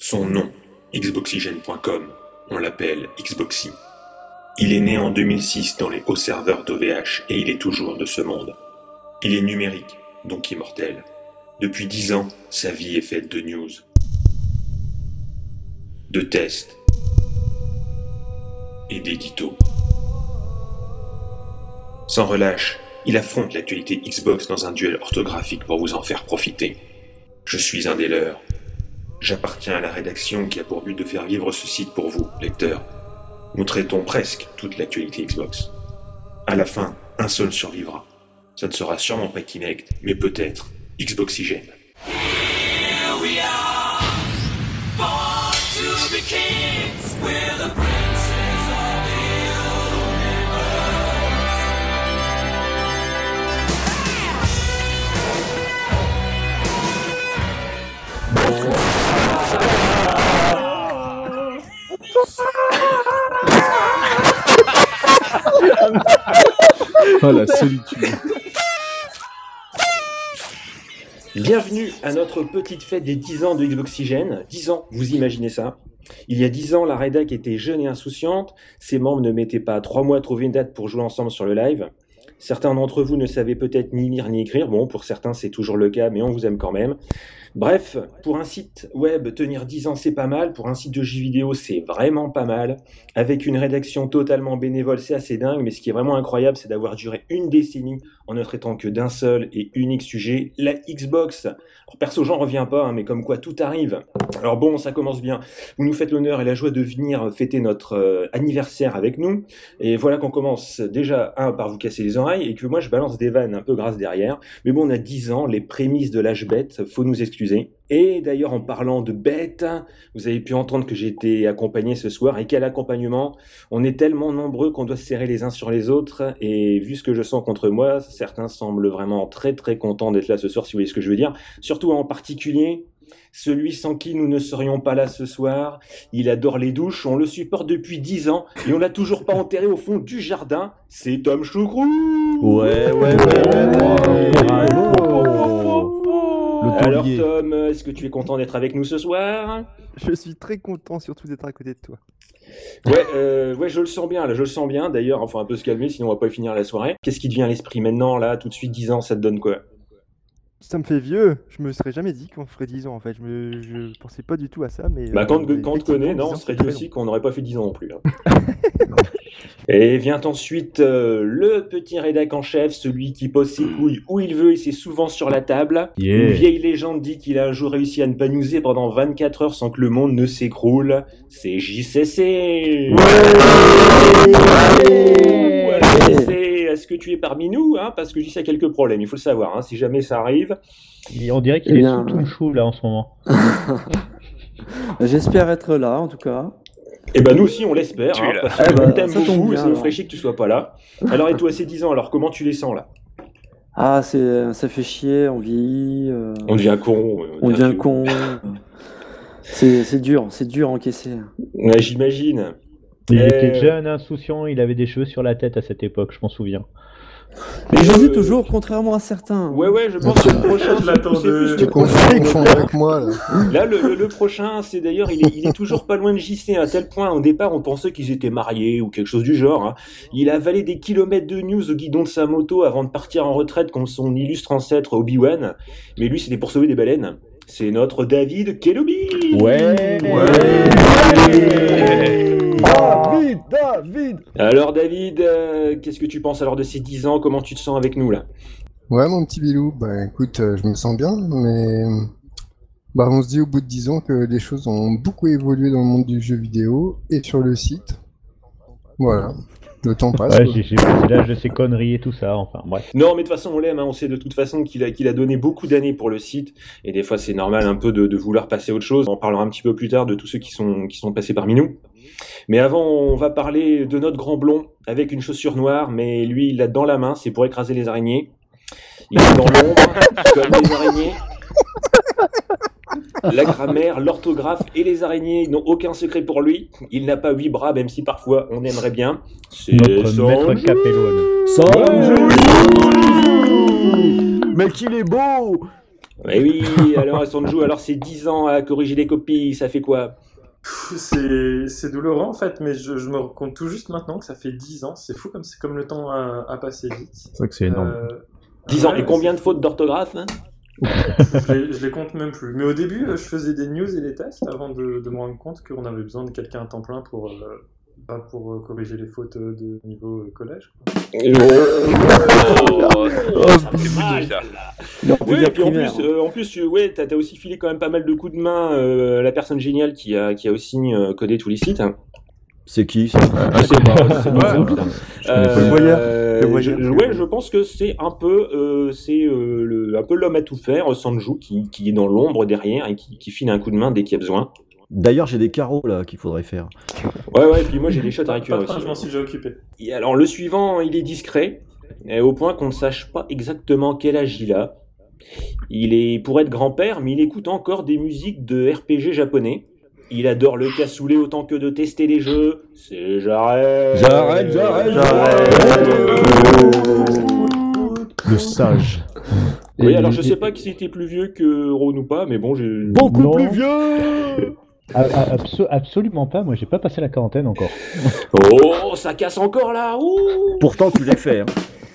Son nom, xboxygene.com, on l'appelle Xboxy. Il est né en 2006 dans les hauts serveurs d'OVH et il est toujours de ce monde. Il est numérique, donc immortel. Depuis 10 ans, sa vie est faite de news, de tests et d'éditos. Sans relâche, il affronte l'actualité Xbox dans un duel orthographique pour vous en faire profiter. Je suis un des leurs. J'appartiens à la rédaction qui a pour but de faire vivre ce site pour vous, lecteurs. Nous traitons presque toute l'actualité Xbox. À la fin, un seul survivra. Ça ne sera sûrement pas Kinect, mais peut-être Xboxygene. Here we are, born to be kings, we're the princes of the Oh la solitude. Bienvenue à notre petite fête des 10 ans de Xboxygene. 10 ans, vous imaginez ça? Il y a 10 ans, la rédac était jeune et insouciante. Ses membres ne mettaient pas 3 mois à trouver une date pour jouer ensemble sur le live. Certains d'entre vous ne savaient peut-être ni lire ni écrire. Bon, pour certains, c'est toujours le cas, mais on vous aime quand même. Bref, pour un site web, tenir 10 ans, c'est pas mal. Pour un site de jeux vidéo, c'est vraiment pas mal. Avec une rédaction totalement bénévole, c'est assez dingue. Mais ce qui est vraiment incroyable, c'est d'avoir duré une décennie en ne traitant que d'un seul et unique sujet, la Xbox. Alors, perso, j'en reviens pas, mais comme quoi tout arrive. Alors bon, ça commence bien. Vous nous faites l'honneur et la joie de venir fêter notre anniversaire avec nous. Et voilà qu'on commence déjà, par vous casser les oreilles et que moi, je balance des vannes un peu grasses derrière. Mais bon, on a 10 ans, les prémices de l'âge bête, faut nous excuser. Et d'ailleurs, en parlant de bêtes, vous avez pu entendre que j'ai été accompagné ce soir. Et quel accompagnement! On est tellement nombreux qu'on doit se serrer les uns sur les autres. Et vu ce que je sens contre moi, certains semblent vraiment très très contents d'être là ce soir, si vous voyez ce que je veux dire. Surtout en particulier, celui sans qui nous ne serions pas là ce soir. Il adore les douches, on le supporte depuis 10 ans et on l'a toujours pas enterré au fond du jardin. C'est Tom Choucrou! Ouais. Alors Tom, est-ce que tu es content d'être avec nous ce soir? Je suis très content surtout d'être à côté de toi. Ouais, je le sens bien, là, je le sens bien. D'ailleurs, il faut un peu se calmer, sinon on va pas finir la soirée. Qu'est-ce qui te vient à l'esprit maintenant, là, tout de suite, 10 ans, ça te donne quoi? Ça me fait vieux, je me serais jamais dit qu'on ferait 10 ans en fait, je pensais pas du tout à ça, mais... Quand on te connaît, non, on serait dit aussi qu'on n'aurait pas fait 10 ans non plus. Hein. Et vient ensuite le petit rédac en chef, celui qui pose ses couilles où il veut et c'est souvent sur la table. Yeah. Une vieille légende dit qu'il a un jour réussi à ne pas newser pendant 24 heures sans que le monde ne s'écroule. C'est JCC. Est-ce que tu es parmi nous, hein, parce que JC a quelques problèmes, il faut le savoir, hein, si jamais ça arrive. On dirait qu'il est sous tout le chou là en ce moment. J'espère être là en tout cas. Et nous aussi on l'espère, hein, parce que t'aimes beaucoup et ça nous ferait chier que tu sois pas là. Alors et toi, ces 10 ans, alors comment tu les sens là? Ah, ça fait chier, on vieillit. On devient con. On devient con. C'est dur à encaisser. Ouais, j'imagine. Il était jeune, insouciant, il avait des cheveux sur la tête à cette époque, je m'en souviens. Mais j'en ai toujours, contrairement à certains. Ouais, je pense que le prochain, Tu confonds avec moi là. Là, le prochain, c'est d'ailleurs, il est toujours pas loin de JC, à tel point, au départ, on pensait qu'ils étaient mariés ou quelque chose du genre. Hein. Il a avalé des kilomètres de news au guidon de sa moto avant de partir en retraite comme son illustre ancêtre Obi-Wan. Mais lui, c'était pour sauver des baleines. C'est notre David Kelobi. Ouais. David. Alors David, qu'est-ce que tu penses alors de ces 10 ans? Comment tu te sens avec nous là? Ouais, mon petit Bilou, écoute, je me sens bien, mais on se dit au bout de 10 ans que les choses ont beaucoup évolué dans le monde du jeu vidéo et sur le site. Voilà, le temps passe. Ouais, j'ai passé l'âge de ces conneries et tout ça, enfin bref. Non, mais de toute façon, on l'aime, hein. On sait de toute façon qu'il a donné beaucoup d'années pour le site, et des fois c'est normal un peu de vouloir passer à autre chose. On parlera un petit peu plus tard de tous ceux qui sont passés parmi nous. Mais avant, on va parler de notre grand blond avec une chaussure noire, mais lui, il l'a dans la main, c'est pour écraser les araignées. Il est dans l'ombre, comme les araignées. La grammaire, l'orthographe et les araignées n'ont aucun secret pour lui. Il n'a pas 8 bras, même si parfois on aimerait bien. C'est notre maître Capello. Mais qu'il est beau! Eh oui, alors Sanju, alors c'est 10 ans à corriger des copies, ça fait quoi? C'est douloureux en fait, mais je me rends compte tout juste maintenant que ça fait 10 ans. C'est fou comme le temps a passé vite. C'est vrai que c'est énorme. 10 ans, et combien de fautes d'orthographe hein? Je les compte même plus. Mais au début, je faisais des news et des tests avant de me rendre compte qu'on avait besoin de quelqu'un à temps plein pour corriger les fautes de niveau collège. Ça me fait mal, ça. Oui, et puis en plus, ouais, t'as aussi filé quand même pas mal de coups de main à la personne géniale qui a aussi codé tous les sites. Hein. C'est qui ça? Je sais pas, c'est pas Ouais. putain. Je pense que c'est un peu, un peu l'homme à tout faire, Sanju, qui est dans l'ombre derrière et qui file un coup de main dès qu'il y a besoin. D'ailleurs, j'ai des carreaux là qu'il faudrait faire. Ouais, et puis moi j'ai des shots à récupérer Pas de aussi. je m'en suis déjà occupé. Et alors le suivant, il est discret, au point qu'on ne sache pas exactement quel âge il a. Il est pour être grand-père, mais il écoute encore des musiques de RPG japonais. Il adore le cassoulet autant que de tester les jeux. C'est j'arrête. Le sage. Oui, alors je sais pas qui c'était plus vieux que Ron ou pas, mais bon, j'ai... Beaucoup Non. plus vieux. Absolument pas, moi j'ai pas passé la quarantaine encore. Oh, ça casse encore là. Ouh. Pourtant, tu l'as fait. Hein.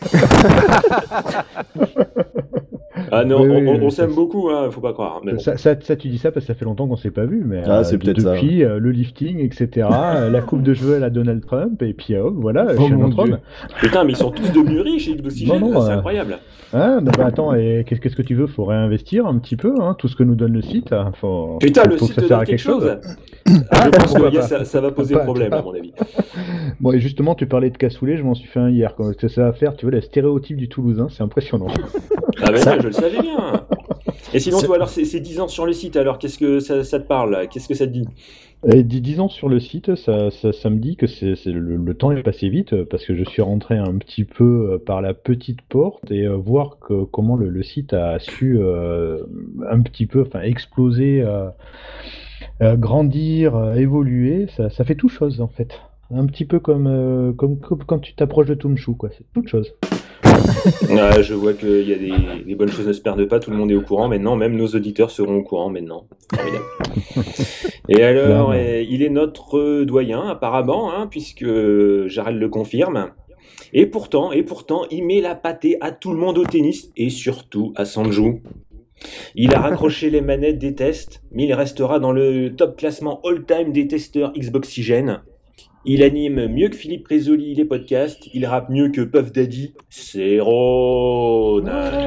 Ah non, Oui, on oui, s'aime beaucoup, hein, faut pas croire. Mais bon. Ça, tu dis ça parce que ça fait longtemps qu'on s'est pas vu, mais C'est peut-être ça. depuis le lifting, etc., la coupe de cheveux à la Donald Trump, et puis voilà, je suis un mon autre Dieu. homme. Putain, mais ils sont tous devenus riches et d'oxygène, Non, c'est incroyable. Hein, bah, attends, et qu'est-ce que tu veux? Faut réinvestir un petit peu, hein, tout ce que nous donne le site. Putain, le faut site que ça te serve donne à quelque chose. Ah, Je pense pourquoi que pas. ça va poser Pas, problème, pas. à mon avis. Bon, et justement, tu parlais de cassoulet, je m'en suis fait un hier. Qu'est-ce que ça va faire? Tu vois, le stéréotype du Toulousain, c'est impressionnant. Ah ben je le savais bien. Et sinon, toi, alors, c'est 10 ans sur le site, alors, qu'est-ce que ça te parle là? Qu'est-ce que ça te dit? Et 10 ans sur le site, ça me dit que le temps est passé vite parce que je suis rentré un petit peu par la petite porte et voir comment le site a su un petit peu exploser, grandir, évoluer. Ça fait tout chose en fait. Un petit peu comme quand tu t'approches de Tumshu, quoi. C'est toute chose. Ouais, je vois qu'il y a des bonnes choses ne se perdent pas, tout le monde est au courant maintenant, même nos auditeurs seront au courant maintenant. Formidable. Et alors, il est notre doyen apparemment, hein, puisque Jarel le confirme. Et pourtant, il met la pâtée à tout le monde au tennis, et surtout à Sanju. Il a raccroché les manettes des tests, mais il restera dans le top classement all-time des testeurs Xboxygène. Il anime mieux que Philippe Rézoli les podcasts, il rappe mieux que Puff Daddy, c'est Ron.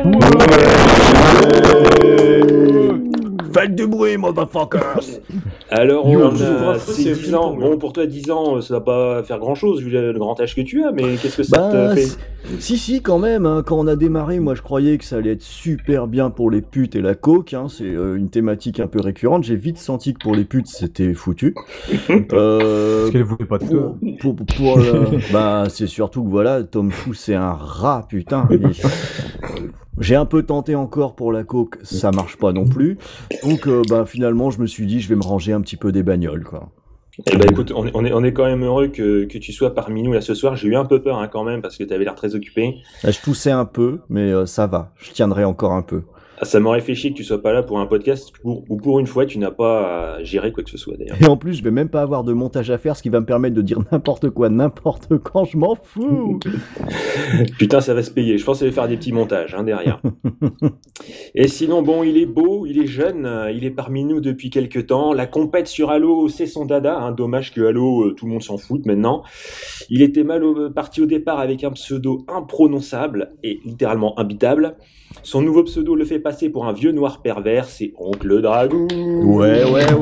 Faites du bruit, motherfuckers. Alors, You, on je vous a rassure, ces c'est 10 ans. ping-pong. Bon, pour toi, 10 ans, ça va pas faire grand-chose vu le grand âge que tu as, mais qu'est-ce que ça te fait? Si, quand même. Hein, quand on a démarré, moi je croyais que ça allait être super bien pour les putes et la coke. Hein, c'est une thématique un peu récurrente. J'ai vite senti que pour les putes, c'était foutu. Parce qu'elle voulait pas de toi. C'est surtout que voilà, Tom Fou, c'est un rat, putain. J'ai un peu tenté encore pour la coke, ça marche pas non plus. Donc finalement, je me suis dit, je vais me ranger un petit peu des bagnoles, quoi. Eh ben écoute, on est quand même heureux que tu sois parmi nous là ce soir. J'ai eu un peu peur hein, quand même parce que tu avais l'air très occupé. Là, je toussais un peu, mais ça va, je tiendrai encore un peu. Ah, ça m'aurait fait chier que tu sois pas là pour un podcast où pour une fois tu n'as pas à gérer quoi que ce soit d'ailleurs. Et en plus, je vais même pas avoir de montage à faire, ce qui va me permettre de dire n'importe quoi, n'importe quand, je m'en fous. Putain, ça va se payer. Je pense que ça va faire des petits montages hein, derrière. Et sinon, bon, il est beau, il est jeune, il est parmi nous depuis quelques temps. La compète sur Halo, c'est son dada. Hein. Dommage que Halo, tout le monde s'en foute maintenant. Il était parti au départ avec un pseudo imprononçable et littéralement imbitable. Son nouveau pseudo le fait passer pour un vieux noir pervers, c'est Oncle Dragou. Ouais.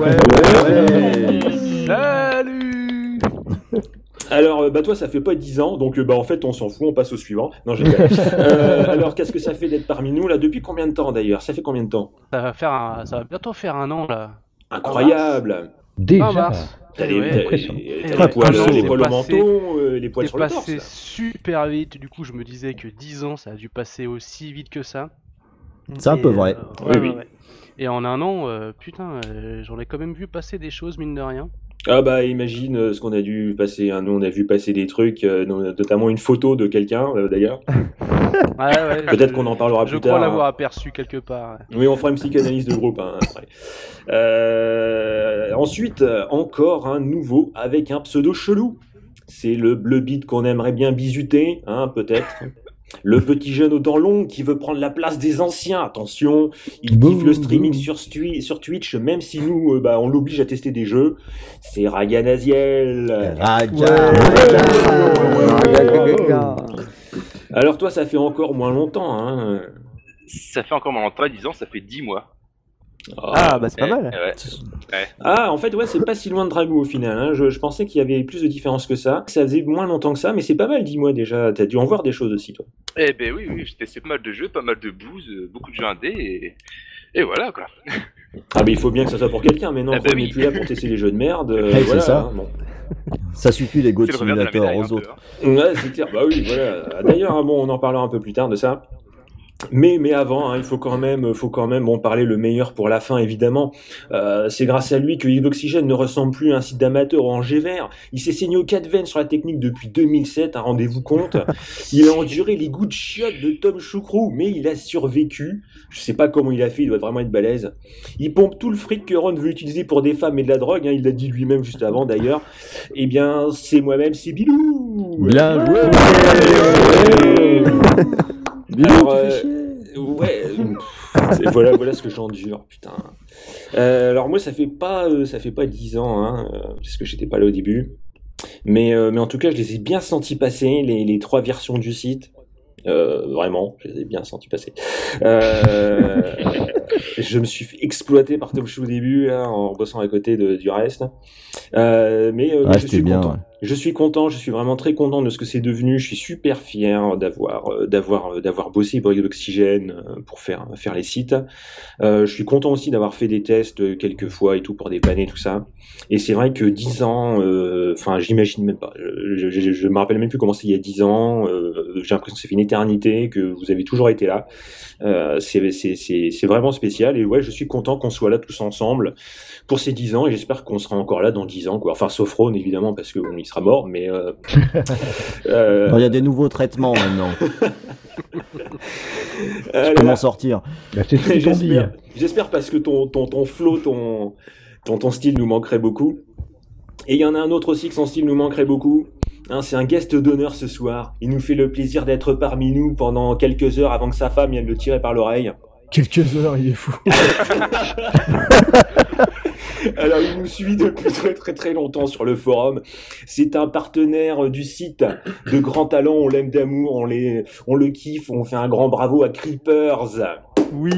Salut. Alors, toi, ça fait pas 10 ans, donc en fait, on s'en fout, on passe au suivant. Non, j'ai alors, qu'est-ce que ça fait d'être parmi nous, là? Depuis combien de temps, d'ailleurs? Ça fait combien de temps? Ça va bientôt faire un an là. Incroyable. Déjà. Fin mars. T'as Eh ouais. les Ouais, poils, un an, les c'est poils au passé- menton, les poils C'est sur le torse. passé là. super vite, du coup je me disais que 10 ans ça a dû passer aussi vite que ça. C'est un peu vrai. Ouais, Oui. ouais. Et en un an, putain, j'en ai quand même vu passer des choses mine de rien. Ah bah imagine ce qu'on a dû passer, hein. Nous on a vu passer des trucs, notamment une photo de quelqu'un d'ailleurs. Ouais, Peut-être qu'on en parlera je plus crois tard. l'avoir aperçu quelque part. Oui, on fera une psychanalyse de groupe, hein, après. Ensuite, encore un nouveau avec un pseudo chelou. C'est le beat qu'on aimerait bien bisuter, hein, peut-être. Le petit jeune aux dents longues qui veut prendre la place des anciens. Attention, il kiffe le streaming sur Twitch, même si nous, on l'oblige à tester des jeux. C'est Ragan Aziel. Alors toi, ça fait encore moins longtemps, hein. Ça fait encore moins longtemps, 10 ans, ça fait 10 mois. Ah, bah c'est pas mal. Ouais. Ah, en fait, ouais, c'est pas si loin de Dragou au final, hein. Je pensais qu'il y avait plus de différence que ça. Ça faisait moins longtemps que ça, mais c'est pas mal, dis-moi déjà. T'as dû en voir des choses aussi, toi. Eh ben oui, j'ai testé pas mal de jeux, pas mal de blues, beaucoup de jeux indés, et voilà quoi. Ah, mais il faut bien que ça soit pour quelqu'un, mais non, Ah bah on n'est oui. plus là pour tester les jeux de merde. Hey, Voilà, c'est ça. hein, bon. Ça suffit les Goat C'est le revers de la Simulator médaille, aux un autres. peu, hein. Ouais, c'est clair. Bah oui, voilà. D'ailleurs, hein, bon, on en parlera un peu plus tard de ça. Mais avant, hein, il faut quand même parler le meilleur pour la fin, évidemment. C'est grâce à lui que Xboxygène ne ressemble plus à un site d'amateur en G-Vert. Il s'est saigné aux 4 veines sur la technique depuis 2007, hein, rendez-vous compte. Il a enduré les goûts de chiottes de Tom Choucrou, mais il a survécu. Je sais pas comment il a fait, il doit vraiment être balèze. Il pompe tout le fric que Ron veut utiliser pour des femmes et de la drogue, hein, il l'a dit lui-même juste avant d'ailleurs. Eh bien, c'est moi-même, c'est Bilou. Bien joué. Alors, voilà ce que j'endure, putain. Alors moi, ça fait pas 10 ans, hein, parce que j'étais pas là au début. Mais en tout cas, je les ai bien sentis passer, les 3 versions du site. Vraiment, je les ai bien sentis passer. Je me suis fait exploiter par Tom Chou au début, là, en bossant à côté du reste. Mais je suis bien, content. ouais. Je suis content, je suis vraiment très content de ce que c'est devenu. Je suis super fier d'avoir bossé pour Xboxygène pour faire les sites. Je suis content aussi d'avoir fait des tests quelques fois et tout pour dépanner tout ça. Et c'est vrai que 10 ans, j'imagine même pas. Je me rappelle même plus comment c'était il y a 10 ans. J'ai l'impression que ça fait une éternité, que vous avez toujours été là. C'est vraiment spécial. Et ouais, je suis content qu'on soit là tous ensemble pour ces 10 ans. Et j'espère qu'on sera encore là dans 10 ans, quoi. Enfin, sauf Ron, évidemment, parce qu'il sera mort, mais... Il y a des nouveaux traitements maintenant. Je peux m'en sortir. Bah, c'est ce qu'ils ont dit. J'espère parce que ton flow, ton style nous manquerait beaucoup. Et il y en a un autre aussi que son style nous manquerait beaucoup. Hein, c'est un guest d'honneur ce soir. Il nous fait le plaisir d'être parmi nous pendant quelques heures avant que sa femme vienne le tirer par l'oreille. Quelques heures, il est fou. Alors, il nous suit depuis très très très longtemps sur le forum. C'est un partenaire du site de grand talent. On l'aime d'amour, on le kiffe. On fait un grand bravo à Creepers. Oui.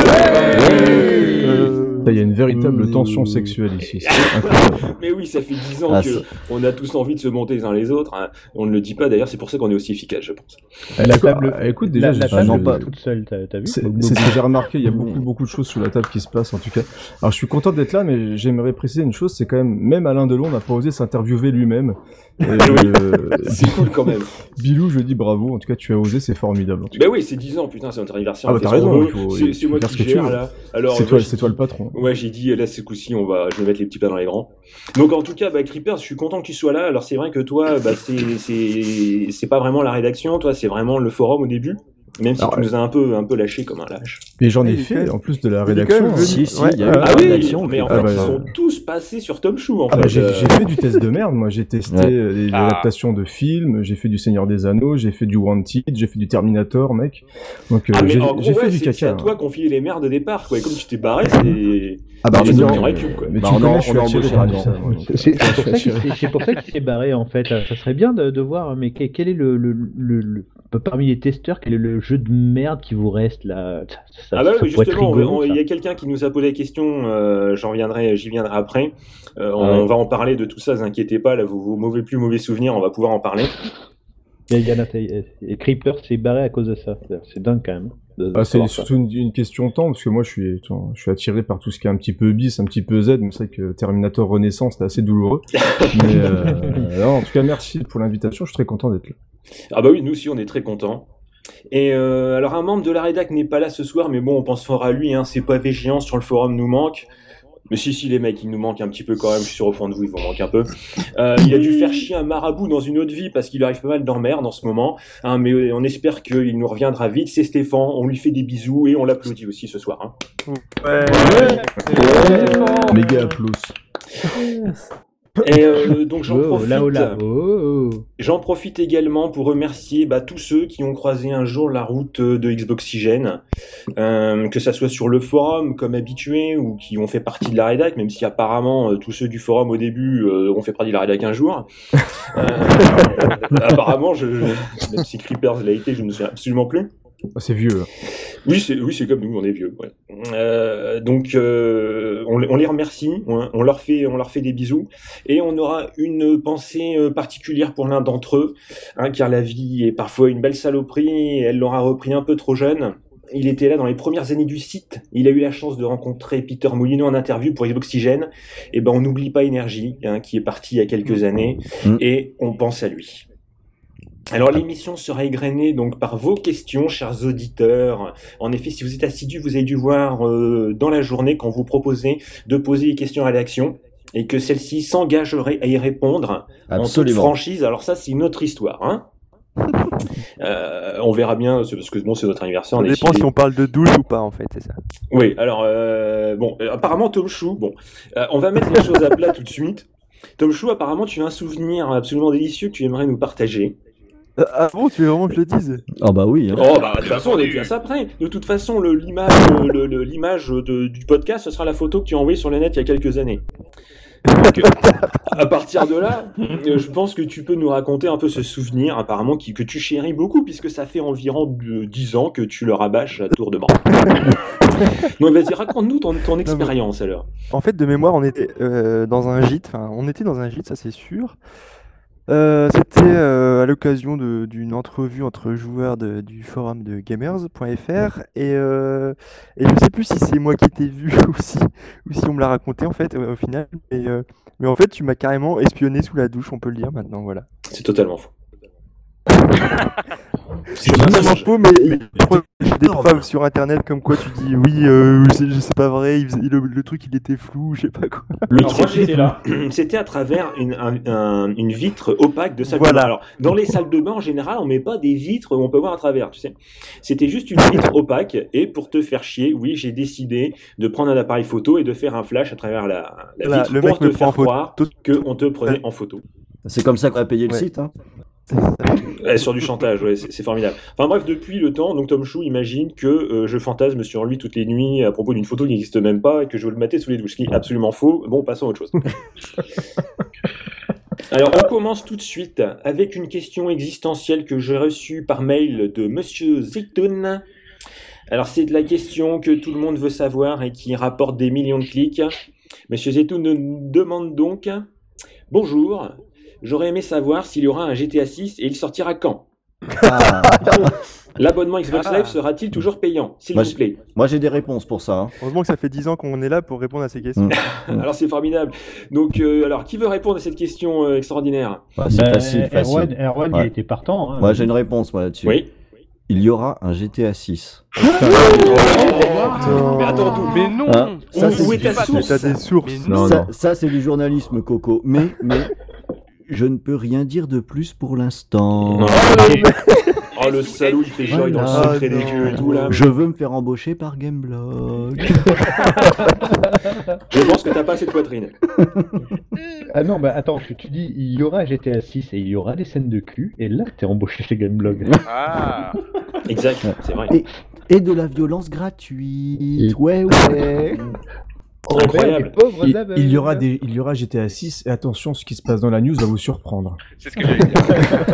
Il y a une véritable tension sexuelle ici. C'est incroyable. Mais oui, ça fait 10 ans qu'on a tous envie de se monter les uns les autres, hein. On ne le dit pas d'ailleurs, c'est pour ça qu'on est aussi efficace, je pense. La table, écoute, déjà, la table n'est pas toute seule, t'as vu? C'est ce que j'ai remarqué, il y a beaucoup de choses sur la table qui se passent en tout cas. Alors je suis content d'être là, mais j'aimerais préciser une chose, c'est quand même Alain Delon n'a pas osé s'interviewer lui-même. C'est cool quand même. Bilou, je dis bravo, en tout cas tu as osé, c'est formidable. Ben oui, c'est 10 ans, putain, c'est notre anniversaire. Ah bah t'as raison, c'est moi qui gère là. Alors, c'est toi le patron. Ouais, j'ai dit là ce coup-ci, je vais mettre les petits pas dans les grands. Donc en tout cas, Creepers, je suis content que tu sois là. Alors c'est vrai que toi, c'est pas vraiment la rédaction, toi, c'est vraiment le forum au début. Même si tu nous as un peu lâché comme un lâche. Mais j'en ai fait, en plus de la rédaction. Si, il y a eu la rédaction. Mais en fait, ils sont tous passés sur Tom Chou, en fait. Bah, j'ai fait du test de merde, moi. J'ai testé les adaptations de films, j'ai fait du Seigneur des Anneaux, j'ai fait du Wanted, j'ai fait du Terminator, mec. Donc, j'ai fait du caca. C'est à toi qu'on filait les merdes au départ, quoi. Et comme tu t'es barré, c'est... Ah bah, mais tu on a embauché ça. C'est pour ça qu'il s'est barré, en fait. Ça serait bien de voir, mais quel est parmi les testeurs, quel est le jeu de merde qui vous reste là? Justement, il y a quelqu'un qui nous a posé la question, j'y viendrai après. On va en parler de tout ça, ne vous inquiétez pas, là, vos plus mauvais souvenirs, on va pouvoir en parler. Et Creeper s'est barré à cause de ça. C'est dingue quand même. C'est surtout une question de temps, parce que moi je suis attiré par tout ce qui est un petit peu bis, un petit peu Z, mais c'est vrai que Terminator Renaissance c'était assez douloureux. Mais en tout cas merci pour l'invitation, je suis très content d'être là. Ah bah oui, nous aussi on est très contents. Et alors un membre de la rédac n'est pas là ce soir, mais bon on pense fort à lui, hein, ses pavés géants sur le forum nous manquent. Mais si, les mecs, il nous manque un petit peu quand même, je suis sûr au fond de vous, il vous manque un peu. Il a dû faire chier un marabout dans une autre vie parce qu'il arrive pas mal d'emmerdes en ce moment, hein, mais on espère qu'il nous reviendra vite. C'est Stéphane, on lui fait des bisous et on l'applaudit aussi ce soir. Hein. Ouais. Méga applause. Et donc j'en profite également pour remercier tous ceux qui ont croisé un jour la route de Xboxygène, que ça soit sur le forum comme habitué ou qui ont fait partie de la rédac, même si apparemment tous ceux du forum au début ont fait partie de la rédac un jour. Apparemment, même si Creepers l'a été, je ne me souviens absolument plus. C'est vieux. Oui, c'est comme nous, on est vieux. Ouais. Donc, on les remercie, on leur fait des bisous, et on aura une pensée particulière pour l'un d'entre eux, hein, car la vie est parfois une belle saloperie, et elle l'aura repris un peu trop jeune. Il était là dans les premières années du site. Il a eu la chance de rencontrer Peter Molyneux en interview pour Xboxygène. Et on n'oublie pas Énergie, hein, qui est parti il y a quelques années, et on pense à lui. Alors l'émission sera égrenée donc par vos questions, chers auditeurs. En effet, si vous êtes assidus, vous avez dû voir dans la journée qu'on vous proposait de poser des questions à l'action et que celle-ci s'engagerait à y répondre en toute franchise. Alors ça, c'est une autre histoire, hein. On verra bien, parce que c'est notre anniversaire. Ça dépend si on parle de douche ou pas, en fait, c'est ça. Oui, alors apparemment Tom Chou, on va mettre les choses à plat tout de suite. Tom Chou, apparemment tu as un souvenir absolument délicieux que tu aimerais nous partager. Ah bon, tu veux vraiment que je le dise? Ah bah oui. Hein. De toute façon, on est bien ça près. De toute façon, l'image du podcast, ce sera la photo que tu as envoyée sur le net il y a quelques années. Donc, à partir de là, je pense que tu peux nous raconter un peu ce souvenir, apparemment, que tu chéris beaucoup, puisque ça fait environ 10 ans que tu le rabâches à tour de bras. Donc vas-y, raconte-nous ton expérience alors. En fait, de mémoire, on était dans un gîte, ça c'est sûr. C'était à l'occasion d'une entrevue entre joueurs du forum de gamers.fr et je sais plus si c'est moi qui t'ai vu ou si on me l'a raconté en fait au final, mais en fait tu m'as carrément espionné sous la douche, on peut le dire maintenant, voilà. C'est totalement faux. C'est totalement faux, mais j'ai des preuves sur internet comme quoi tu dis oui, c'est pas vrai, le truc il était flou, je sais pas quoi. Alors moi j'étais là. C'était à travers une vitre opaque de salle de bain. Alors dans les salles de bain en général on met pas des vitres où on peut voir à travers, tu sais. C'était juste une vitre opaque et pour te faire chier, oui j'ai décidé de prendre un appareil photo et de faire un flash à travers la vitre pour te faire croire qu'on te prenait en photo. C'est comme ça qu'on a payé le site, hein. Sur du chantage, ouais, c'est formidable. Enfin bref, depuis le temps, donc Tom Chou imagine que je fantasme sur lui toutes les nuits à propos d'une photo qui n'existe même pas et que je veux le mater sous les douches, ce qui est absolument faux. Bon, passons à autre chose. Alors, on commence tout de suite avec une question existentielle que j'ai reçue par mail de Monsieur Zitoun. Alors, c'est de la question que tout le monde veut savoir et qui rapporte des millions de clics. Monsieur Zitoun nous demande donc « Bonjour, j'aurais aimé savoir s'il y aura un GTA 6 et il sortira quand. L'abonnement Xbox Live sera-t-il toujours payant, s'il vous plaît? Moi j'ai des réponses pour ça. Hein. Heureusement que ça fait 10 ans qu'on est là pour répondre à ces questions. Alors c'est formidable. Donc alors qui veut répondre à cette question extraordinaire? C'est facile. Erwan il était partant. Hein. Moi j'ai une réponse là-dessus. Oui. Il y aura un GTA 6. Mais attends tout. Mais non. Hein, où est ta source? T'as des sources. Ça c'est du journalisme, Coco. Mais je ne peux rien dire de plus pour l'instant. Oh le salaud, il fait genre dans le secret des dieux et tout là. Je veux me faire embaucher par Gameblog. Je pense que t'as pas assez de poitrine. Ah non, bah attends, tu dis il y aura GTA 6 et il y aura des scènes de cul, et là t'es embauché chez Gameblog. Ah. Exact, c'est vrai. Et de la violence gratuite. Ouais. Incroyable. Il y aura GTA 6 et attention, ce qui se passe dans la news va vous surprendre. C'est ce que j'allais dire.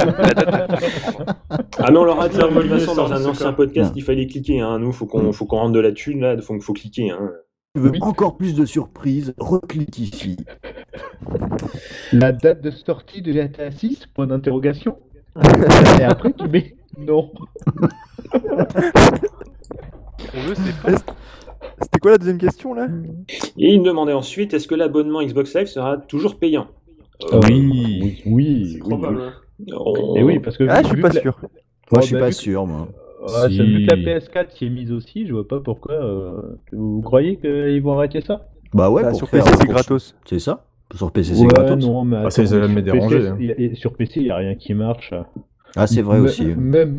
Ah mais on leur a dit de toute façon dans un ancien podcast qu'il fallait cliquer. Hein. Nous, faut qu'on rentre de la thune là, faut cliquer. Hein. Tu veux encore plus de surprises, reclique ici. La date de sortie de GTA 6, point d'interrogation. Et après tu mets non. On le sait pas. C'était quoi la deuxième question là? Et il me demandait ensuite, est-ce que l'abonnement Xbox Live sera toujours payant? Oui. C'est probable. Et oui, parce que je suis pas sûr. Moi je suis pas sûr, moi. Vu que la PS4 s'y est mise aussi, je vois pas pourquoi. Vous croyez qu'ils vont arrêter ça? Bah ouais, Bah, pour sur faire. PC, c'est pour- gratos. C'est ça. Sur PC, c'est Ouais, gratos. non, mais Ah, ça les a attends, jamais sur dérangés, PC, hein. sur PC, il n'y a rien qui marche. Ah, c'est vrai aussi. Même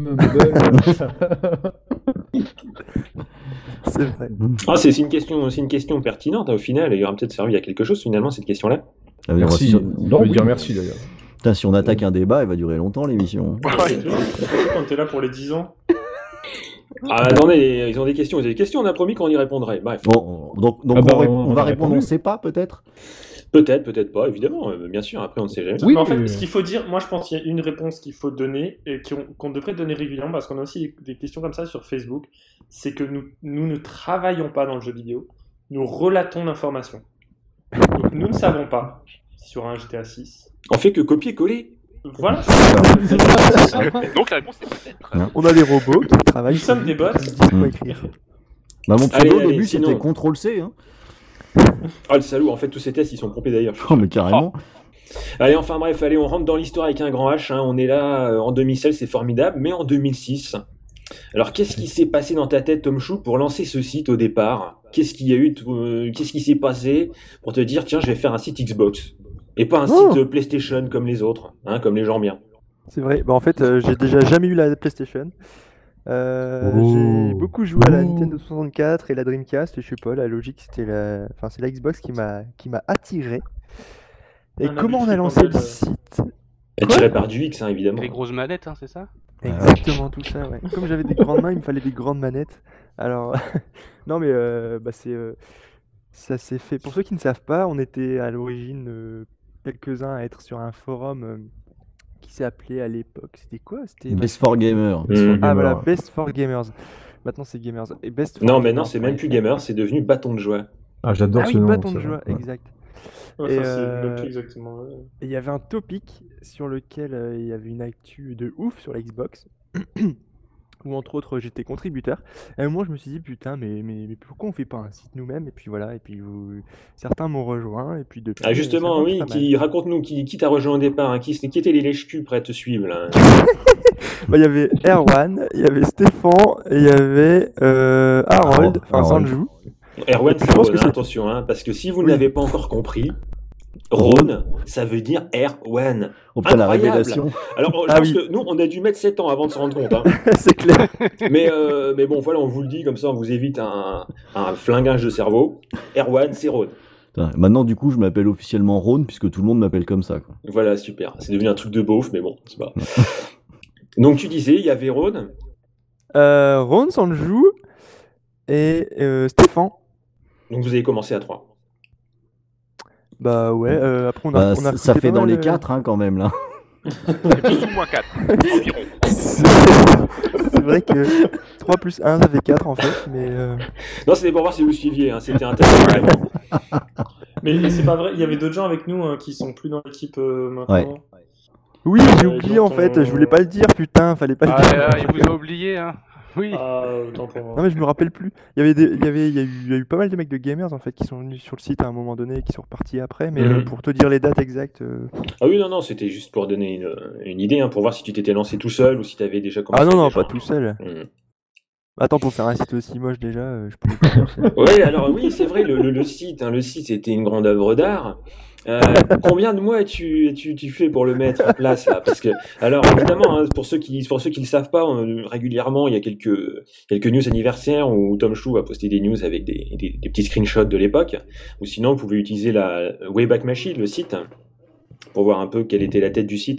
C'est vrai. Ah, c'est une question pertinente, hein, au final, et il aura peut-être servi à quelque chose, finalement, cette question-là. Ah, mais Merci. si- On peut dire merci d'ailleurs. Putain, si on attaque un débat, il va durer longtemps l'émission. Surtout quand t'es là pour les 10 ans. Ah, attendez, ils ont des questions, on a promis qu'on y répondrait. Bref. Bon, donc Ah bah, on on va a répondre, répondu. on sait pas peut-être. Peut-être pas, évidemment, bien sûr, après on ne sait jamais. Oui, mais en fait, mais- ce qu'il faut dire, moi je pense qu'il y a une réponse qu'il faut donner et qu'on devrait donner régulièrement parce qu'on a aussi des questions comme ça sur Facebook. C'est que nous ne travaillons pas dans le jeu vidéo, nous relatons l'information. Donc nous ne savons pas sur un GTA 6. On fait que copier-coller. Voilà. Donc la réponse est peut-être. On a des robots qui travaillent. Nous sommes des bots. qui disent quoi écrire. Bah, mon pseudo Allez, au début sinon- c'était CTRL-C. Hein. Ah, le salaud, en fait, tous ces tests, ils sont pompés d'ailleurs. Oh, mais carrément. Allez, enfin bref, allez, on rentre dans l'histoire avec un grand H. Hein. On est là en 2016, c'est formidable, mais en 2006. Alors, qu'est-ce qui s'est passé dans ta tête, Tom Chou, pour lancer ce site au départ? Qu'est-ce qu'il y a eu, qu'est-ce qui s'est passé pour te dire, tiens, je vais faire un site Xbox et pas un Oh. site PlayStation comme les autres, hein, comme les gens bien. C'est vrai. Bah, en fait, j'ai déjà jamais eu la PlayStation. J'ai beaucoup joué à la Nintendo 64 et la Dreamcast. Et je sais pas, la logique, c'est la Xbox qui m'a attiré. Et Un comment on a habitué lancé le quand elle- site? Attiré par du X, hein, évidemment. Les grosses manettes, hein, c'est ça? Exactement, tout ça, ouais. Comme j'avais des grandes mains, il me fallait des grandes manettes. Alors, non, mais ça s'est fait. Pour ceux qui ne savent pas, on était à l'origine quelques-uns à être sur un forum qui s'appelait à l'époque. C'était quoi? C'était Best for Gamer. Ah voilà, Best for Gamers. Maintenant c'est Gamers. Et Best for Non, Gamers, maintenant, c'est même plus gamer, c'est devenu bâton de joie. Ah, j'adore Ah ce oui, nom. bâton de ça. joie, Ouais. exact. Ouais, Et, ça, c'est plus exactement. Ouais. Et il y avait un topic sur lequel il y avait une actu de ouf sur la Xbox, où entre autres j'étais contributeur. Et moi je me suis dit putain mais pourquoi on fait pas un site nous-mêmes? Et puis voilà, et puis certains m'ont rejoint, et puis depuis. Ah, justement, ça marche oui, pas mal. raconte-nous, qui t'a rejoint au départ, hein, qui étaient les lèches-culs prêts à te suivre, là? Bah, il y avait Erwan, il y avait Stéphane, et il y avait Harold, enfin Harold. Sanju. Erwan, Et puis, c'est je pense Rhône, que hein, c'est- attention, hein, parce que si vous Oui. n'avez pas encore compris, Rhône, ça veut dire Erwan. Oh putain, la Incroyable. révélation. Alors, je Ah pense oui. que nous, on a dû mettre 7 ans avant de se rendre compte. Hein. C'est clair. mais bon, voilà, on vous le dit, comme ça, on vous évite un flingage de cerveau. Erwan, c'est Rhône. Putain, maintenant, du coup, je m'appelle officiellement Rhône puisque tout le monde m'appelle comme ça. Quoi. Voilà, super. C'est devenu un truc de beauf, mais bon, c'est pas. Donc, tu disais, il y avait Rhône. Ron, Sanju et Stéphane. Donc, vous avez commencé à 3. Bah ouais, après on a, Bah, on a ça recruté fait pas dans mal, les 4 hein, quand même là. Plus ou moins 4 environ. C'est vrai que 3 plus 1 ça fait 4 en fait, mais Non, c'était pour voir si vous suiviez, hein. C'était intéressant, vraiment. Mais c'est pas vrai, il y avait d'autres gens avec nous qui sont plus dans l'équipe maintenant. Ouais. oui, j'ai oublié en fait, je voulais pas le dire, putain, fallait pas le Ah, dire. là, il vous a oublié, hein. Oui. Ah, autant pour moi. Non mais je me rappelle plus. Il y a eu pas mal de mecs de gamers en fait qui sont venus sur le site à un moment donné et qui sont repartis après, mais Mhm. pour te dire les dates exactes. Ah oui, non, c'était juste pour donner une idée, hein, pour voir si tu t'étais lancé tout seul ou si tu avais déjà commencé. Ah non, non, avec des pas gens. tout seul. Mhm. Attends, pour faire un site aussi moche déjà, je pouvais pas tout seul. Ouais, alors oui, c'est vrai, le site, hein, le site c'était une grande œuvre d'art. Combien de mois tu fais pour le mettre en place là? Parce que, alors évidemment, hein, pour ceux qui le savent pas, régulièrement il y a quelques news anniversaires où Tom Chou a posté des news avec des petits screenshots de l'époque. Ou sinon, vous pouvez utiliser la Wayback Machine, le site, pour voir un peu quelle était la tête du site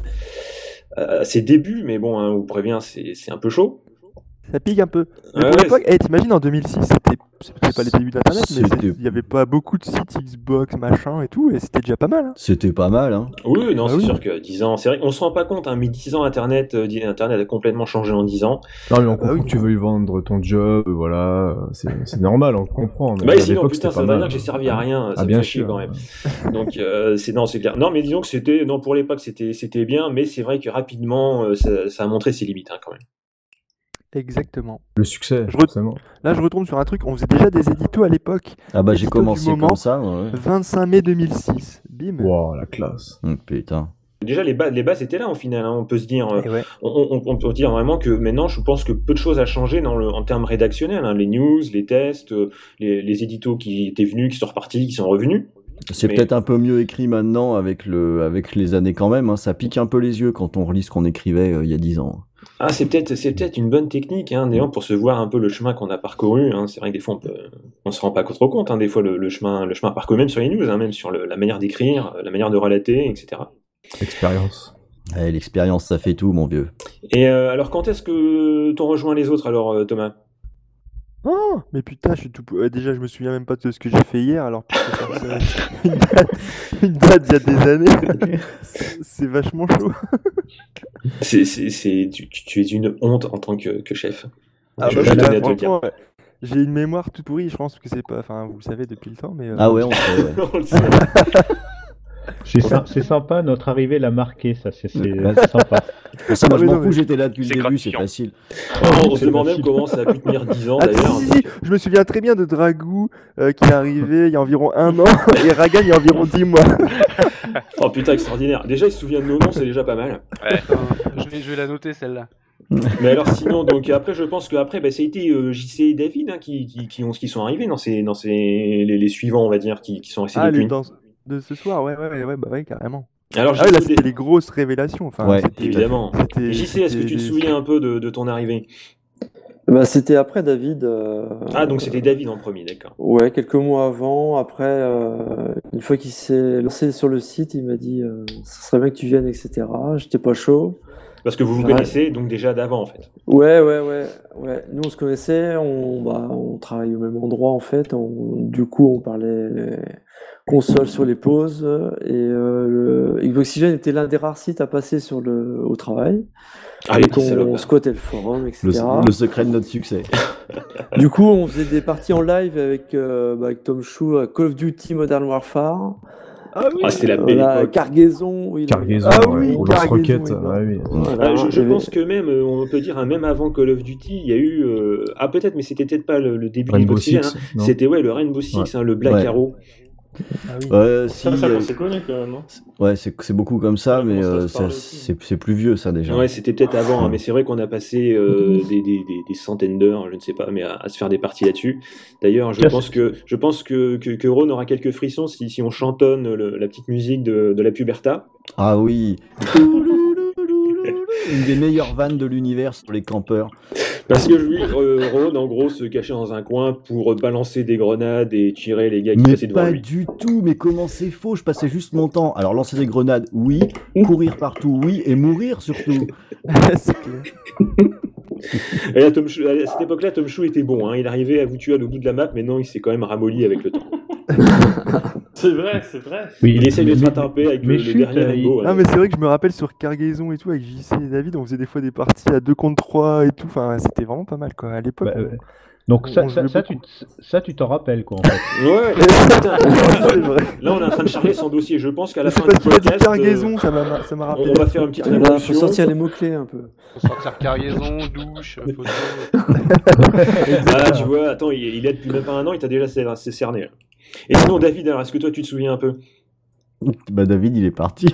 à ses débuts. Mais bon, hein, on vous prévient, c'est un peu chaud. Ça pique un peu. Mais Ouais, pour ouais, l'époque, t'imagines en 2006, c'était pas les débuts d'internet, mais C'était- il y avait pas beaucoup de sites Xbox, machin et tout, et c'était déjà pas mal. Hein. C'était pas mal hein. Oui, non, Ah c'est oui. sûr que 10 ans, c'est vrai, on se rend pas compte, hein, mais 10 ans Internet a complètement changé en 10 ans. Non, mais on comprend oui. que tu veuilles vendre ton job, voilà, c'est normal, on comprend. Mais Bah à sinon, l'époque, putain, c'était ça pas veut mal. dire que j'ai servi à rien, ça Ah, me bien fait chier sûr. quand même. Donc, c'est clair. Non, mais disons que non, pour l'époque, c'était bien, mais c'est vrai que rapidement, ça a montré ses limites, hein, quand même. Exactement. Le succès, Je re- forcément. Là, je retombe sur un truc, on faisait déjà des éditos à l'époque. Ah bah j'ai Édito du commencé moment. comme ça. Ouais. 25 mai 2006, bim. Wow, la classe. Putain. Déjà, les bases étaient là, au final, hein. On peut se dire, Et ouais. on peut dire vraiment que maintenant, je pense que peu de choses a changé en termes rédactionnels, hein. Les news, les tests, les éditos qui étaient venus, qui sont repartis, qui sont revenus. C'est Mais- peut-être un peu mieux écrit maintenant avec les années quand même, hein. Ça pique un peu les yeux quand on relit ce qu'on écrivait il y a 10 ans. Ah, c'est peut-être une bonne technique, hein, d'ailleurs, pour se voir un peu le chemin qu'on a parcouru, hein. C'est vrai que des fois, on se rend pas trop compte, hein, des fois, le chemin parcouru, même sur les news, hein, même sur la manière d'écrire, la manière de relater, etc. Expérience. Ouais, l'expérience, ça fait tout, mon vieux. Et alors, quand est-ce que t'en rejoins les autres, alors, Thomas? Oh, mais putain, je suis tout. Déjà, je me souviens même pas de ce que j'ai fait hier, alors putain, une date il y a des années. C'est vachement chaud. Tu es une honte en tant que chef. Ah Je bah oui, tenais là, à te le dire. franchement, ouais. J'ai une mémoire toute pourrie, je pense que c'est pas. Enfin, vous le savez depuis le temps, mais. Ah ouais, on sait, ouais. On le sait. C'est sympa, notre arrivée l'a marqué, ça, c'est sympa. Pour ça, moi, Ah, je mais m'en non, fous, mais- j'étais là depuis le C'est début, c'est gratifiant. facile. On se demande même comment ça a pu tenir 10 ans, Ah, d'ailleurs. si, je me souviens très bien de Dragou qui est arrivé il y a environ 1 an et Ragan il y a environ 10 mois. Oh putain, extraordinaire. Déjà, il se souvient de nos noms, c'est déjà pas mal. Ouais, je vais la noter celle-là. Mais alors sinon, donc après, je pense qu'après, ça a été JC et David, hein, qui sont arrivés dans les suivants, on va dire, qui sont restés Ah, depuis. les danses de ce soir, ouais, bah ouais, carrément. Alors, Ah ouais, là JC, c'était les grosses révélations. Enfin, Ouais, c'était- évidemment. c'était- Et JC, est-ce que tu te c'était- souviens un peu de ton arrivée? Bah, c'était après David. Ah, donc c'était David en premier, d'accord. Ouais, quelques mois avant. Après, une fois qu'il s'est lancé sur le site, il m'a dit ça serait bien que tu viennes, etc. J'étais pas chaud. Parce que vous vous Ouais. connaissez donc déjà d'avant, en fait. Ouais. Nous, on se connaissait, on travaille au même endroit, en fait. Du coup, on parlait console sur les pauses. Et Xboxygène était l'un des rares sites à passer au travail. Ah, les Donc, petits salopes, on là. squattait le forum, etc. Le secret de notre succès. Du coup, on faisait des parties en live avec Tom Chou à Call of Duty Modern Warfare. Ah oui, Ah, c'était la belle époque. Cargaison. Oui, Cargaison, Ah ouais, oui, ou Lance Cargaison, Rocket, oui, ouais, oui. Voilà, Je il y avait- pense que même, on peut dire, hein, même avant Call of Duty, il y a eu. Ah, peut-être, mais c'était peut-être pas le début du Rainbow Xboxygène, Six, hein. non. C'était le Rainbow Six, Ouais. hein, le Black Ouais. Arrow. Ah oui. Si, Ça c'est connu quand même. Hein. ouais, c'est beaucoup comme ça, Ça mais commence à se parler aussi. c'est plus vieux, ça, déjà. Ouais, c'était peut-être avant, hein, mais c'est vrai qu'on a passé des centaines d'heures, je ne sais pas, mais à se faire des parties là-dessus. D'ailleurs, je pense que Ron aura quelques frissons si on chantonne la petite musique de la Puberta. Ah oui. Une des meilleures vannes de l'univers sur les campeurs. Parce que lui, Ron, en gros, se cachait dans un coin pour balancer des grenades et tirer les gars qui Mais passaient devant pas lui. du tout, mais comment c'est faux, je passais juste mon temps. Alors lancer des grenades, oui, courir partout, oui, et mourir surtout. C'est clair. Et là, à cette époque-là, Tom Chou était bon, hein. Il arrivait à vous tuer à l'autre bout de la map, mais non, il s'est quand même ramolli avec le temps. C'est vrai, c'est vrai. Oui, Il essaye de se mais- rattraper avec mais le chut, dernier Rainbow. Ah, mais c'est vrai que je me rappelle sur Cargaison et tout, avec JC et David, on faisait des fois des parties à 2 contre 3 et tout. Enfin, c'était vraiment pas mal, quoi. À l'époque, Bah, Donc ça, on ça, jouait ça, beaucoup. ça, tu t'en rappelles, quoi, en fait. Ouais, putain. c'est vrai. Là, on est en train de charger son dossier. Je pense qu'à la C'est fin du parce qu'il a dit podcast, Cargaison, ça m'a on rappelé. va faire une petite Là, faut révolution. sortir les mots-clés un peu. Faut sortir cargaison, douche, photo. Ah, tu vois, attends, il est depuis même pas un an, il t'a déjà cerné. Là. Et sinon, David, alors, est-ce que toi, tu te souviens un peu? Bah David, il est parti.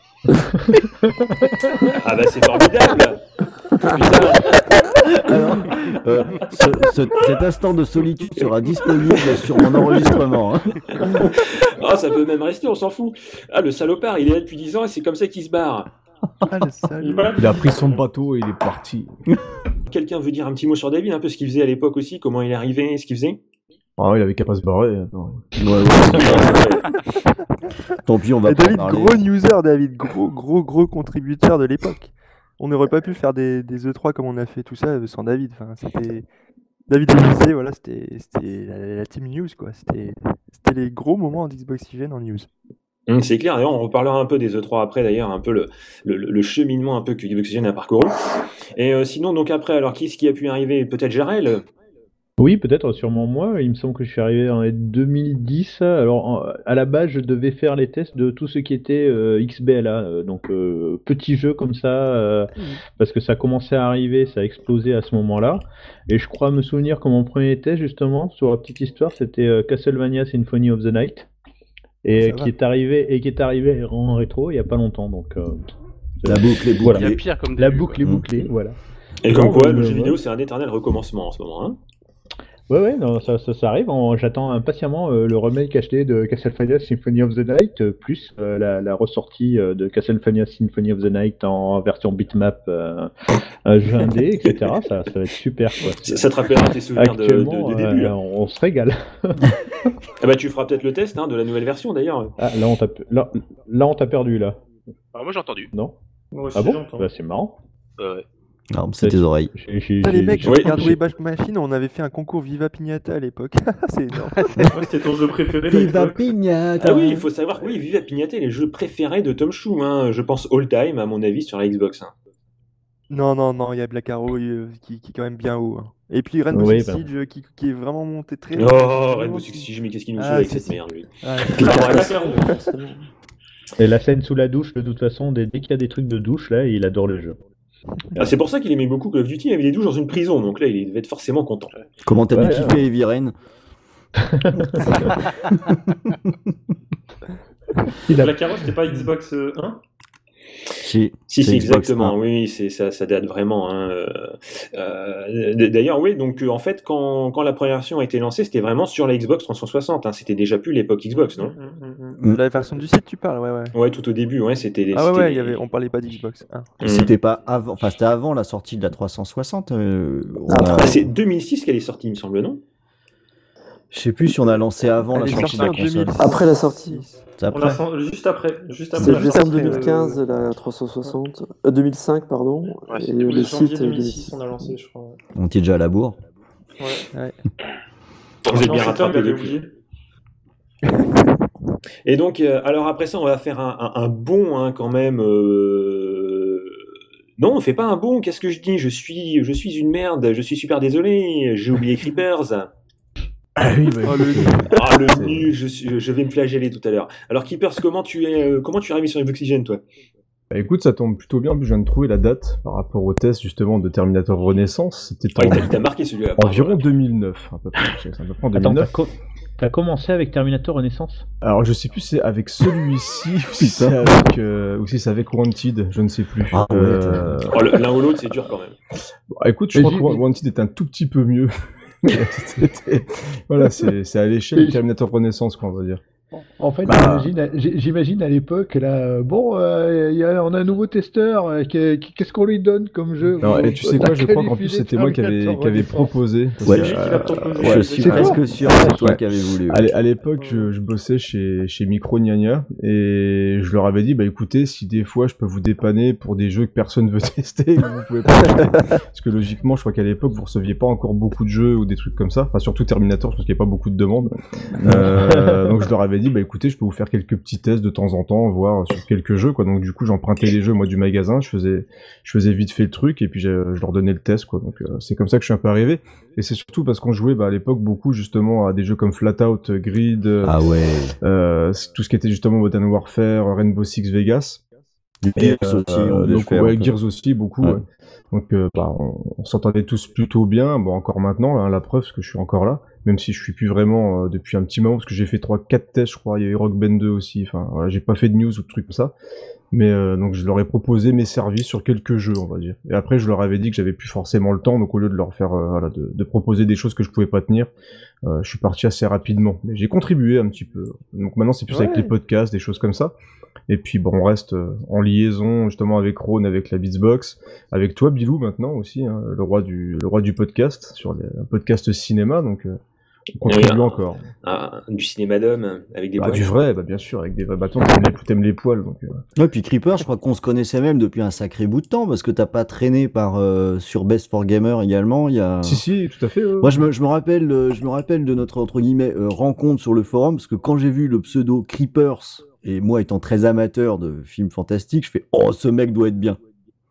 Ah bah, c'est formidable. Putain. Alors, cet instant de solitude sera disponible sur mon enregistrement. Hein. Ah, ça peut même rester, on s'en fout. Ah, le salopard, il est là depuis 10 ans et c'est comme ça qu'il se barre. Ah, le salaud. Il a pris son bateau et il est parti. Quelqu'un veut dire un petit mot sur David, un peu ce qu'il faisait à l'époque aussi, comment il est arrivé, ce qu'il faisait? Ah, il avait qu'à pas se barrer. Non. Ouais. Tant pis, on va Et pas en David, parler. gros user, David, gros contributeur de l'époque. On n'aurait pas pu faire des E3 comme on a fait tout ça sans David. Enfin, c'était David et JC, voilà, c'était la team news, quoi. C'était les gros moments d'Xboxygène en news. C'est clair, d'ailleurs, on reparlera un peu des E3 après, d'ailleurs, un peu le cheminement un peu que Xboxygène a parcouru. Et sinon, donc après, alors, qui est-ce qui a pu arriver? Peut-être Jarel? Oui, peut-être, sûrement moi. Il me semble que je suis arrivé en 2010. Alors, à la base, je devais faire les tests de tout ce qui était XBLA, donc petit jeu comme ça, parce que ça commençait à arriver, ça a explosé à ce moment-là. Et je crois me souvenir que mon premier test, justement, sur la petite histoire, c'était Castlevania Symphony of the Night. Et Ça qui est arrivé en rétro il y a pas longtemps. Donc La boucle est voilà. Il y a bouclée. pire comme La début, boucle est quoi. bouclée, voilà. Et comme Non, quoi, le mais jeu ouais. vidéo, c'est un éternel recommencement en ce moment. Hein. Ouais, non, ça arrive. J'attends impatiemment le remake HD de Castlevania Symphony of the Night, plus la ressortie de Castlevania Symphony of the Night en version bitmap, jeu indé, etc. Ça va être super, quoi. Ça te rappellera tes souvenirs Actuellement, des débuts. Là. on se régale. Ah bah, tu feras peut-être le test de la nouvelle version d'ailleurs. Ah, là, on t'a perdu, là. Alors moi j'ai entendu. Non? Moi aussi, Ah bon? j'entends. Bah, c'est marrant. Ouais. Non, c'est tes oreilles. Ah, les mecs, je Oui. regarde Wayback Machine, on avait fait un concours Viva Pignata à l'époque. C'est énorme. Ouais, c'était ton jeu préféré. Viva l'époque. Pignata. Ah oui, il faut savoir que oui, Viva Pignata est les jeux préférés de Tom Chou. Hein. Je pense all time, à mon avis, sur la Xbox. Hein. Non, il y a Black Arrow qui est quand même bien haut. Hein. Et puis Rainbow Oui, Six bah. Siege qui est vraiment monté très Oh, vraiment Rainbow Six Siege, mais qu'est-ce qu'il nous Ah, saoule avec si, cette si. merde, lui. Ah, Forcément. Et la scène sous la douche, de toute façon, dès qu'il y a des trucs de douche, là, il adore le jeu. Ah, c'est pour ça qu'il aimait beaucoup Call of Duty, il avait des douches dans une prison, donc là, il devait être forcément content. Comment t'as Ouais, dû kiffer Heavy Rain? Black Arrow, c'était pas Xbox 1? Si, Si, c'est Xbox exactement, 1. oui, ça date vraiment. Hein. D'ailleurs, oui, donc en fait, quand la première version a été lancée, c'était vraiment sur la Xbox 360, hein. C'était déjà plus l'époque Xbox, non? La version du site, tu parles, ouais. Ouais, tout au début, ouais, c'était... Ah ouais, c'était- on parlait pas d'Xbox. Ah. C'était pas avant, enfin c'était avant la sortie de la 360. Ah, c'est 2006 qu'elle est sortie, il me semble, non? Je sais plus si on a lancé avant Elle la est sortie de sortie la en console. 2006. Après la sortie. C'est On l'a après. juste après. C'est la décembre sortie, 2015, la 360. 2005, pardon. Ouais, et c'est le janvier site 2006, on a lancé, je crois. On était déjà à la bourre. Ouais. Vous êtes Non, bien c'est Tom, rattrapé il avait depuis. oublié. Et donc, alors après ça, on va faire un bond hein, quand même. Non, on fait pas un bond. Qu'est-ce que je dis? Je suis une merde. Je suis super désolé. J'ai oublié Creepers. Ah oui, bah, Oh, le Ah le nul. Je vais me flageller tout à l'heure. Alors Keepers, comment tu es arrivé sur Xboxygen, toi? Bah écoute, ça tombe plutôt bien, je viens de trouver la date par rapport au test justement de Terminator Renaissance. C'était Ah, il t'a marqué celui-là. environ 2009, à peu près. C'est à peu près en Attends, 2009. t'as commencé avec Terminator Renaissance? Alors je sais plus si c'est avec celui-ci ou si c'est avec Wanted, je ne sais plus. Ah ouais, Oh, l'un ou l'autre, c'est dur quand même. Bah, écoute, je Mais crois que Wanted est un tout petit peu mieux. Voilà, c'est à l'échelle de Terminator Renaissance, quoi, on va dire. En fait, Bah. j'imagine à l'époque, là, bon, on a un nouveau testeur, qu'est-ce qu'on lui donne comme jeu? Non, et tu sais quoi, je crois qu'en plus c'était moi qui avait proposé. Parce Ouais, que, C'est lui qui l'a proposé. Je suis c'est presque quoi sûr que c'est toi Ouais. qui avais voulu. à l'époque, je bossais chez Micro Gna Gna, et je leur avais dit, bah écoutez, si des fois je peux vous dépanner pour des jeux que personne veut tester, que vous pouvez pas acheter. Parce que logiquement, je crois qu'à l'époque, vous receviez pas encore beaucoup de jeux ou des trucs comme ça. Enfin, surtout Terminator, je pense qu'il n'y a pas beaucoup de demandes. Donc je leur avais dit, bah écoutez, je peux vous faire quelques petits tests de temps en temps, voir sur quelques jeux, quoi. Donc du coup, j'empruntais les jeux, moi, du magasin, je faisais vite fait le truc, et puis je leur donnais le test, quoi. Donc c'est comme ça que je suis un peu arrivé. Et c'est surtout parce qu'on jouait, à l'époque, beaucoup, justement, à des jeux comme Flatout, Grid, Ah ouais. tout ce qui était justement Modern Warfare, Rainbow Six Vegas. Gears aussi, on devait donc, faire ouais, un peu. Gears aussi, beaucoup. Ouais. Ouais. Donc, on s'entendait tous plutôt bien. Bon, encore maintenant, hein, la preuve, parce que je suis encore là, même si je suis plus vraiment depuis un petit moment, parce que j'ai fait 3-4 tests, je crois. Il y a eu Rock Band 2 aussi. Enfin, voilà, j'ai pas fait de news ou de trucs comme ça. Mais donc, je leur ai proposé mes services sur quelques jeux, on va dire. Et après, je leur avais dit que j'avais plus forcément le temps, donc au lieu de leur faire, de proposer des choses que je pouvais pas tenir, je suis parti assez rapidement. Mais j'ai contribué un petit peu. Donc maintenant, c'est plus avec les podcasts, des choses comme ça. Et puis bon, on reste en liaison justement avec Ron, avec la Beatsbox, avec toi Bilou maintenant aussi, hein, le roi du podcast sur un podcast cinéma, donc on contribue Oui, encore. Du cinéma d'homme avec des Bah, poils. du vrai, bien sûr, avec des vrais bâtons, t'aimes les poils, donc. Ouais, puis Creeper, je crois qu'on se connaissait même depuis un sacré bout de temps, parce que t'as pas traîné sur Best for Gamer également. Il y a... Si, tout à fait. Moi, je me rappelle de notre entre guillemets rencontre sur le forum, parce que quand j'ai vu le pseudo Creepers, et moi étant très amateur de films fantastiques, je fais oh, ce mec doit être bien.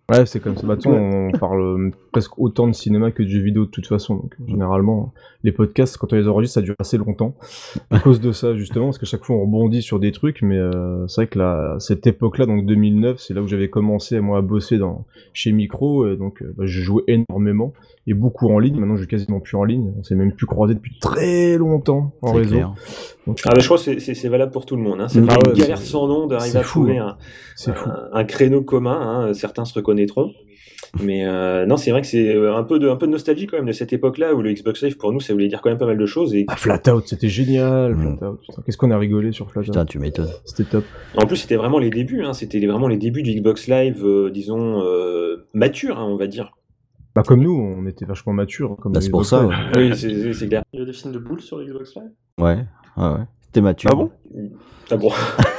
Ouais, c'est comme ça. Bah, on parle presque autant de cinéma que de jeux vidéo de toute façon. Donc, généralement, les podcasts, quand on les enregistre, ça dure assez longtemps. À cause de ça, justement, parce qu'à chaque fois, on rebondit sur des trucs. Mais c'est vrai que cette époque-là, donc 2009, c'est là où j'avais commencé moi, à bosser chez Micro. Et donc, je jouais énormément. Et beaucoup en ligne. Maintenant, je joue quasiment plus en ligne. On s'est même plus croisé depuis très longtemps en réseau. Clair. Donc, Je crois que c'est valable pour tout le monde. Hein. C'est une galère sans nom d'arriver à trouver un créneau commun. Hein. Certains se reconnaîtront. Mais non, c'est vrai que c'est un peu de nostalgie quand même de cette époque-là où le Xbox Live, pour nous, ça voulait dire quand même pas mal de choses. Et... Flatout, c'était génial. Flatout. Putain, qu'est-ce qu'on a rigolé sur Flatout. Putain, tu m'étonnes. C'était top. En plus, c'était vraiment les débuts. Hein. C'était vraiment les débuts du Xbox Live, disons, mature, hein, on va dire. Bah, comme nous, on était vachement matures. C'est pour ça, ouais. Oui, c'est clair. Il y a des films de boules sur Xbox Live. Ouais. C'était mature. Ah bon? Ah bon.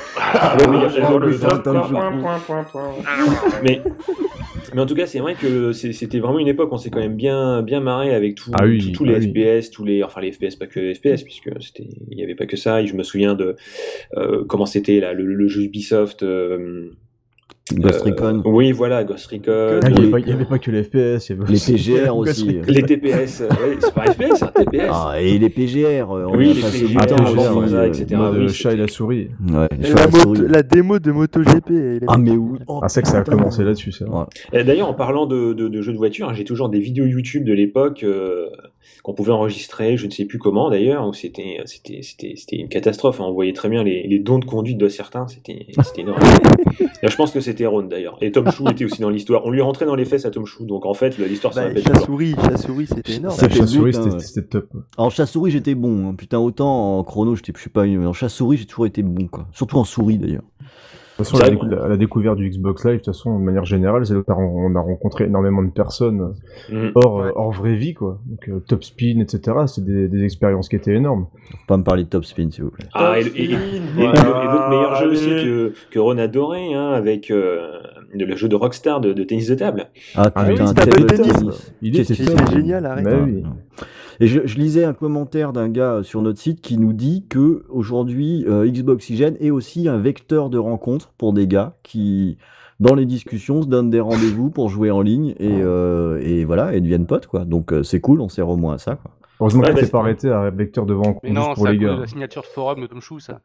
Mais en tout cas, c'est vrai que c'était vraiment une époque où on s'est quand même bien marré avec tous les FPS, les FPS, pas que les FPS, puisque il n'y avait pas que ça. Et je me souviens de comment c'était là, le jeu Ubisoft. Ghost Recon. Oui, voilà, Ghost Recon. Il n'y avait pas que les FPS, il y avait aussi... Les PGR aussi. Les TPS, c'est pas FPS, c'est un TPS. Ah, et les PGR. Oui, les PGR, etc. Le chat et la souris. Ouais, la démo de MotoGP. Ah, mais oui. C'est que ça a commencé là-dessus, ça. Ouais. D'ailleurs, en parlant de jeux de voiture, hein, j'ai toujours des vidéos YouTube de l'époque qu'on pouvait enregistrer, je ne sais plus comment d'ailleurs, où c'était une catastrophe. Hein. On voyait très bien les dons de conduite de certains, c'était énorme. Je pense que c'était Ron d'ailleurs. Et Tom Chou était aussi dans l'histoire. On lui rentrait dans les fesses à Tom Chou, donc en fait l'histoire se répète. Chat-souris, c'était énorme. Chat-souris, c'était top. Alors chat-souris, j'étais bon. Hein. Putain, autant en chrono, je suis pas. Mais en chat-souris, j'ai toujours été bon, quoi. Surtout en souris d'ailleurs. De toute façon, la découverte du Xbox Live, de toute façon, de manière générale, c'est là où on a rencontré énormément de personnes hors vraie vie, quoi. Donc, Top Spin, etc. C'est des expériences qui étaient énormes. Faut pas me parler de Top Spin, s'il vous plaît. Et d'autres meilleurs jeux aussi que Ron adorait, hein, avec le jeu de Rockstar de tennis de table. Ah putain, table tennis. Il était génial, arrête. Oui. Et je lisais un commentaire d'un gars sur notre site qui nous dit que aujourd'hui Xboxygène est aussi un vecteur de rencontre pour des gars qui, dans les discussions, se donnent des rendez-vous pour jouer en ligne et voilà, et deviennent potes, quoi. Donc c'est cool, on sert au moins à ça, quoi. Heureusement que c'est pas arrêté à un vecteur de rencontre pour les gars. C'est la signature de forum de Tom Chou, ça.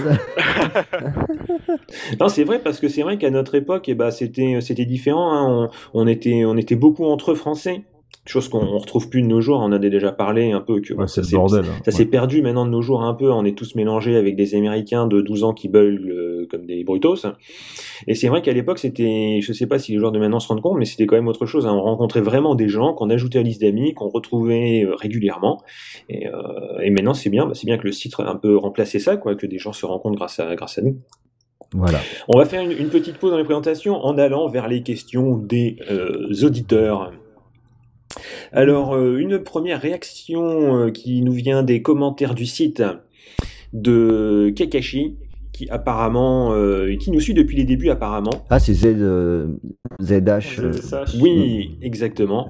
Non, c'est vrai, parce que c'est vrai qu'à notre époque, c'était différent. Hein. On était beaucoup entre Français. Chose qu'on retrouve plus de nos jours, on en a déjà parlé un peu que c'est le bordel. Ça s'est perdu maintenant de nos jours un peu, on est tous mélangés avec des Américains de 12 ans qui bullent comme des brutos. Et c'est vrai qu'à l'époque, c'était, je sais pas si les joueurs de maintenant se rendent compte, mais c'était quand même autre chose. Hein. On rencontrait vraiment des gens qu'on ajoutait à la liste d'amis, qu'on retrouvait régulièrement. Et maintenant, c'est bien que le site a un peu remplacé ça, quoi, que des gens se rencontrent grâce à nous. Voilà. On va faire une petite pause dans les présentations en allant vers les questions des auditeurs. Alors, une première réaction qui nous vient des commentaires du site de Kakashi, qui apparemment, qui nous suit depuis les débuts apparemment. Ah, c'est ZH. Oui, exactement.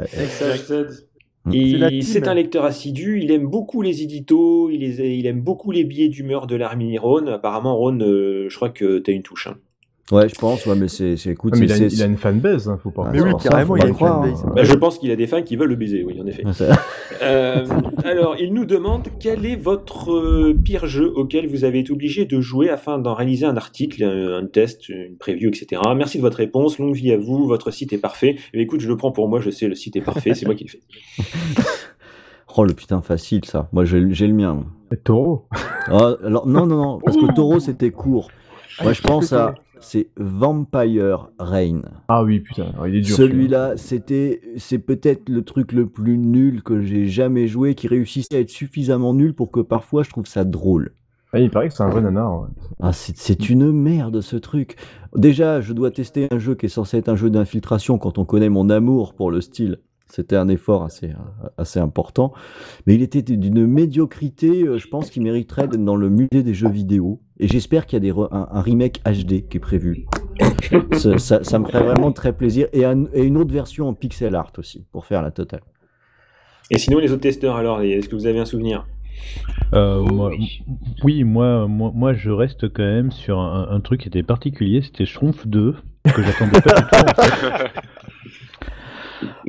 C'est un lecteur assidu, il aime beaucoup les éditos, il aime beaucoup les billets d'humeur de l'Army Ron. Apparemment, Ron, je crois que t'as une touche. Hein. Ouais, je pense, ouais, mais écoute, mais il a une fanbase, hein, faut pas. Mais oui, carrément, il y a une fanbase. Je pense qu'il a des fans qui veulent le baiser, oui, en effet. Alors, il nous demande quel est votre pire jeu auquel vous avez été obligé de jouer afin d'en réaliser un article, un test, une preview, etc. Merci de votre réponse, longue vie à vous, votre site est parfait. Mais écoute, je le prends pour moi, je sais, le site est parfait, c'est moi qui le fais. Oh le putain, facile ça. Moi j'ai le mien. Et Taureau. Alors non, parce que Taureau c'était court. Moi je pense c'est Vampire Reign. Ah oui, putain, il est dur. Celui-là, c'est peut-être le truc le plus nul que j'ai jamais joué, qui réussissait à être suffisamment nul pour que parfois je trouve ça drôle. Ah, il paraît que c'est un vrai nanar. Ouais. Ah, c'est une merde ce truc. Déjà, je dois tester un jeu qui est censé être un jeu d'infiltration quand on connaît mon amour pour le style. C'était un effort assez important. Mais il était d'une médiocrité, je pense, qui mériterait d'être dans le musée des jeux vidéo. Et j'espère qu'il y a un remake HD qui est prévu. Ça me ferait vraiment très plaisir. Et une autre version en pixel art aussi, pour faire la totale. Et sinon, les autres testeurs, alors, est-ce que vous avez un souvenir ? Moi, je reste quand même sur un truc qui était particulier. C'était Schtroumpf 2, que j'attendais pas du tout, en fait.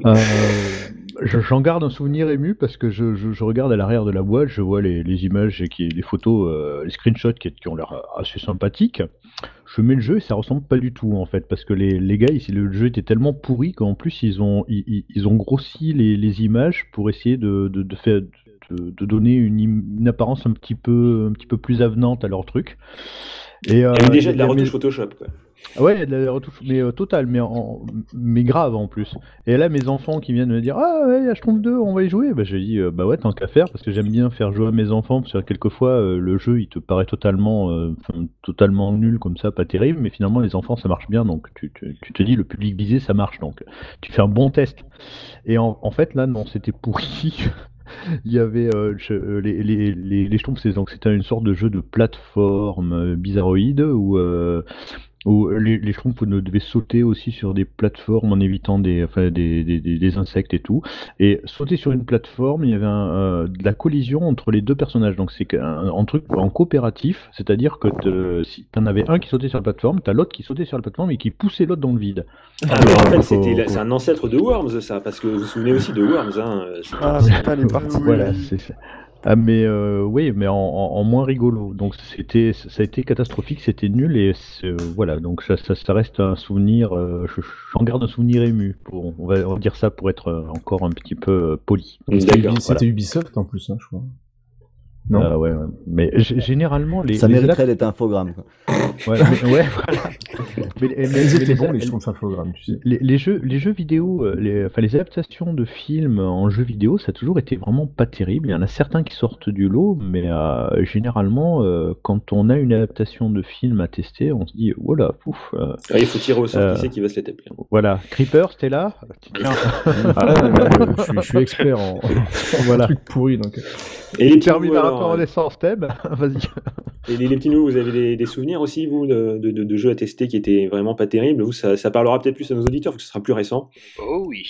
J'en garde un souvenir ému parce que je regarde à l'arrière de la boîte, je vois les images et les photos, les screenshots qui ont l'air assez sympathiques. Je mets le jeu et ça ressemble pas du tout en fait, parce que les gars, ici, le jeu était tellement pourri qu'en plus ils ont grossi les images pour essayer de donner une apparence un petit peu plus avenante à leur truc. Et, Il y avait déjà de la mais- retouche Photoshop, quoi. Ouais, il y a de la retouche, mais totale, mais grave en plus. Et là, mes enfants qui viennent me dire ah ouais, je trouve 2, on va y jouer. Bah j'ai dit bah ouais, tant qu'à faire, parce que j'aime bien faire jouer à mes enfants, parce que quelquefois le jeu il te paraît totalement nul comme ça, pas terrible, mais finalement les enfants ça marche bien, donc tu te dis le public visé ça marche, donc tu fais un bon test. Et en fait là non, c'était pourri. Il y avait les Schtroumpfs, donc c'était une sorte de jeu de plateforme bizarroïde où les Schtroumpfs devaient sauter aussi sur des plateformes en évitant des insectes et tout. Et sauter sur une plateforme, il y avait de la collision entre les deux personnages. Donc c'est un truc en coopératif, c'est-à-dire que si t'en avais un qui sautait sur la plateforme, t'as l'autre qui sautait sur la plateforme et qui poussait l'autre dans le vide. Ah, mais en fait, c'est un ancêtre de Worms, ça, parce que vous vous souvenez aussi de Worms, hein. putain, les parties. Voilà, c'est ah, mais oui, mais en moins rigolo. Donc ça a été catastrophique, c'était nul et voilà. Donc ça reste un souvenir. J'en garde un souvenir ému. On va dire ça pour être encore un petit peu poli. C'était Ubisoft en plus, hein, je crois. Non. Ouais. Mais généralement Ça mériterait d'être infogramme. Quoi. Ouais, voilà. Mais ils étaient bons les Schtroumpfs infogrammes, tu sais. Les jeux vidéo, les adaptations de films en jeux vidéo, ça a toujours été vraiment pas terrible. Il y en a certains qui sortent du lot, mais généralement, quand on a une adaptation de film à tester, on se dit voilà, pouf. Il faut tirer au sort qui c'est qui va se les taper. Voilà, Creeper, t'es là. Tiens. Je suis expert en voilà. trucs pourris donc. Et les Terminator Renaissance, Thème, vas-y. Et les petits nous, vous avez des souvenirs aussi, vous, de jeux à tester qui étaient vraiment pas terribles? Vous, ça parlera peut-être plus à nos auditeurs, parce que ce sera plus récent. Oh oui.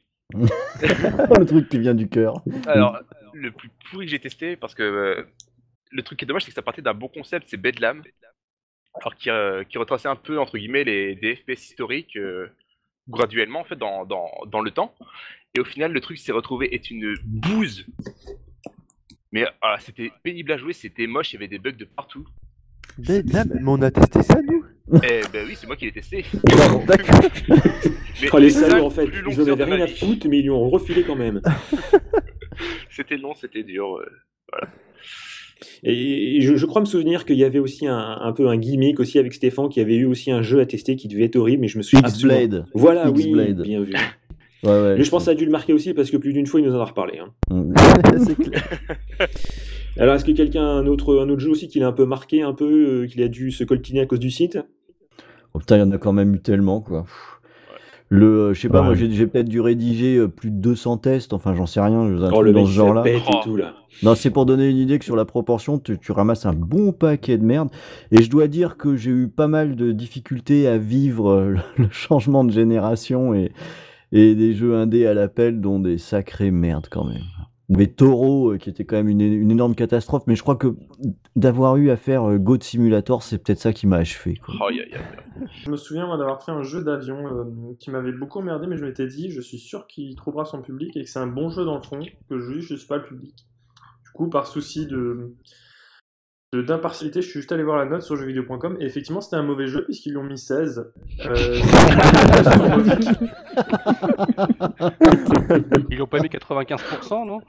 Le truc qui vient du cœur. Alors, le plus pourri que j'ai testé, parce que le truc qui est dommage, c'est que ça partait d'un bon concept, c'est Bedlam. Alors, qui retraçait un peu, entre guillemets, des FPS historiques graduellement, en fait, dans le temps. Et au final, le truc s'est retrouvé être une bouse. Mais c'était pénible à jouer, c'était moche, il y avait des bugs de partout. Mais on a testé ça, nous. Eh ben oui, c'est moi qui l'ai testé. D'accord. Oh, les salauds, en fait, ils en avaient rien à foutre, mais ils lui ont refilé quand même. C'était long, c'était dur. Voilà. Et je crois me souvenir qu'il y avait aussi un peu un gimmick aussi avec Stéphane, qui avait eu aussi un jeu à tester qui devait être horrible, mais je me suis X-Blade. Voilà, X-Blade. oui, bien vu. Ouais, mais je pense que ça a dû le marquer aussi parce que plus d'une fois il nous en a reparlé. Hein. C'est clair. Alors est-ce que quelqu'un a un autre jeu aussi qui l'a un peu marqué, qu'il a dû se coltiner à cause du site? Oh putain, il y en a quand même eu tellement quoi. Je sais pas, moi j'ai peut-être dû rédiger plus de 200 tests, enfin j'en sais rien, le dans mec ce genre-là. et tout, là. Non, c'est pour donner une idée que sur la proportion, tu ramasses un bon paquet de merde. Et je dois dire que j'ai eu pas mal de difficultés à vivre le changement de génération et des jeux indés à l'appel, dont des sacrées merdes quand même. Mais Taureau, qui était quand même une énorme catastrophe, mais je crois que d'avoir eu à faire Goat Simulator, c'est peut-être ça qui m'a achevé. Quoi. Je me souviens moi, d'avoir fait un jeu d'avion qui m'avait beaucoup emmerdé, mais je m'étais dit, je suis sûr qu'il trouvera son public et que c'est un bon jeu dans le fond, que je suis pas le public. Du coup, par souci d'impartialité, je suis juste allé voir la note sur jeuxvideo.com et effectivement c'était un mauvais jeu puisqu'ils lui ont mis 16. Ils l'ont pas mis 95%, non?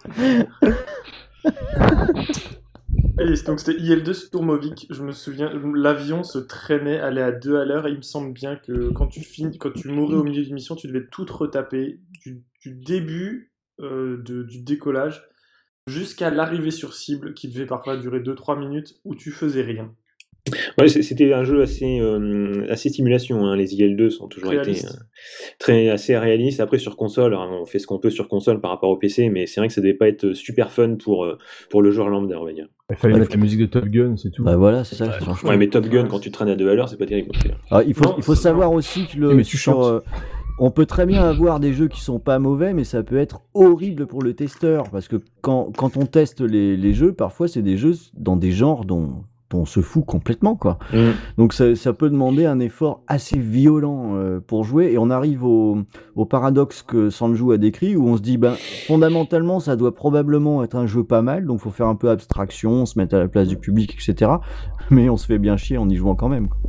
Et donc c'était IL2 Sturmovik, je me souviens, l'avion se traînait, allait à 2 à l'heure et il me semble bien que quand tu mourais au milieu d'une mission, tu devais tout retaper du début du décollage jusqu'à l'arrivée sur cible qui devait parfois durer 2-3 minutes où tu faisais rien. Ouais, c'était un jeu assez simulation, hein. Les IL2 sont toujours été assez réalistes. Après sur console, hein, on fait ce qu'on peut sur console par rapport au PC, mais c'est vrai que ça devait pas être super fun pour le joueur lambda, on va dire. Il fallait mettre la musique de Top Gun, c'est tout. Bah voilà, c'est ça. Ouais, mais Top Gun, quand tu traînes à 2 à l'heure, c'est pas terrible. Alors, il faut savoir aussi que on peut très bien avoir des jeux qui sont pas mauvais, mais ça peut être horrible pour le testeur, parce que quand on teste les jeux, parfois c'est des jeux dans des genres dont on se fout complètement, quoi. Donc ça peut demander un effort assez violent pour jouer, et on arrive au paradoxe que Sanju a décrit, où on se dit, fondamentalement, ça doit probablement être un jeu pas mal, donc faut faire un peu abstraction, se mettre à la place du public, etc. Mais on se fait bien chier en y jouant quand même, quoi.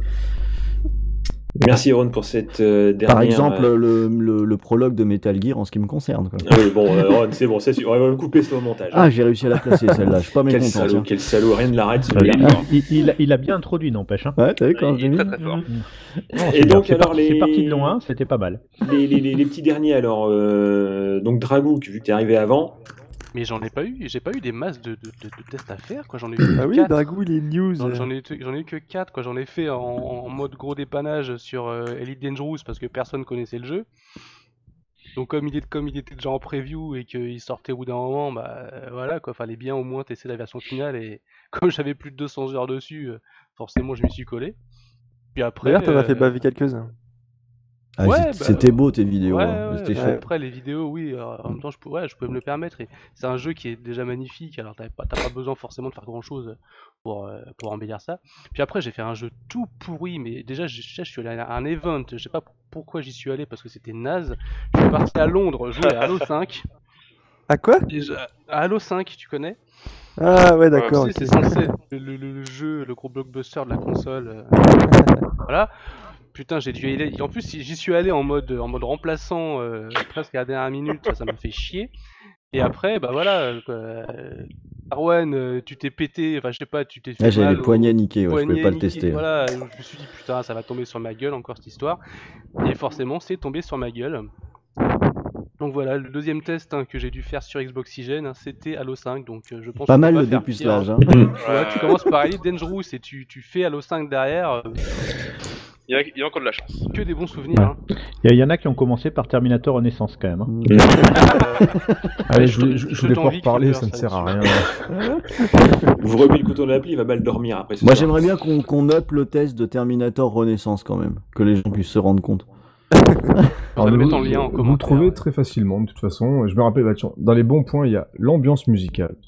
Merci Ron pour cette dernière... Par exemple, le prologue de Metal Gear en ce qui me concerne, quoi. Oui, bon, Ron, c'est bon, on va le couper ça au montage. Ah, j'ai réussi à la placer, celle-là, je suis pas mécontent. Quel salaud, rien ne l'arrête, celui-là. Il a bien introduit, n'empêche. Hein. Ouais, t'as vu quand Il est très très fort. Et donc, alors, c'est parti de loin, c'était pas mal. Les petits derniers, alors, donc Dragou, vu que t'es arrivé avant... Mais j'ai pas eu des masses de tests à faire, quoi. J'en ai eu Ah oui, 4. Dragou, il est news. J'en ai eu que 4, quoi. J'en ai fait en mode gros dépannage sur Elite Dangerous parce que personne connaissait le jeu. Donc comme il était déjà en preview et qu'il sortait au bout d'un moment, voilà, quoi. Fallait bien au moins tester la version finale, et comme j'avais plus de 200 heures dessus, forcément je m'y suis collé. Puis après... D'ailleurs, t'en as fait baver quelques-uns. Ah, Ouais, c'était beau tes vidéos, ouais, hein. ouais, C'était bah, chouette. après les vidéos, oui, en même temps je pouvais me le permettre, et c'est un jeu qui est déjà magnifique, alors t'as pas besoin forcément de faire grand chose pour embellir ça. Puis après j'ai fait un jeu tout pourri, mais déjà je suis allé à un event, je sais pas pourquoi j'y suis allé parce que c'était naze. Je suis parti à Londres jouer à Halo 5. À quoi? À Halo 5, tu connais? Ah ouais, d'accord. Tu sais, ok. c'est censé être le jeu, le gros blockbuster de la console. Voilà. Putain, j'ai dû y aller. En plus, j'y suis allé en mode remplaçant, presque à la dernière minute. Ça m'a fait chier. Et après, bah voilà. Arwen, tu t'es pété. Enfin, je sais pas, tu t'es fait Ah, j'avais mal les poignets niqués, ouais, je pouvais pas le niqué, tester. Voilà. Je me suis dit putain, ça va tomber sur ma gueule encore cette histoire. Et forcément, c'est tombé sur ma gueule. Donc voilà, le deuxième test que j'ai dû faire sur Xboxygène, c'était Halo 5. Donc je pense Pas qu'on mal peut le faire dépucelage, pire, hein. Ouais, tu commences par Elite Dangerous et tu fais Halo 5 derrière. Il y a encore de la chance. Que des bons souvenirs. Hein. Il y en a qui ont commencé par Terminator Renaissance quand même. Hein. Allez, je voulais pas reparler, ça ne sert à rien. Vous remuez le couteau dans l'appli, il va mal dormir après ce Moi soir. j'aimerais bien qu'on up le test de Terminator Renaissance quand même, que les gens puissent se rendre compte. Alors, vous, mettre en lien en vous le commentaire, trouvez ouais. très facilement, de toute façon. Je me rappelle, tiens, dans les bons points, il y a l'ambiance musicale.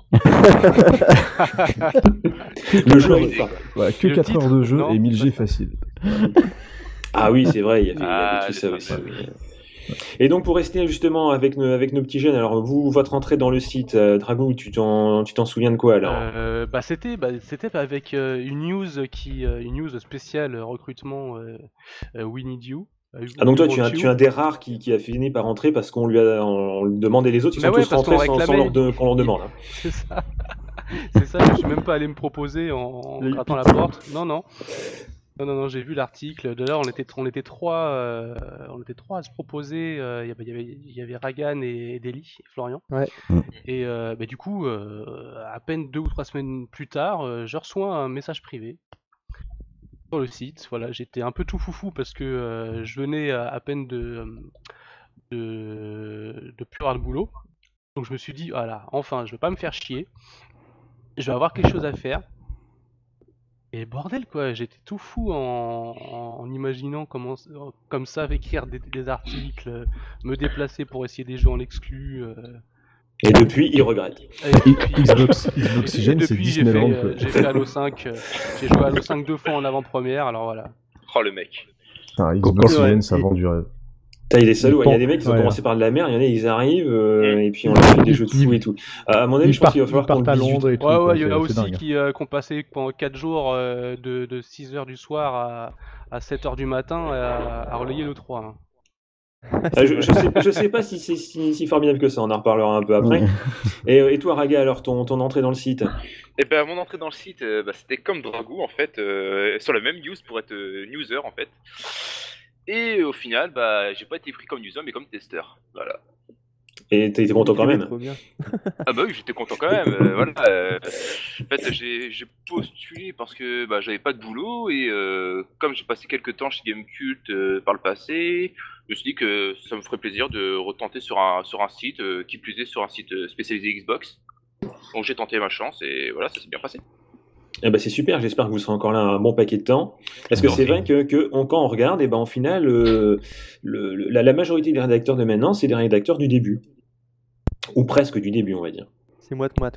Le jeu arrive pas. Voilà, que Le 4 titre, heures de jeu non, et 1000 c'est G pas facile. Ah oui, c'est vrai, il y avait tout c'est ça pas aussi. mal. Oui. Et donc pour rester justement avec nos petits jeunes, alors vous, votre entrée dans le site, Dragou, tu t'en souviens de quoi alors? C'était avec une news spéciale recrutement We Need You. Ah donc toi We tu es Want tu es You. un des rares qui a fini par rentrer parce qu'on lui demandait, les autres ils Bah sont ouais, tous parce qu'on rentrés sans réclamait. qu'on leur demande. hein. C'est ça. C'est ça, je suis même pas allé me proposer en Il y a eu grattant la pitié. porte. Non, j'ai vu l'article. D'ailleurs, on était trois à se proposer. Il y avait Ragan et Deli, Florian. Ouais. Et du coup, à peine 2 ou 3 semaines plus tard, je reçois un message privé sur le site. Voilà, j'étais un peu tout foufou parce que je venais à peine de plus avoir le boulot. Donc je me suis dit, voilà, enfin, je vais pas me faire chier. Je vais avoir quelque chose à faire. Et bordel quoi, j'étais tout fou en imaginant comme ça écrire des articles, me déplacer pour essayer des jeux en exclu. Et depuis il regrette. Et depuis, Xboxygène, c'est depuis, Disneyland, quoi. j'ai fait Halo 5, j'ai joué à Halo 5 2 fois en avant-première, alors voilà. Oh le mec. Putain, Xboxygène, Ouais. ça vend du rêve. Putain, il est salaud, il y a des mecs qui ont Ouais. commencé par de la merde, il y en a ils arrivent et puis on leur fait des jeux de fou et tout. À mon avis, je pense qu'il va falloir qu'on partent à le dise. Londres et tout. Ouais, quoi, il y en a c'est aussi dingue. qui ont passé pendant 4 jours de 6h du soir à 7h du matin à relayer le 3. Hein. Je sais pas si c'est si formidable que ça, on en reparlera un peu après. Et toi Raga, alors ton entrée dans le site? Et ben mon entrée dans le site, c'était comme Dragou en fait, sur la même news pour être newser en fait. Et au final, j'ai pas été pris comme user mais comme testeur. Voilà. Et t'es content quand même? Trop bien. Ah bah oui, j'étais content quand même. Voilà. En fait, j'ai postulé parce que j'avais pas de boulot et comme j'ai passé quelques temps chez Gamecult par le passé, je me suis dit que ça me ferait plaisir de retenter sur un site, qui plus est sur un site spécialisé Xbox. Donc j'ai tenté ma chance et voilà, ça s'est bien passé. Eh ben c'est super, j'espère que vous serez encore là un bon paquet de temps. Parce que c'est vrai que quand on regarde, en final, la majorité des rédacteurs de maintenant, c'est des rédacteurs du début. Ou presque du début, on va dire. C'est moite-moite, ouais.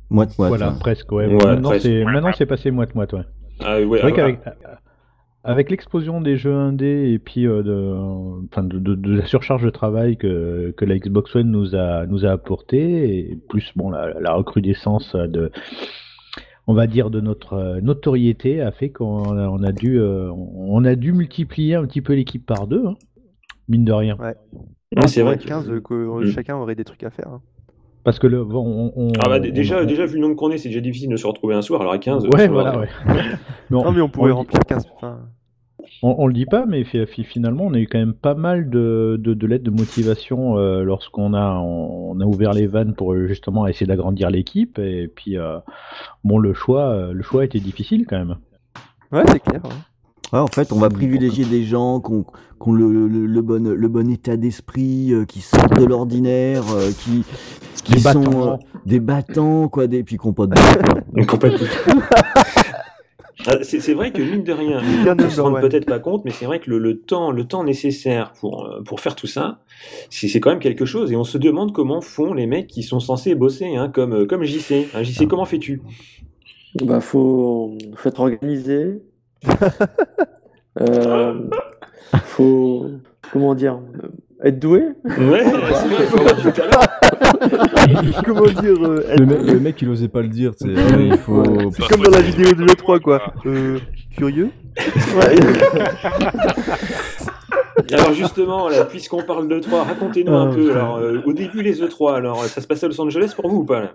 Moite-moite. Voilà, hein. presque, ouais. Ouais, Maintenant, presque. c'est passé moite-moite, ouais. Ah, ouais, C'est vrai alors, avec l'explosion des jeux indés et puis de la surcharge de travail que la Xbox One nous a apporté, et plus bon, la recrudescence on va dire, de notre notoriété a fait qu'on a dû multiplier un petit peu l'équipe par deux, hein, mine de rien. Ouais. ouais, c'est On vrai est que... 15 que Mm. chacun aurait des trucs à faire. Hein. Parce que bon, Ah bah, déjà, vu le nombre qu'on est, c'est déjà difficile de se retrouver un soir, alors à 15... ouais, c'est voilà, vrai. ouais. Non, mais on pourrait remplir 15. Enfin, On le dit pas, mais finalement, on a eu quand même pas mal de lettres de motivation lorsqu'on on a ouvert les vannes pour justement essayer d'agrandir l'équipe. Et puis, bon, le choix était difficile quand même. ouais, c'est clair. Ouais. Ouais, en fait, on va privilégier des gens qui ont le bon état d'esprit, qui sortent de l'ordinaire, qui Des sont battants. des battants, quoi, puis qui n'ont pas de boulot. Donc, on peut- Ah, c'est vrai que mine de rien, Bien on se number rend one. peut-être pas compte, mais c'est vrai que le temps nécessaire pour faire tout ça, c'est quand même quelque chose. Et on se demande comment font les mecs qui sont censés bosser, hein, comme JC. Hein, JC, comment fais-tu? Bah, faut être organisé. Faut, comment dire, être doué. Ouais, c'est vrai, faut avoir du talent. Comment dire Le mec, il osait pas le dire, tu sais. Il faut. C'est comme dans la vidéo de l'E3, quoi. Curieux. Alors justement, là, puisqu'on parle d'E3, racontez-nous un peu. Alors, au début, les E3, alors ça se passait à Los Angeles pour vous ou pas là?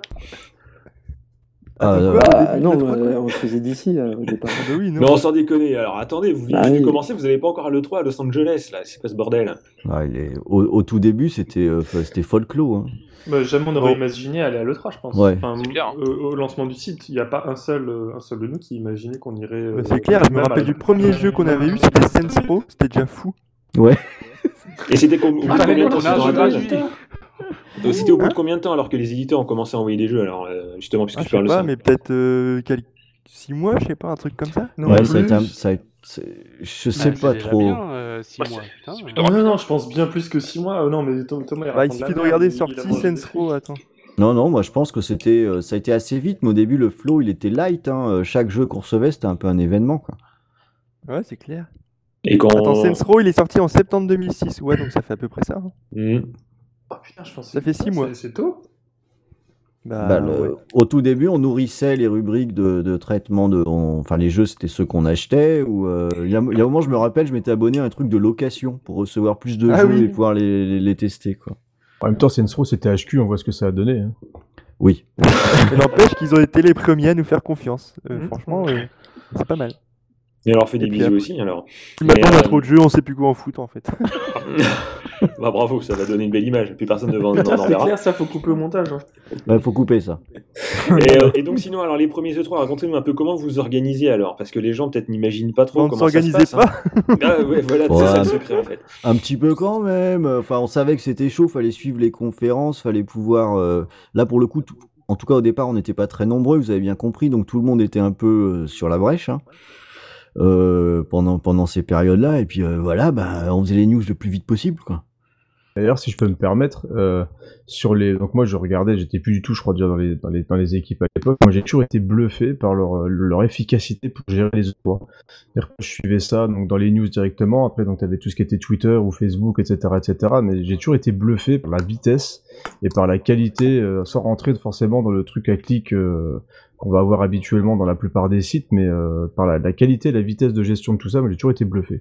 Non, on le faisait d'ici au départ. Ah bah oui, non. Non, sans déconner. Alors attendez, vous venez Bah de oui. commencer, vous n'avez pas encore l'E3 à Los Angeles, là. C'est quoi ce bordel? Ah, au tout début, c'était folklore. Hein. Bah, jamais on aurait Bon. imaginé aller à l'E3, je pense. Ouais. Enfin, C'est clair. au lancement du site, il n'y a pas un seul de nous qui imaginait qu'on irait. Bah, c'est clair, je me même rappelle à- du premier jeu qu'on avait eu, c'était Saints Row, c'était déjà fou. Ouais. Et c'était au bout de combien de temps, on tu a te un jeu rappelles? gratuit. C'était au bout de combien de temps alors que les éditeurs ont commencé à envoyer des jeux, alors justement, puisque Ah, tu je sais parles de pas, ça. mais peut-être 6 mois, je sais pas, un truc comme ça. Non, Ouais, plus. ça a été je sais Bah, pas c'est déjà trop. bien, 6 Ouais, mois. c'est- Putain, c'est ouais. plutôt Non, rapide. non, je pense bien plus que 6 mois. Non, mais Thomas, il Bah, il raconte suffit la de regarder merde, sortie il a mangé des Saints frites. Row, attends. Non, moi je pense que ça a été assez vite, mais au début le flow il était light. Hein. Chaque jeu qu'on recevait c'était un peu un événement. Quoi. Ouais, c'est clair. Et quand... Attends, Saints Row, il est sorti en septembre 2006. Ouais, donc ça fait à peu près ça. Hein. Hmm. Oh putain, je pensais. Ça fait 6 mois. C'est tôt. Bah, Ouais. Au tout début, on nourrissait les rubriques de traitement enfin, les jeux, c'était ceux qu'on achetait. Ou il y a un moment, je me rappelle, je m'étais abonné à un truc de location pour recevoir plus de Ah jeux oui. et pouvoir les tester. Quoi. En même temps, Saints Row, c'était HQ, on voit ce que ça a donné. Hein. Oui. Mais n'empêche qu'ils ont été les premiers à nous faire confiance. Mhm. Franchement, c'est pas mal. Et alors, fait des Et puis bisous après- aussi, alors. Maintenant, on Mais, a trop de jeux, on sait plus quoi en foot en fait. Bah bravo, ça va donner une belle image, plus personne ne va en Putain, c'est verra. clair, ça faut couper au montage. Hein. Bah, faut couper ça. Et donc sinon, alors les premiers E3, racontez-nous un peu comment vous organisez alors, parce que les gens peut-être n'imaginent pas trop On ne comment ça se s'organisait passe. pas. Hein. Ah ouais, voilà, c'est Ouais. ça le secret en fait. Un petit peu quand même. Enfin, on savait que c'était chaud, fallait suivre les conférences, fallait pouvoir. Là, pour le coup, en tout cas au départ, on n'était pas très nombreux, vous avez bien compris, donc tout le monde était un peu sur la brèche hein, pendant ces périodes-là. Et puis voilà, bah, on faisait les news le plus vite possible, quoi. D'ailleurs, si je peux me permettre, donc moi je regardais, j'étais plus du tout, je crois déjà dans les équipes à l'époque. Moi j'ai toujours été bluffé par leur efficacité pour gérer les E3. C'est-à-dire que je suivais ça donc dans les news directement. Après donc t'avais tout ce qui était Twitter ou Facebook, etc., etc. Mais j'ai toujours été bluffé par la vitesse et par la qualité, sans rentrer forcément dans le truc à clic qu'on va avoir habituellement dans la plupart des sites, mais par la qualité, et la vitesse de gestion de tout ça, moi j'ai toujours été bluffé.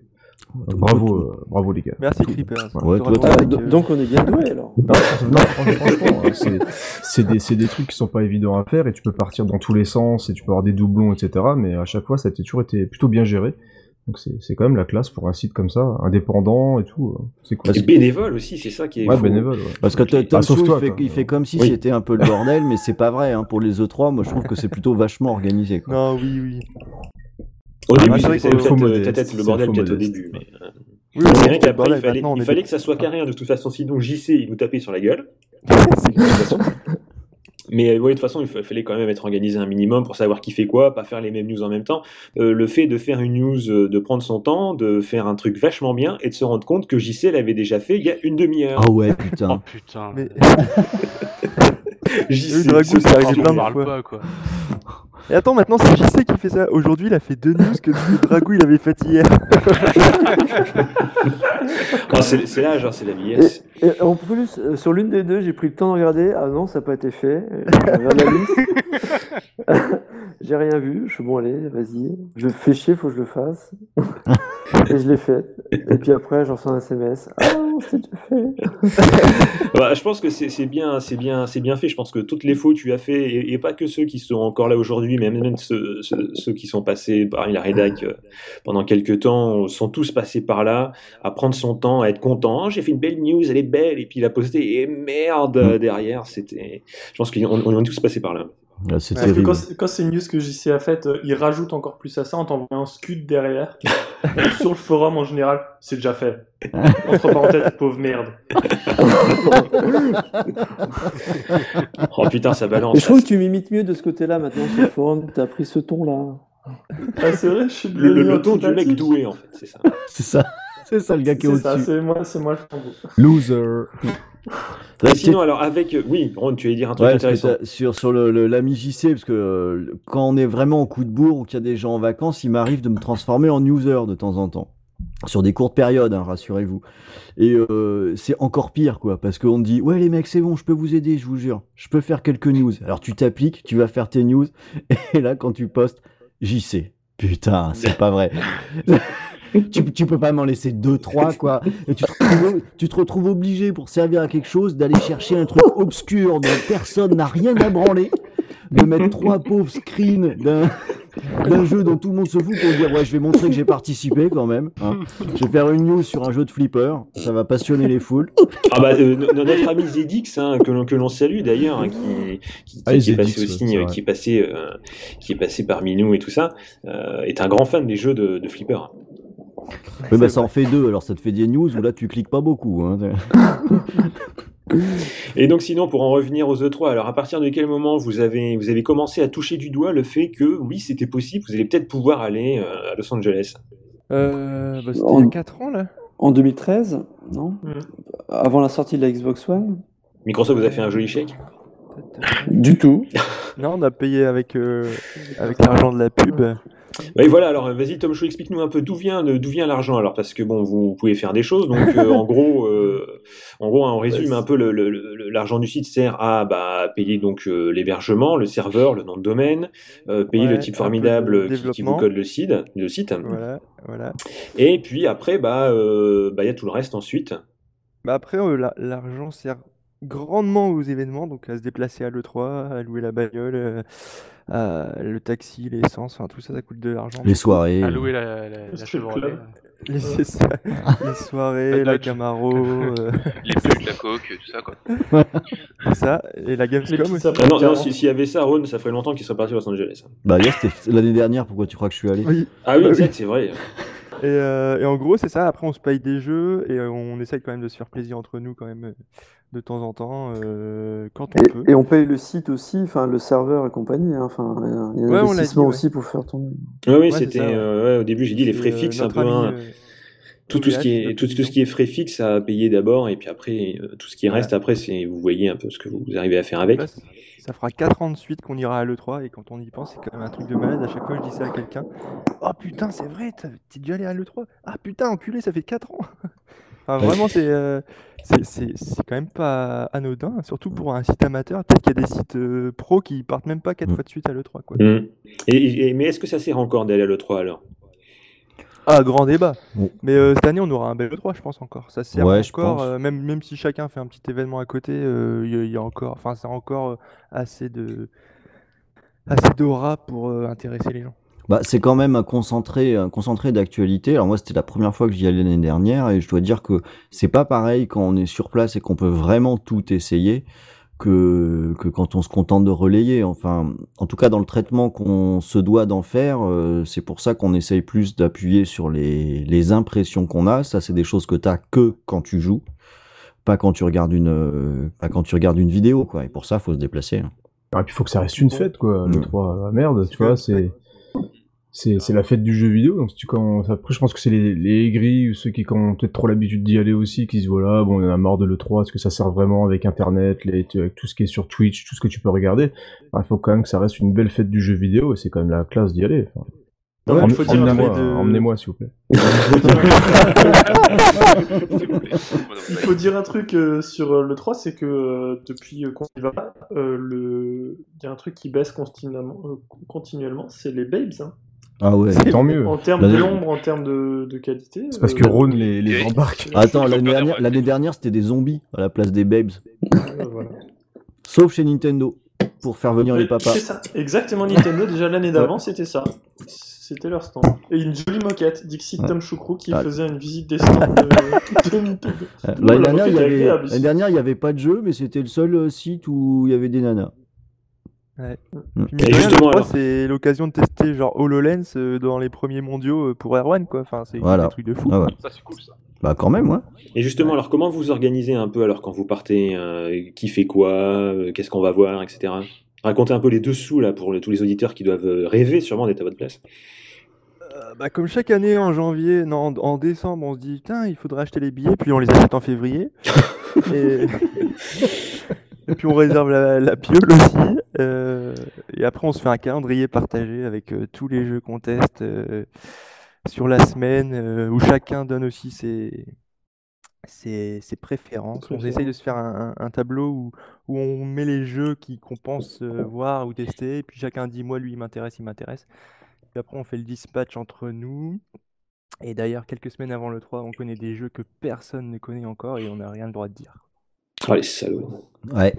Bravo les gars. Merci Creeper. Ouais, Je te toi, raconte avec, Donc on est bien doué alors. Non, franchement, c'est des trucs qui sont pas évidents à faire et tu peux partir dans tous les sens et tu peux avoir des doublons, etc. Mais à chaque fois, ça a toujours été plutôt bien géré. Donc c'est quand même la classe pour un site comme ça, indépendant et tout. C'est cool. Et bénévole aussi, c'est ça qui est Ouais, fou. bénévole. Ouais. Parce que Tom sauf Chou, toi, il quoi. fait comme si Oui. c'était un peu le bordel, mais c'est pas vrai. Hein. Pour les E3, moi je trouve que c'est plutôt vachement organisé. Quoi. Non, oui. Au début, Ah, c'est vrai c'était que c'est faux peut-être modeste, peut-être le c'est bordel faux peut-être au modeste. début. Mais, Oui, c'est oui, vrai qu'après, bordel, il fallait, maintenant, on il est fallait que ça soit carré hein, de toute façon, sinon JC il nous tapait sur la gueule. C'est De toute façon. Mais ouais, de toute façon, il fallait quand même être organisé un minimum pour savoir qui fait quoi, pas faire les mêmes news en même temps. Le fait de faire une news, de prendre son temps, de faire un truc vachement bien et de se rendre compte que JC l'avait déjà fait il y a une demi-heure. Ah ouais, Oh putain. putain. Mais... Le Dragou, c'est arrivé plein de parle fois. pas, quoi. Et attends, maintenant c'est JC qui fait ça. Aujourd'hui, il a fait 2 news que le Dragou il avait fait hier. Ah, c'est l'âge, hein, c'est la vieillesse. Et en plus, sur l'une des deux, j'ai pris le temps de regarder. Ah non, ça n'a pas été fait. Je regarde la liste. J'ai rien vu. Je suis bon, allez, vas-y. Je fais chier, faut que je le fasse. Et je l'ai fait. Et puis après, j'en reçois un SMS. Ah non, c'est déjà fait. Bah, je pense que c'est bien fait. Je pense que toutes les fautes tu as fait, et pas que ceux qui sont encore là aujourd'hui, mais même ceux qui sont passés par la rédac pendant quelques temps, sont tous passés par là, à prendre son temps, à être content. Oh, j'ai fait une belle news, elle est belle, et puis il a posté, et merde, derrière, je pense qu'on est tous passés par là. Ah, c'est Parce que terrible. quand c'est une news que JC a faite, il rajoute encore plus à ça en t'envoyant un scud derrière. Sur le forum en général, c'est déjà fait. Entre parenthèses, pauvre merde. Oh putain, ça balance. Et je trouve que tu m'imites mieux de ce côté-là maintenant sur le forum. T'as pris ce ton-là. Ah, c'est vrai, je suis Le ton du mec doué, en fait, c'est ça. C'est ça le gars qui est C'est ça, au-dessus. c'est moi le flambeau. Loser. Et sinon, alors, oui, Ron, tu allais dire un truc Ouais, parce que intéressant. sur l'ami JC, parce que quand on est vraiment en coup de bourre ou qu'il y a des gens en vacances, il m'arrive de me transformer en user de temps en temps. Sur des courtes périodes, hein, rassurez-vous. Et c'est encore pire, quoi, parce qu'on te dit « Ouais, les mecs, c'est bon, je peux vous aider, je vous jure. Je peux faire quelques news. » Alors tu t'appliques, tu vas faire tes news, et là, quand tu postes « JC », putain, c'est pas vrai. Tu peux pas m'en laisser 2-3, quoi. Et tu te retrouves obligé, pour servir à quelque chose, d'aller chercher un truc obscur dont personne n'a rien à branler, de mettre 3 pauvres screens d'un jeu dont tout le monde se fout pour dire ouais, je vais montrer que j'ai participé quand même. Hein. Je vais faire une news sur un jeu de flipper, ça va passionner les foules. Ah bah notre ami Zedix, hein, que l'on salue d'ailleurs, hein, qui est passé aussi, qui est passé parmi nous et tout ça, est un grand fan des jeux de flipper. Oui, bah ça en fait 2, alors ça te fait des news où là tu cliques pas beaucoup. Hein. Et donc sinon, pour en revenir aux E3, alors à partir de quel moment vous avez commencé à toucher du doigt le fait que oui, c'était possible, vous allez peut-être pouvoir aller à Los Angeles? C'était il y a 4 ans là. En 2013, non Avant la sortie de la Xbox One. Microsoft vous a fait un joli chèque? Du tout. Non, on a payé avec l'argent de la pub. Oui, voilà, alors vas-y Tom Chou, explique-nous un peu d'où vient l'argent, alors, parce que bon, vous pouvez faire des choses, donc en gros, on résume un peu l'argent du site sert à payer donc l'hébergement, le serveur, le nom de domaine, payer le type formidable qui vous code le site. Voilà. Et puis après, y a tout le reste ensuite. Après, l'argent sert grandement aux événements, donc à se déplacer à l'E3, à louer la bagnole, le taxi, l'essence, enfin tout ça, ça coûte de l'argent. Les soirées. À louer la Chevrolet. C'est ça. Les soirées, la Camaro, les putes, la coke, tout ça quoi. C'est ça, et la Gamescom aussi. Ah non, s'il y avait ça, Ron, ça ferait longtemps qu'il serait parti à Los Angeles. Bah hier, c'était l'année dernière, pourquoi tu crois que je suis allé? Oui. Ah oui, Bah oui. c'est vrai. Et en gros, c'est ça. Après, on se paye des jeux et on essaye quand même de se faire plaisir entre nous quand même de temps en temps quand on peut. Et on paye le site aussi, enfin le serveur et compagnie. Hein, enfin, il y a un investissement aussi pour faire tourner. Oui, c'était. Au début, j'ai dit les frais fixes un peu. Tout ce qui est frais fixes à payer d'abord, et puis après, tout ce qui reste après, c'est vous voyez un peu ce que vous arrivez à faire avec. Là, ça fera 4 ans de suite qu'on ira à l'E3, et quand on y pense, c'est quand même un truc de malade. À chaque fois, je dis ça à quelqu'un. Oh putain, c'est vrai, t'es déjà allé à l'E3? Ah putain, enculé, ça fait 4 ans. Enfin, vraiment, c'est quand même pas anodin, surtout pour un site amateur. Peut-être qu'il y a des sites pros qui partent même pas 4 fois de suite à l'E3. Quoi. Mais est-ce que ça sert encore d'aller à l'E3 alors? Ah, grand débat. Mais cette année, on aura un bel E3, je pense encore. Ça sert encore, même si chacun fait un petit événement à côté, il y a encore, enfin, c'est encore assez d'aura pour intéresser les gens. Bah, c'est quand même un concentré d'actualité. Alors moi, c'était la première fois que j'y allais l'année dernière, et je dois dire que c'est pas pareil quand on est sur place et qu'on peut vraiment tout essayer que quand on se contente de relayer. Enfin, en tout cas, dans le traitement qu'on se doit d'en faire, c'est pour ça qu'on essaye plus d'appuyer sur les impressions qu'on a. Ça, c'est des choses que t'as que quand tu joues, pas quand tu regardes une vidéo, quoi. Et pour ça, faut se déplacer. Hein. Et puis, il faut que ça reste une fête, quoi. Le 3, merde, tu vois, c'est... c'est la fête du jeu vidéo. Donc après, je pense que c'est les aigris ou ceux qui ont peut-être trop l'habitude d'y aller aussi, qui se disent voilà, bon, on en a marre de l'E3, est-ce que ça sert vraiment avec Internet, avec tout ce qui est sur Twitch, tout ce que tu peux regarder. Il faut quand même que ça reste une belle fête du jeu vidéo et c'est quand même la classe d'y aller. Enfin, Non, mais il faut dire un truc. emmenez-moi, s'il vous plaît. Il faut dire un truc sur le 3, c'est que depuis qu'on y va, il y a un truc qui baisse continuellement, c'est les babes. Hein. Ah ouais. Tant mieux. En termes de nombre, en termes de qualité. C'est parce que Ron les embarque. Attends, l'année dernière, c'était des zombies à la place des babes. Voilà. Sauf chez Nintendo, pour faire venir les papas. C'est ça, exactement. Nintendo, déjà l'année d'avant, c'était ça. C'était leur stand. Et une jolie moquette, Dixit Tom Choucrou, qui faisait une visite des stands de Nintendo. L'année dernière, il n'y avait pas de jeu, mais c'était le seul site où il y avait des nanas. Ouais. Et justement, alors... c'est l'occasion de tester genre HoloLens dans les premiers mondiaux pour Erwan, quoi. Enfin, c'est un truc de fou. Ah ouais. Ça, c'est cool, ça. Bah, quand même, ouais. Et justement, alors comment vous organisez un peu alors quand vous partez qui fait quoi qu'est-ce qu'on va voir, etc. Racontez un peu les dessous là pour tous les auditeurs qui doivent rêver sûrement d'être à votre place. Comme chaque année en décembre, on se dit putain, il faudrait acheter les billets, puis on les achète en février. et... et puis on réserve la piole aussi. Et après, on se fait un calendrier partagé avec tous les jeux qu'on teste sur la semaine, où chacun donne aussi ses préférences. On essaye de se faire un tableau où on met les jeux qu'on pense voir ou tester, et puis chacun dit moi, lui, il m'intéresse. Puis après, on fait le dispatch entre nous. Et d'ailleurs, quelques semaines avant le 3, on connaît des jeux que personne ne connaît encore et on n'a rien le droit de dire. Oh les salauds. Ouais.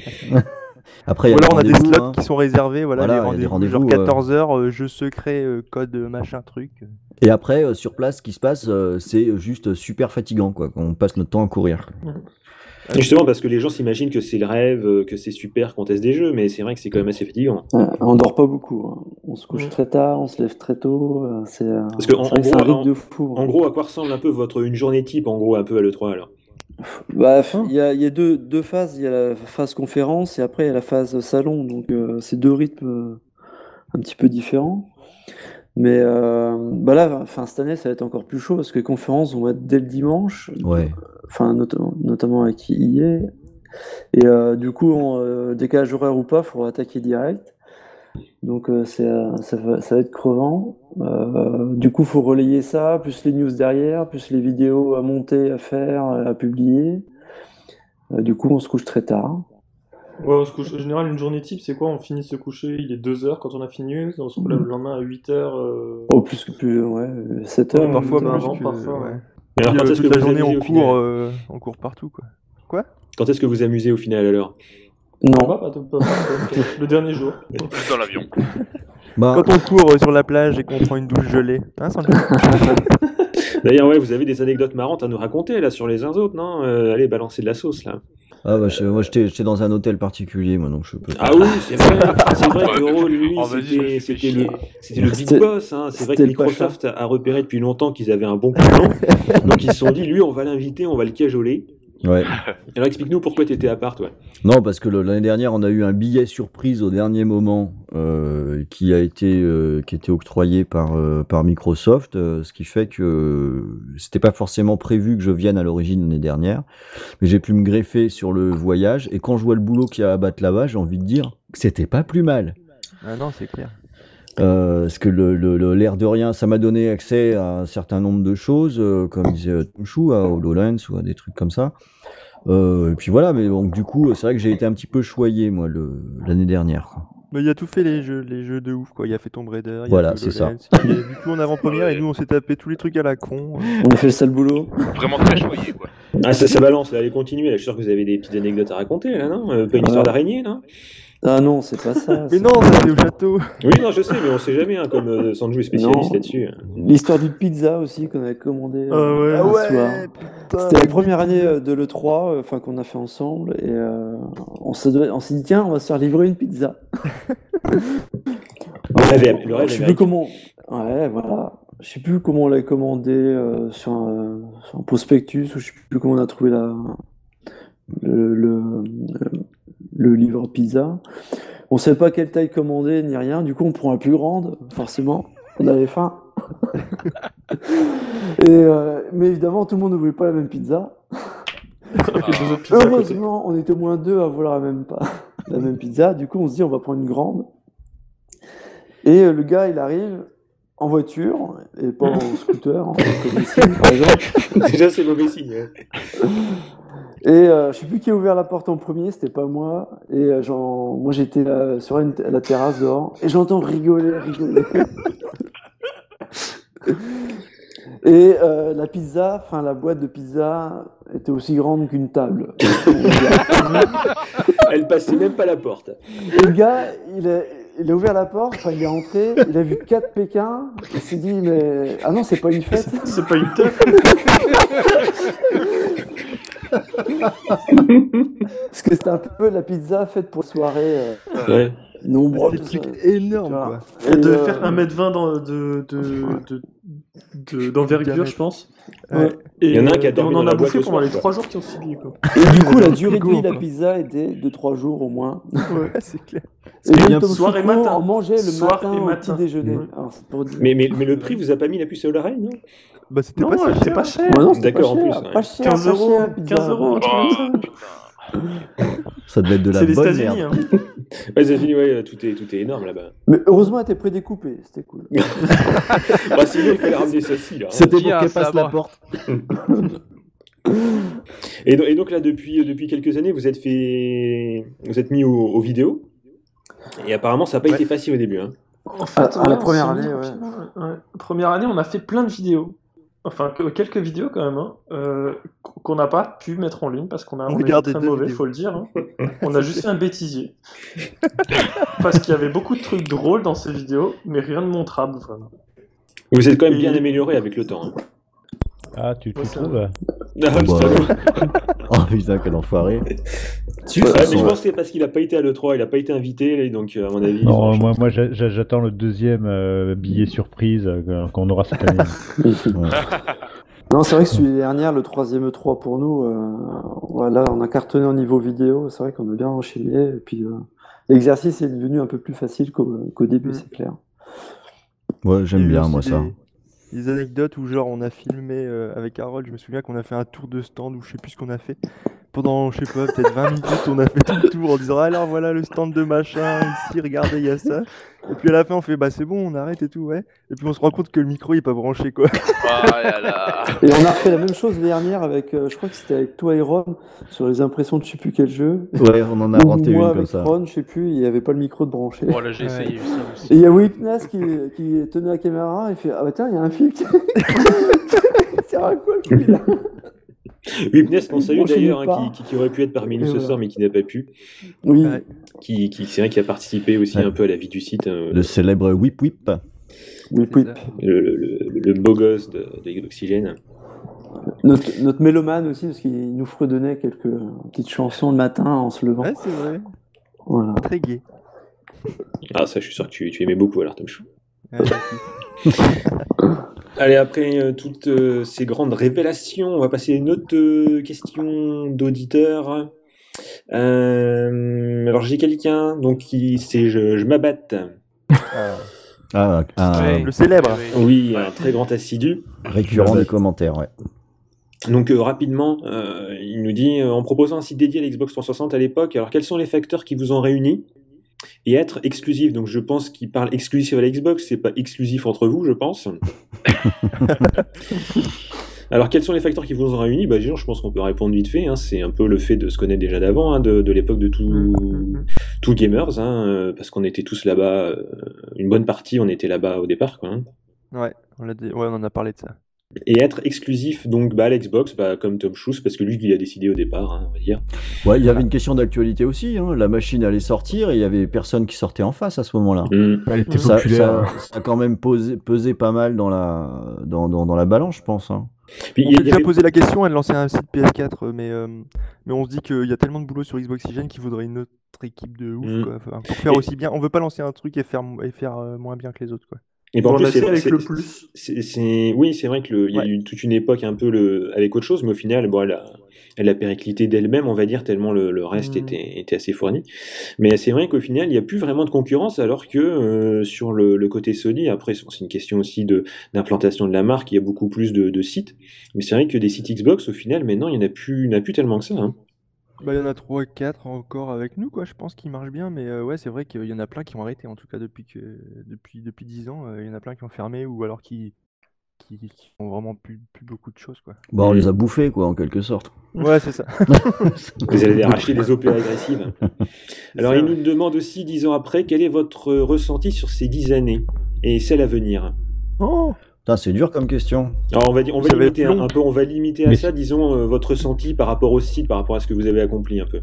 Après, ou alors on a des slots qui sont réservés, voilà, les rendez-vous genre 14h, jeu secret, code machin truc. Et après, sur place, ce qui se passe, c'est juste super fatigant, quoi. On passe notre temps à courir. Justement, parce que les gens s'imaginent que c'est le rêve, que c'est super qu'on teste des jeux, mais c'est vrai que c'est quand même assez fatigant. On dort pas beaucoup. Hein. On se couche très tard, on se lève très tôt. C'est un rythme de fou. En gros, à quoi ressemble un peu une journée type, en gros, un peu à l'E3 alors? Bah, il y a deux phases. Il y a la phase conférence et après il y a la phase salon. Donc c'est deux rythmes un petit peu différents. Mais bah là, cette année, ça va être encore plus chaud parce que les conférences vont être dès le dimanche. Ouais. Notamment avec EA. Et du coup, décalage horaire ou pas, il faudra attaquer direct. Donc ça va être crevant. Du coup, il faut relayer ça, plus les news derrière, plus les vidéos à monter, à faire, à publier. Du coup, on se couche très tard. Ouais, on se couche. En général, une journée type, c'est quoi? On finit de se coucher, il est 2h quand on a fini, on se relève le lendemain à 8h. Oh, plus, ouais, 7h. Parfois, ouais. Mais alors, quand est-ce que toute la vous journée amusez on court partout, quoi. Quand est-ce que vous amusez au final alors? Non. Pas le dernier jour. Plus dans l'avion. Quand on court sur la plage et qu'on prend une douche gelée. Hein, D'ailleurs, ouais, vous avez des anecdotes marrantes à nous raconter là sur les uns autres, non? Allez, balancer de la sauce là. Ah bah moi j'étais dans un hôtel particulier, moi, donc je peux. Ah oui, c'est vrai que Euro, lui, c'était le big boss. Hein. C'est vrai que Microsoft a repéré depuis longtemps qu'ils avaient un bon client, donc ils se sont dit, lui, on va l'inviter, on va le cajoler. Ouais. Alors explique-nous pourquoi tu étais à part, toi. Non, parce que l'année dernière, on a eu un billet surprise au dernier moment qui était octroyé par Microsoft, ce qui fait que c'était pas forcément prévu que je vienne à l'origine l'année dernière, mais j'ai pu me greffer sur le voyage, et quand je vois le boulot qu'il y a à battre là-bas, j'ai envie de dire que c'était pas plus mal. Ah non, c'est clair. Parce que l'air de rien, ça m'a donné accès à un certain nombre de choses, comme disait Tom Chou, à HoloLens ou à des trucs comme ça. Et puis voilà, mais donc du coup, c'est vrai que j'ai été un petit peu choyé, moi, l'année dernière, quoi. Mais il a tout fait les jeux de ouf, quoi. Il a fait Tomb Raider, voilà, c'est ça. Il a vu tout en avant-première et nous on s'est tapé tous les trucs à la con. On a fait le sale boulot. Vraiment très choyé, quoi. Ah, ça balance, allez continuer. Là, je suis sûr que vous avez des petites anecdotes à raconter, là, non? Pas une histoire d'araignée, non? Ah non, c'est pas ça. Mais non, ça c'est au château. Oui, non, je sais, mais on sait jamais, hein, comme Sanju est spécialiste là-dessus. L'histoire d'une pizza aussi qu'on avait commandé ouais, soir. C'était la première année de l'E3, qu'on a fait ensemble, et on s'est dit tiens, on va se faire livrer une pizza. Le rêve je sais plus comment. Ouais, voilà. Je sais plus comment on l'a commandé sur un prospectus, ou je sais plus comment on a trouvé le livre pizza. On savait pas quelle taille commander ni rien, du coup on prend la plus grande, forcément. On avait faim. Mais évidemment, tout le monde ne voulait pas la même pizza. Heureusement, on était au moins 2 à vouloir la même pizza. Du coup, on se dit, on va prendre une grande. Et le gars, il arrive en voiture et pas en scooter, comme ici, par exemple. Déjà, c'est mauvais signe. Ouais. Et je sais plus qui a ouvert la porte en premier, c'était pas moi. Et moi, j'étais sur la terrasse dehors et j'entends rigoler. Et la pizza, enfin la boîte de pizza était aussi grande qu'une table. Elle passait même pas la porte. Et le gars, il a ouvert la porte, enfin il est rentré, il a vu 4 Pékins, il s'est dit mais ah non c'est pas une fête, C'est pas une teuf. parce que c'était un peu la pizza faite pour soirée Ouais. nombreuse. Des trucs énormes, quoi. Elle devait Et, faire 1m20 d'envergure, Diamètre. je pense. Ouais. Et, Il y en a un qui a et dormi on en dans a la boîte bouffé le pendant soir, les quoi. 3 jours qui ont suivi. Quoi. Et du coup la durée de frigo, vie de la quoi. pizza était de 3 jours au moins. Ouais, c'est clair. Et bien même Tom soir et Choucroux matin. en mangeait le Soir matin et au matin. petit déjeuner. Ouais. Alors, c'est pour dire. Mais le prix vous a pas mis la puce à l'oreille, non? Bah, c'était Non, pas si elle était cher. pas chère. Ouais, non, c'était D'accord, pas en cher, plus, ouais. pas cher, 15 pas euros, cher, pizza. 15 euros, un truc comme ça. Ça devait être de la C'est les bonne États-Unis. merde. Hein. Ouais, les États-Unis, ouais, tout est énorme là-bas. Mais heureusement, elle était prédécoupée, c'était cool. Bah, sinon, il fallait ramener ceci là. C'était Tiens, pour qu'elle ça passe va. la porte. Et donc là, depuis quelques années, vous êtes mis aux vidéos. Et apparemment, ça n'a pas été facile au début. Hein. En fait, À la on première s'est mis année, ouais. rapidement, ouais. Première année, on a fait plein de vidéos. Enfin, quelques vidéos quand même, hein, qu'on n'a pas pu mettre en ligne parce on est Regardez très 2 mauvais, vidéos. faut le dire. Hein. On a juste fait un bêtisier. Parce qu'il y avait beaucoup de trucs drôles dans ces vidéos, mais rien de montrable, vraiment. Vous êtes quand même Et- bien amélioré avec le temps. Hein. Ah, tu Ouais, ça trouves? Ah, Bah, putain. Oh putain, quel enfoiré. Si, Ouais, ça mais sent- je pense que c'est parce qu'il a pas été à l'E3, il a pas été invité, là, donc à mon avis. ils Non, ont- moi j'attends le deuxième billet surprise qu'on aura cette année. Ouais. Non, c'est vrai que celui dernière, le 3e E3 pour nous, voilà, on a cartonné au niveau vidéo, c'est vrai qu'on a bien enchaîné, et puis l'exercice est devenu un peu plus facile qu'au début, Mm. c'est clair. Ouais, Il y a j'aime eu bien aussi moi ça. des anecdotes où genre on a filmé avec Harold, je me souviens qu'on a fait un tour de stand où je sais plus ce qu'on a fait. Pendant, je sais pas, peut-être 20 minutes, on a fait tout le tour en disant alors voilà le stand de machin, ici, regardez, il y a ça. Et puis à la fin, on fait bah c'est bon, on arrête et tout, ouais. Et puis on se rend compte que le micro il est pas branché quoi. Oh là là. Et on a refait la même chose l'année dernière avec, je crois que c'était avec toi et Ron, sur les impressions de je sais plus quel jeu. Ouais, on en a Ou renté moi une comme avec ça. Ron, je sais plus, il n'y avait pas le micro de branché. Bon, là, j'ai Ouais. essayé ça Et aussi. il y a Witness qui tenait la caméra et fait ah bah tiens, il y a un fil qui... C'est un quoi le truc là? Wipness, qu'on salue Prochaine d'ailleurs, hein, part. qui aurait pu être parmi nous Et ce voilà. soir, mais qui n'a pas pu. Oui. Ouais. C'est vrai, qui a participé aussi Ouais. un peu à la vie du site. Le célèbre whip whip. Oui, C'est oui. ça. Le beau gosse d'Oxygène. Notre mélomane aussi, parce qu'il nous fredonnait quelques petites chansons le matin en se levant. Ouais, c'est vrai. Voilà. Très gai. Ah, ça, je suis sûr que tu aimais beaucoup alors, Tom Chou. Ouais, Allez, après toutes ces grandes révélations, on va passer à une autre question d'auditeur. Alors, j'ai quelqu'un donc qui c'est je m'abatte. Ah, un Ouais. le célèbre. Ouais. Oui, un très grand assidu. récurrent des commentaires, ouais. Donc rapidement, il nous dit en proposant un site dédié à l'Xbox 360 à l'époque, alors quels sont les facteurs qui vous ont réunis et être exclusif? Donc je pense qu'il parle exclusif à la Xbox, c'est pas exclusif entre vous, je pense. Alors quels sont les facteurs qui vous ont réunis? Bah déjà, je pense qu'on peut répondre vite fait. Hein, c'est un peu le fait de se connaître déjà d'avant, hein, de l'époque de tout gamers, hein, parce qu'on était tous là-bas. Une bonne partie, on était là-bas au départ, quoi. Hein. Ouais, ouais, on en a parlé de ça. Et être exclusif donc à l'Xbox, comme Tom Schuss, parce que lui il a décidé au départ, hein, on va dire. Ouais, il y avait une question d'actualité aussi. Hein. La machine allait sortir et il y avait personne qui sortait en face à ce moment-là. Elle était Ça, populaire. ça a quand même pesé pas mal dans la balance, je pense. Hein. Puis, On il y s'est déjà avait- posé la question de lancer un site PS4, mais on se dit qu'il y a tellement de boulot sur Xbox Oxygen qu'il faudrait une autre équipe de ouf Mm. quoi. Enfin, pour faire Et- aussi bien. On veut pas lancer un truc et faire moins bien que les autres quoi. Et ben, en On plus, a fait avec le plus. oui, c'est vrai qu'il y a Ouais. eu toute une époque un peu avec autre chose, mais au final, bon, elle a périclité d'elle-même, on va dire, tellement le reste était assez fourni. Mais c'est vrai qu'au final, il n'y a plus vraiment de concurrence, alors que sur le côté Sony, après, c'est une question aussi d'implantation de la marque, il y a beaucoup plus de sites. Mais c'est vrai que des sites Xbox, au final, maintenant, il n'y en a plus tellement que ça. Hein. Bah, il y en a 3-4 encore avec nous, quoi. Je pense qu'ils marchent bien, mais ouais, c'est vrai qu'il y en a plein qui ont arrêté, en tout cas depuis 10 ans. Il y en a plein qui ont fermé ou alors qui ont vraiment plus beaucoup de choses, quoi. Bah, on les a bouffés, quoi, en quelque sorte. Ouais, c'est ça. Vous allez racheter des OP agressives. Alors, il nous demande aussi, 10 ans après, quel est votre ressenti sur ces 10 années et celles à venir? Oh, Putain, c'est dur comme question. Alors, on va Ça va être limiter long. un peu, on va limiter à Mais ça, disons, votre ressenti par rapport au site, par rapport à ce que vous avez accompli un peu.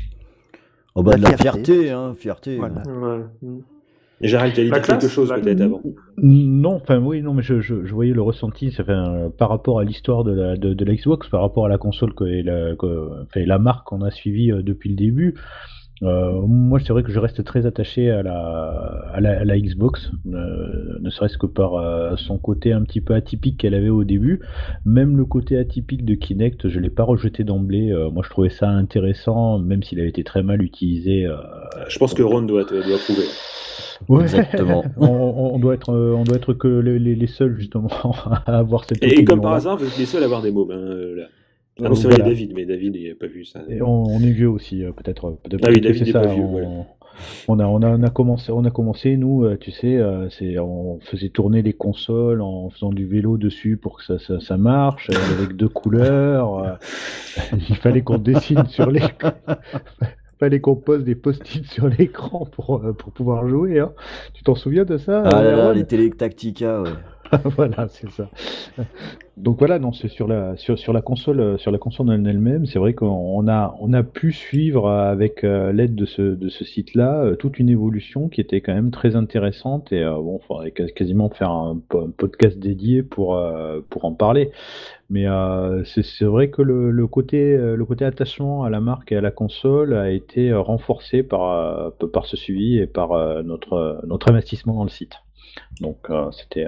Oh bah, La de la fierté. fierté, hein, fierté. Voilà. Ouais. Et Gérald, tu allais La dire quelque classe, chose peut-être avant. Non, enfin oui, non, mais je voyais le ressenti, par rapport à l'histoire de la Xbox, par rapport à la console la marque qu'on a suivie depuis le début. Moi, c'est vrai que je reste très attaché à la Xbox, ne serait-ce que par son côté un petit peu atypique qu'elle avait au début. Même le côté atypique de Kinect, je l'ai pas rejeté d'emblée. Moi, je trouvais ça intéressant, même s'il avait été très mal utilisé. Je pense que Ron doit prouver. Ouais. Exactement. on doit être que les seuls justement à avoir cette Et comme opinion-là. par hasard, vous êtes les seuls à avoir des mômes. Là. Ah non, Donc c'est vrai, voilà. David, mais David, il n'a pas vu ça. Et on est vieux aussi, peut-être Ah oui, que David c'est n'est pas ça. vieux, voilà. On a commencé nous, tu sais, on faisait tourner les consoles en faisant du vélo dessus pour que ça marche, avec 2 couleurs. Il fallait qu'on dessine sur les, fallait qu'on pose des post-it sur l'écran pour pouvoir jouer. Hein. Tu t'en souviens de ça, Ah là là, Erwan les Télé-Tactica, ouais. Voilà, c'est ça. Donc voilà, non, c'est sur la console en elle-même, c'est vrai qu'on a pu suivre avec l'aide de ce site-là toute une évolution qui était quand même très intéressante et bon, il faudrait quasiment faire un podcast dédié pour en parler. Mais c'est vrai que le côté attachement à la marque et à la console a été renforcé par ce suivi et par notre investissement dans le site. Donc c'est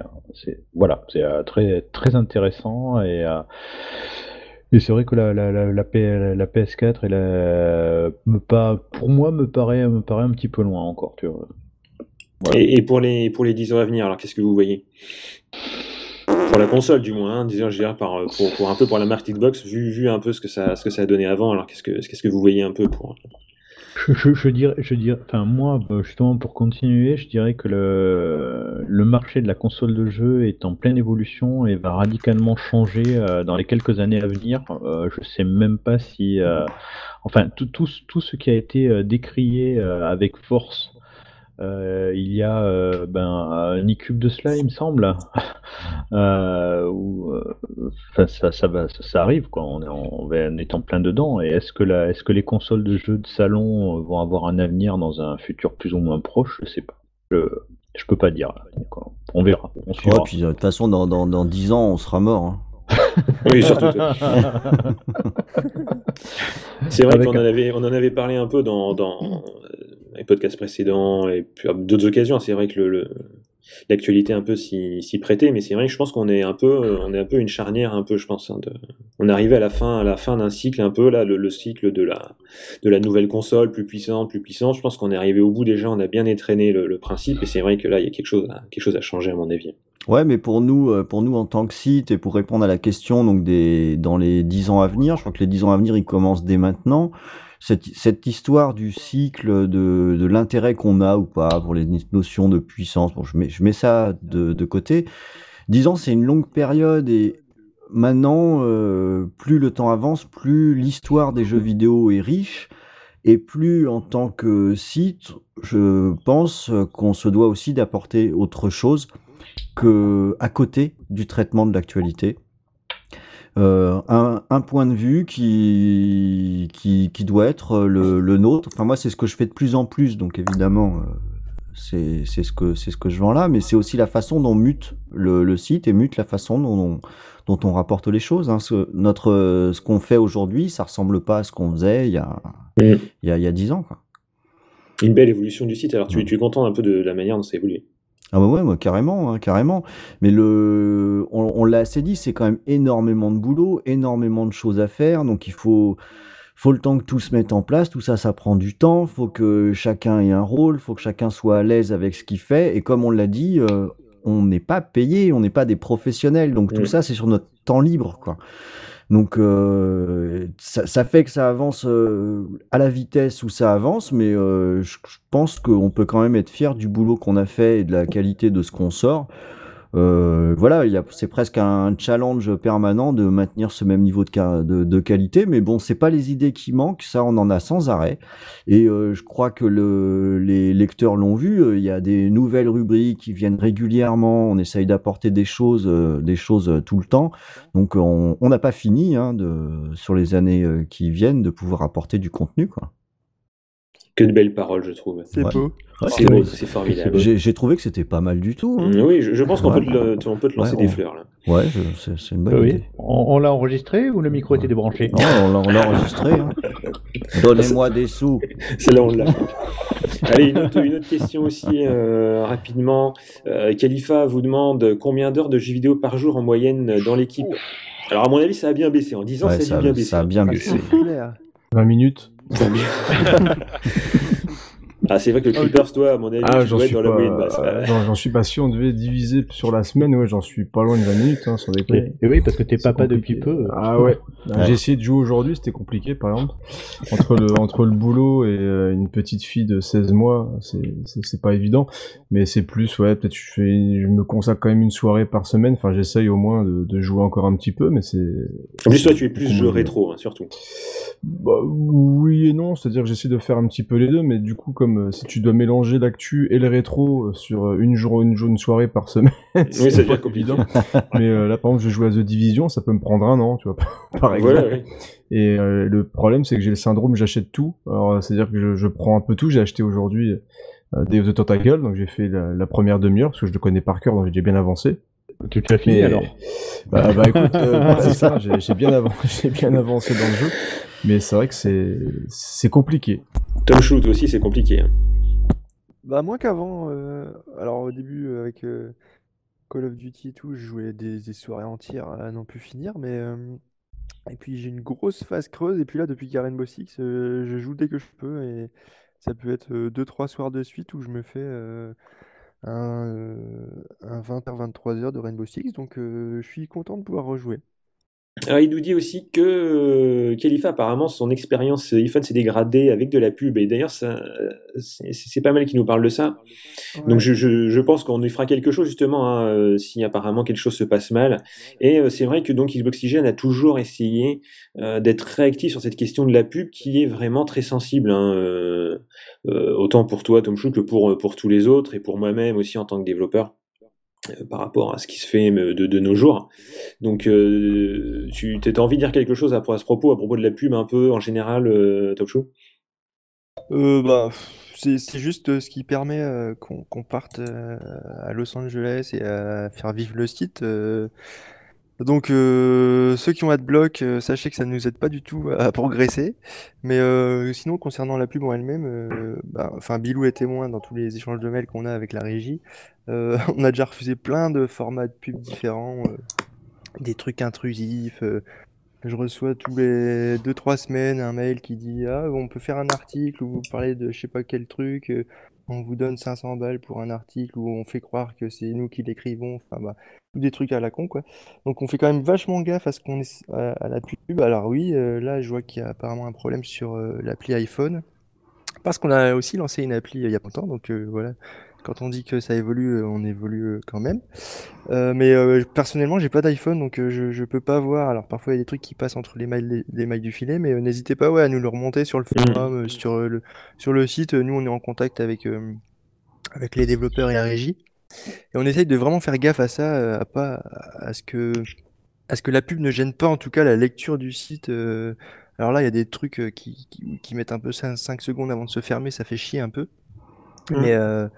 très très intéressant et c'est vrai que la PS4 pour moi me paraît un petit peu loin encore, tu vois. Voilà. Et pour les 10 ans à venir, alors qu'est-ce que vous voyez? Pour la console, du moins, hein, disons, je dirais pour un peu pour la marque Xbox, vu un peu ce que ça a donné avant, alors qu'est-ce que vous voyez un peu pour... Je dirais, enfin moi, justement pour continuer, je dirais que le marché de la console de jeu est en pleine évolution et va radicalement changer dans les quelques années à venir. Je sais même pas si, enfin tout ce qui a été décrié avec force. Il y a un e-cube de cela, il me semble. Ça arrive, quoi. On est en plein dedans. Et est-ce que les consoles de jeux de salon vont avoir un avenir dans un futur plus ou moins proche? Je sais pas. Je peux pas dire. Là. Donc, on verra. On suivra. Ouais, puis de toute façon, dans 10 ans, on sera mort. Hein. Oui, surtout. C'est vrai qu'on en avait parlé un peu dans les podcasts précédents et puis à d'autres occasions. C'est vrai que l'actualité un peu s'y prêtait, mais c'est vrai que je pense qu'on est un peu une charnière un peu, je pense. Hein, on est arrivé à la fin d'un cycle un peu là, le cycle de la nouvelle console plus puissante. Je pense qu'on est arrivé au bout déjà. On a bien étraîné le principe et c'est vrai que là il y a quelque chose à changer à mon avis. Ouais, mais pour nous en tant que site et pour répondre à la question donc dans les 10 ans à venir, je crois que les 10 ans à venir ils commencent dès maintenant. Cette histoire du cycle de l'intérêt qu'on a ou pas pour les notions de puissance, bon, je mets ça de côté. 10 ans, c'est une longue période et maintenant, plus le temps avance, plus l'histoire des jeux vidéo est riche et plus en tant que site, je pense qu'on se doit aussi d'apporter autre chose à côté du traitement de l'actualité. Un point de vue qui doit être le nôtre. Enfin moi c'est ce que je fais de plus en plus, donc évidemment c'est ce que je vends là, mais c'est aussi la façon dont mute le site et mute la façon dont on rapporte les choses. Hein. Ce qu'on fait aujourd'hui, ça ressemble pas à ce qu'on faisait il y a 10 ans. Quoi. Une belle évolution du site. Alors tu es content un peu de la manière dont ça a évolué? Ah bah ouais, moi, carrément, hein, carrément. Mais on l'a assez dit, c'est quand même énormément de boulot, énormément de choses à faire. Donc il faut le temps que tout se mette en place. Tout ça, ça prend du temps. Faut que chacun ait un rôle. Faut que chacun soit à l'aise avec ce qu'il fait. Et comme on l'a dit, on n'est pas payé, on n'est pas des professionnels. Donc tout ça, c'est sur notre temps libre, quoi. Donc ça fait que ça avance à la vitesse où ça avance, mais je pense qu'on peut quand même être fier du boulot qu'on a fait et de la qualité de ce qu'on sort. Voilà, c'est presque un challenge permanent de maintenir ce même niveau de qualité, mais bon, c'est pas les idées qui manquent, ça on en a sans arrêt. Et je crois que les lecteurs l'ont vu, il y a des nouvelles rubriques qui viennent régulièrement, on essaye d'apporter des choses tout le temps. Donc on n'a pas fini sur les années qui viennent de pouvoir apporter du contenu, quoi. Que de belles paroles, je trouve. C'est beau. Ouais, C'est beau, c'est formidable. J'ai trouvé que c'était pas mal du tout. Hein. Oui, je pense qu'on Ouais. on peut te lancer des fleurs, là. Ouais, c'est une bonne Oui. idée. On l'a enregistré ou le micro était débranché? Non, on l'a enregistré. Hein. Donnez-moi des sous. Celle-là, on l'a. Allez, une autre question aussi, rapidement. Khalifa vous demande combien d'heures de jeux vidéo par jour en moyenne dans l'équipe? Alors, à mon avis, ça a bien baissé. En 10 ans, Ouais, ça a bien baissé. ça a bien baissé. Clair. 20 minutes. Ah, c'est vrai que le Clippers, toi, à mon avis, tu j'en dois être suis dans la pas. moyenne basse. J'en suis pas sûr. On devait diviser sur la semaine. Ouais, j'en suis pas loin de 20 minutes, sans déconner. Et oui, parce que t'es C'est papa compliqué. depuis peu. Ah ouais. J'ai essayé de jouer aujourd'hui, c'était compliqué, par exemple. Entre le boulot et une petite fille de 16 mois, c'est pas évident. Mais c'est plus, ouais, peut-être je me consacre quand même une soirée par semaine. Enfin, j'essaye au moins de jouer encore un petit peu, mais c'est. En plus, toi, tu es plus jeu rétro, hein, surtout. Bah, oui et non, c'est-à-dire que j'essaie de faire un petit peu les deux, mais du coup, comme si tu dois mélanger l'actu et le rétro sur une soirée par semaine, Oui, ça devient pas compliqué. évident. Mais là, par exemple, je joue à The Division, ça peut me prendre un an, tu vois, par exemple. Voilà, oui. Et le problème, c'est que j'ai le syndrome, j'achète tout. Alors, c'est-à-dire que je prends un peu tout. J'ai acheté aujourd'hui Day of the Tentacle, donc j'ai fait la première demi-heure, parce que je le connais par cœur, donc j'ai déjà bien avancé. Tu l'as fini Mais- alors? Bah écoute, c'est ça, j'ai bien avancé dans le jeu, mais c'est vrai que c'est compliqué. Tom Shoot aussi, c'est compliqué. Hein. Bah, moins qu'avant. Alors, au début, avec Call of Duty et tout, je jouais des soirées entières à n'en plus finir, mais. Et puis, j'ai une grosse phase creuse, et puis là, depuis qu'il y a Rainbow Six, je joue dès que je peux, et ça peut être 2-3 soirs de suite où je me fais un 20h, 23h de Rainbow Six, donc je suis content de pouvoir rejouer. Alors, il nous dit aussi que Khalifa, apparemment, son expérience iPhone s'est dégradée avec de la pub. Et d'ailleurs, c'est pas mal qu'il nous parle de ça. Ouais. Donc, je pense qu'on y fera quelque chose, justement, hein, si apparemment quelque chose se passe mal. Et c'est vrai que donc Xboxygène a toujours essayé d'être réactif sur cette question de la pub qui est vraiment très sensible. Hein, autant pour toi, Tom Shoot, que pour tous les autres, et pour moi-même aussi en tant que développeur. Par rapport à ce qui se fait de nos jours. Donc, tu as envie de dire quelque chose à ce propos de la pub un peu en général, Top Show? Bah, c'est juste ce qui permet qu'on parte à Los Angeles et à faire vivre le site. Donc, ceux qui ont Adblock, sachez que ça ne nous aide pas du tout à progresser. Mais sinon, concernant la pub en elle-même, enfin, Bilou est témoin dans tous les échanges de mails qu'on a avec la régie. On a déjà refusé plein de formats de pub différents, des trucs intrusifs. Je reçois tous les 2-3 semaines un mail qui dit ah, on peut faire un article où vous parlez de je sais pas quel truc, on vous donne 500 balles pour un article où on fait croire que c'est nous qui l'écrivons. Enfin, bah, tous des trucs à la con, quoi. Donc, on fait quand même vachement gaffe à ce qu'on est à la pub. Alors, oui, là, je vois qu'il y a apparemment un problème sur l'appli iPhone. Parce qu'on a aussi lancé une appli il y a pas longtemps, donc voilà. Quand on dit que ça évolue, on évolue quand même. Mais personnellement, j'ai pas d'iPhone, donc je peux pas voir. Alors parfois, il y a des trucs qui passent entre les mailles du filet, mais n'hésitez pas à nous le remonter sur le forum, sur le site. Nous, on est en contact avec les développeurs et la régie. Et on essaye de vraiment faire gaffe à ça, à ce que la pub ne gêne pas, en tout cas, la lecture du site. Alors là, il y a des trucs qui mettent un peu 5 secondes avant de se fermer, ça fait chier un peu. Mais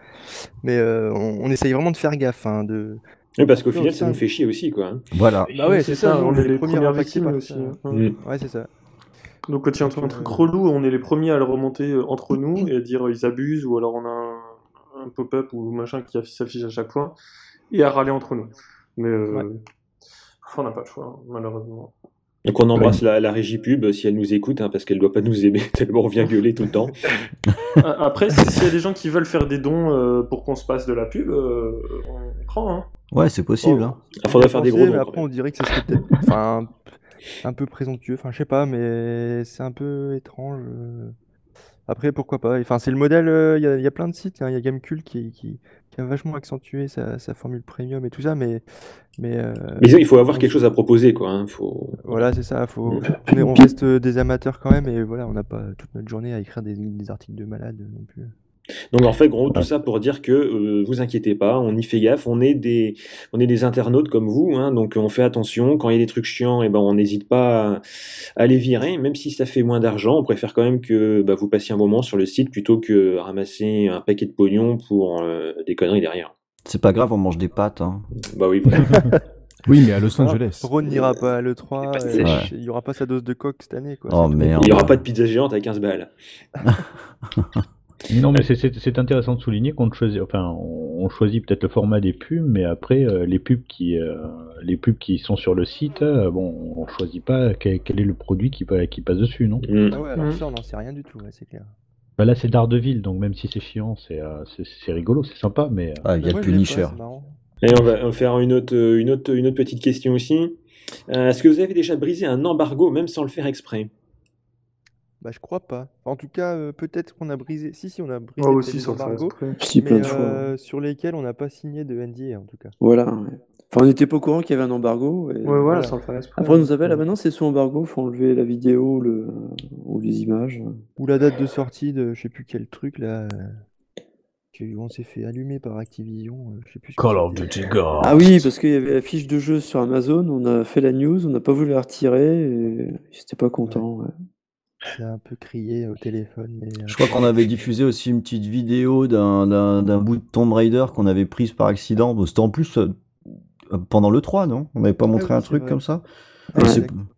on essaye vraiment de faire gaffe. Hein, Oui, parce qu'au final, ça nous fait chier aussi, quoi. Hein. Voilà. Bah ouais, c'est ça, on est les premières impactés victimes par aussi. ça. Hein. Ouais, c'est ça. Donc quand il y a un truc relou, on est les premiers à le remonter entre nous et à dire ils abusent, ou alors on a un pop-up ou machin qui s'affiche à chaque fois, et à râler entre nous. Mais on n'a pas le choix, malheureusement. Donc on embrasse la régie pub si elle nous écoute, hein, parce qu'elle doit pas nous aimer tellement on vient gueuler tout le temps. Après, s'il y a des gens qui veulent faire des dons pour qu'on se passe de la pub, on prend. Hein. Ouais, c'est possible. Hein. Il faudrait faire des gros Mais dons. après, on dirait que ça serait peut-être un peu présomptueux. Enfin, je sais pas, mais c'est un peu étrange. Après, pourquoi pas. Enfin, c'est le modèle. Il y a plein de sites. Hein. Il y a Gamecult qui a vachement accentué sa formule premium et tout ça, mais il faut avoir quelque chose à proposer, quoi. Hein. Voilà, c'est ça. On reste des amateurs quand même, et voilà, on n'a pas toute notre journée à écrire des articles de malade non plus. Donc en fait, gros, tout ça pour dire que vous inquiétez pas, on y fait gaffe, on est des internautes comme vous, hein, donc on fait attention. Quand il y a des trucs chiants, et ben on n'hésite pas à les virer, même si ça fait moins d'argent. On préfère quand même que vous passiez un moment sur le site plutôt que ramasser un paquet de pognon pour des conneries derrière. C'est pas grave, on mange des pâtes. Hein. Bah oui. Oui, mais à Los Angeles. Ron n'ira pas à l'E3, il y aura pas sa dose de coke cette année, quoi. Oh merde. Il y aura pas de pizza géante à 15 balles. Non, mais c'est intéressant de souligner qu'on choisit, on choisit peut-être le format des pubs, mais après les pubs qui sont sur le site, on choisit pas quel est le produit qui passe dessus, non? Ah ouais, alors ça on n'en sait rien du tout, ouais, c'est clair. Bah là c'est Daredevil, donc même si c'est chiant, c'est rigolo, c'est sympa, mais. Ah, il y a le Punisher. Et on va faire une autre petite question aussi. Est-ce que vous avez déjà brisé un embargo même sans le faire exprès? Bah, je crois pas. En tout cas, peut-être qu'on a brisé. Si, on a brisé Ah aussi, des sans faire embargos, exprès. Si, plein de fois. sur lesquels on n'a pas signé de NDA, en tout cas. Voilà. Ouais. Enfin, on n'était pas au courant qu'il y avait un embargo. Et Ouais, voilà, sans le faire exprès. Après, on nous appelle, ah bah non, c'est sous embargo, faut enlever la vidéo ou les images. Ou la date de sortie de je sais plus quel truc, là. On s'est fait allumer par Activision. Je sais plus ce que Call of c'était. Duty Ghost. Ah oui, parce qu'il y avait la fiche de jeu sur Amazon, on a fait la news, on n'a pas voulu la retirer, et j'étais pas content. Ouais. C'est un peu crié au téléphone. Mais, Je crois qu'on avait diffusé aussi une petite vidéo d'un bout de Tomb Raider qu'on avait prise par accident. Bon, c'était en plus pendant le 3, non? On n'avait pas montré un truc comme ça? Ouais.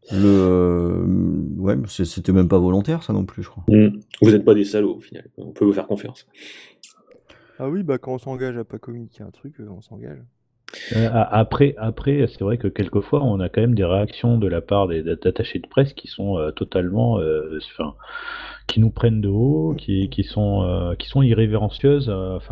C'était même pas volontaire, ça non plus, je crois. Vous n'êtes pas des salauds, au final. On peut vous faire confiance. Ah oui, bah quand on s'engage à pas communiquer un truc, on s'engage. Après, c'est vrai que quelquefois, on a quand même des réactions de la part des attachés de presse qui sont totalement, qui nous prennent de haut, qui sont irrévérencieuses,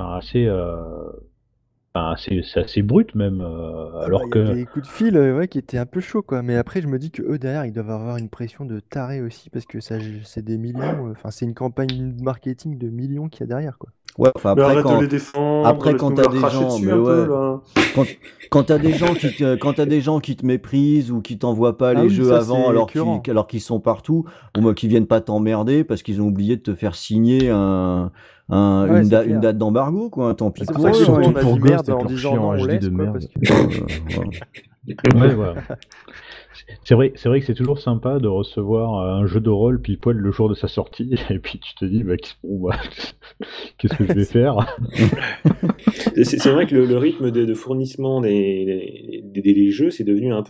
c'est assez brut même, alors Il y que. a des coups de fil qui étaient un peu chauds, quoi. Mais après, je me dis que eux derrière, ils doivent avoir une pression de taré aussi, parce que ça, c'est des millions. C'est une campagne marketing de millions qu'il y a derrière, quoi. Ouais, Mais après arrête quand de les défendre, après laisse-nous quand t'as leur des cracher gens, dessus mais un peu, ouais, là. quand t'as des gens qui te méprisent ou qui t'envoient pas Ah les oui, jeux ça, avant c'est alors écœurant. qu'ils sont partout, ou moi qui viennent pas t'emmerder parce qu'ils ont oublié de te faire signer Ouais, une c'est date clair. d'embargo, quoi. Tant pis C'est pour pour ça que eux, souvent hein. on a pour dit Ghost merde avec en leur disant chiant non, on HD laisse, de quoi, merde. parce que... Ouais, voilà. C'est vrai que c'est toujours sympa de recevoir un jeu de rôle pile poil le jour de sa sortie, et puis tu te dis, qu'est-ce que je vais faire? C'est vrai que le rythme de fournissement des jeux, c'est devenu un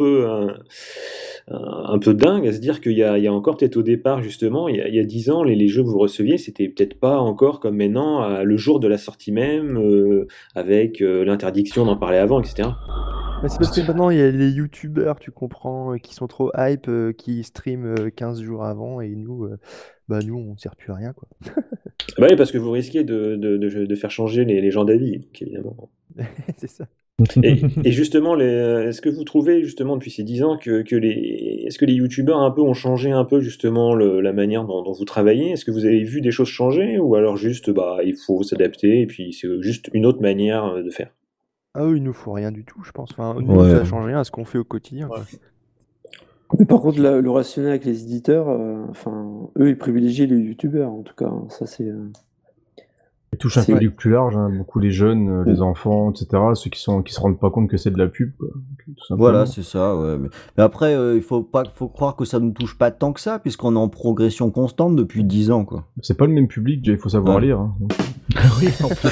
peu dingue, à se dire qu'il y a encore peut-être au départ, justement, il y a 10 ans, les jeux que vous receviez, c'était peut-être pas encore comme maintenant, le jour de la sortie même, avec l'interdiction d'en parler avant, etc. Mais c'est parce que maintenant il y a les youtubeurs, tu comprends, qui sont trop hype, qui streament 15 jours avant, et nous, on sert plus à rien, quoi. Bah oui, parce que vous risquez de faire changer les gens d'avis, donc, évidemment. C'est ça. Et justement, est-ce que vous trouvez justement depuis ces 10 ans est-ce que les youtubeurs un peu ont changé un peu justement la manière dont vous travaillez? Est-ce que vous avez vu des choses changer, ou alors juste il faut s'adapter et puis c'est juste une autre manière de faire? Ah oui, il nous faut rien du tout, je pense. Enfin, nous, Ouais. ça change rien à ce qu'on fait au quotidien, quoi. Mais par contre, le rationnel avec les éditeurs, eux, ils privilégient les youtubeurs, en tout cas. Ça, c'est. Ils touchent un C'est- public plus large, hein, beaucoup les jeunes, les enfants, etc. Ceux qui se rendent pas compte que c'est de la pub, quoi. Tout simplement. Voilà, c'est ça. Ouais. Mais après, il faut croire que ça ne touche pas tant que ça, puisqu'on est en progression constante depuis 10 ans, quoi. C'est pas le même public, déjà, il faut savoir Ouais. lire. Hein. Oui, en plus.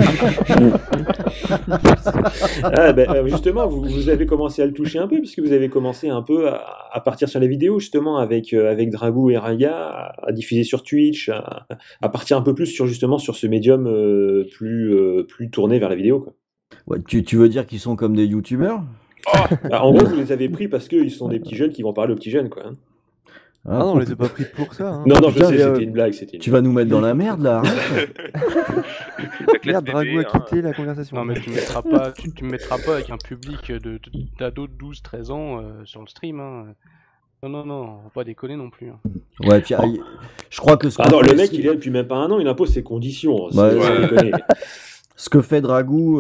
Justement, vous avez commencé à le toucher un peu, puisque vous avez commencé un peu à partir sur les vidéos, justement, avec Dragou et Raya, à diffuser sur Twitch, à partir un peu plus sur ce médium médium plus tourné vers la vidéo, quoi. Ouais, tu veux dire qu'ils sont comme des youtubeurs? Bah, en gros, vous les avez pris parce qu'ils sont des petits jeunes qui vont parler aux petits jeunes, quoi. Hein. Ah non, on les a pas pris pour ça. Hein. Non, je putain, sais, mais, c'était une blague. Tu vas nous mettre dans la merde là. La classe Merde, Dragou a BD, hein. quitté la conversation. Non mais tu me mettras pas avec un public d'ados de 12-13 ans sur le stream. Hein. Non, on va pas déconner non plus. Hein. Ouais, puis je crois que Ah non, le mec, il est là depuis même pas un an, il impose ses conditions. Ouais, sans déconner. Ce que fait Dragou,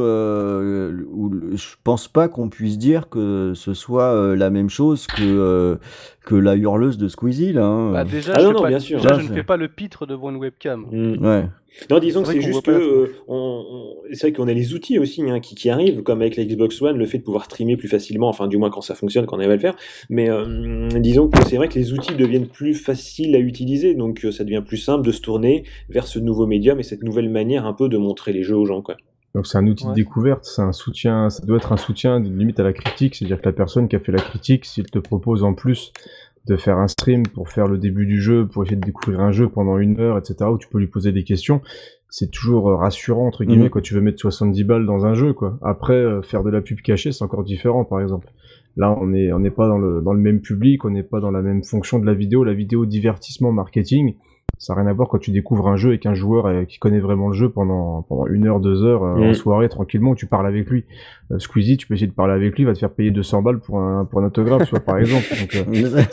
je pense pas qu'on puisse dire que ce soit la même chose que la hurleuse de Squeezie là. Hein. Bah, déjà, Ah je non, fais non, pas- bien sûr. déjà, Ouais, je ne c'est- fais pas le pitre devant une webcam. Ouais. Non, disons que C'est c'est vrai qu'on juste voit pas que c'est vrai qu'on a les outils aussi hein, qui arrivent, comme avec la Xbox One, le fait de pouvoir streamer plus facilement, enfin du moins quand ça fonctionne, quand on arrive à le faire. Mais disons que c'est vrai que les outils deviennent plus faciles à utiliser, donc ça devient plus simple de se tourner vers ce nouveau médium et cette nouvelle manière un peu de montrer les jeux aux gens, quoi. Donc c'est un outil de Ouais. découverte, c'est un soutien, ça doit être un soutien limite à la critique, c'est-à-dire que la personne qui a fait la critique, s'il te propose en plus de faire un stream pour faire le début du jeu, pour essayer de découvrir un jeu pendant 1 heure, etc., où tu peux lui poser des questions, c'est toujours rassurant, entre guillemets, quand tu veux mettre 70 balles dans un jeu, quoi. Après, faire de la pub cachée, c'est encore différent, par exemple. Là, on n'est pas dans le même public, on n'est pas dans la même fonction de la vidéo divertissement, marketing, ça n'a rien à voir quand tu découvres un jeu avec un joueur qui connaît vraiment le jeu pendant 1 heure, 2 heures, en soirée, tranquillement, où tu parles avec lui. Squeezie, tu peux essayer de parler avec lui, il va te faire payer 200 balles pour un autographe, tu vois, par exemple. Donc,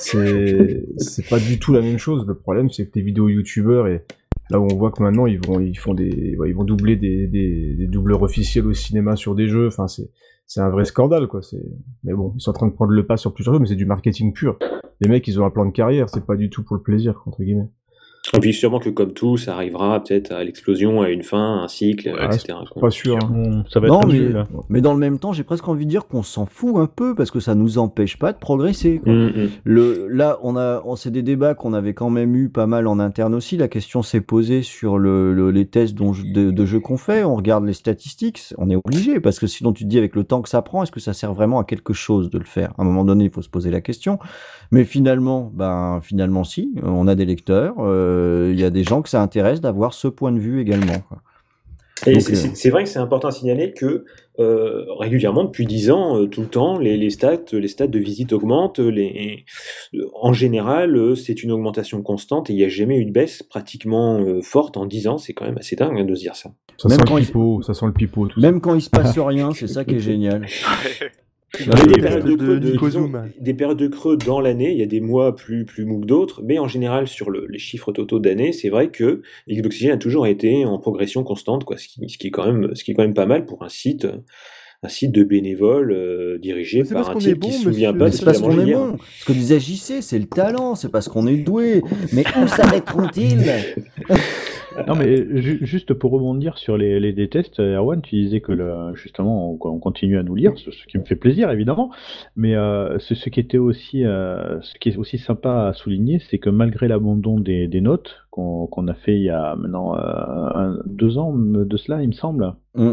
c'est pas du tout la même chose. Le problème, c'est que les vidéos youtubeurs et là où on voit que maintenant ils vont doubler des doubleurs officiels au cinéma sur des jeux. Enfin, c'est un vrai scandale, quoi. Mais bon, ils sont en train de prendre le pas sur plusieurs choses, mais c'est du marketing pur. Les mecs, ils ont un plan de carrière, c'est pas du tout pour le plaisir, entre guillemets. Et puis sûrement que comme tout, ça arrivera peut-être à l'explosion, à une fin, un cycle, etc. quoi. Pas sûr. Hein. Ça va Non, être un mais, jeu, là. mais dans le même temps, j'ai presque envie de dire qu'on s'en fout un peu parce que ça nous empêche pas de progresser. Quoi. Là, c'est des débats qu'on avait quand même eu pas mal en interne aussi. La question s'est posée sur les tests de jeux qu'on fait. On regarde les statistiques. On est obligé parce que sinon tu te dis avec le temps que ça prend, est-ce que ça sert vraiment à quelque chose de le faire? À un moment donné, il faut se poser la question. Mais finalement, si, on a des lecteurs. Il y a des gens que ça intéresse d'avoir ce point de vue également. Quoi. Et Donc, c'est vrai que c'est important à signaler que régulièrement, depuis 10 ans, tout le temps, les stats de visite augmentent. En général, c'est une augmentation constante et il n'y a jamais eu de baisse pratiquement forte en 10 ans. C'est quand même assez dingue hein, de se dire ça. Ça sent le pipeau, tout ça. Même quand il se passe rien, c'est ça qui est génial. Il y a des périodes de creux, des périodes de creux dans l'année, il y a des mois plus mou que d'autres, mais en général sur les chiffres totaux d'année, c'est vrai que Xboxygene a toujours été en progression constante, quoi, ce qui est quand même pas mal pour un site de bénévoles dirigé C'est par parce un qu'on type est bon, qui se souvient monsieur. pas de C'est ce qu'il a parce qu'on mangé est hier. bon. Ce que disait JC, c'est le talent, c'est parce qu'on est doué. Mais où s'arrêteront-ils? Non, mais juste pour rebondir sur les tests, Erwan, tu disais que justement, on continue à nous lire, ce qui me fait plaisir, évidemment. Mais ce qui est aussi sympa à souligner, c'est que malgré l'abandon des notes qu'on a fait il y a maintenant 2 ans de cela, il me semble,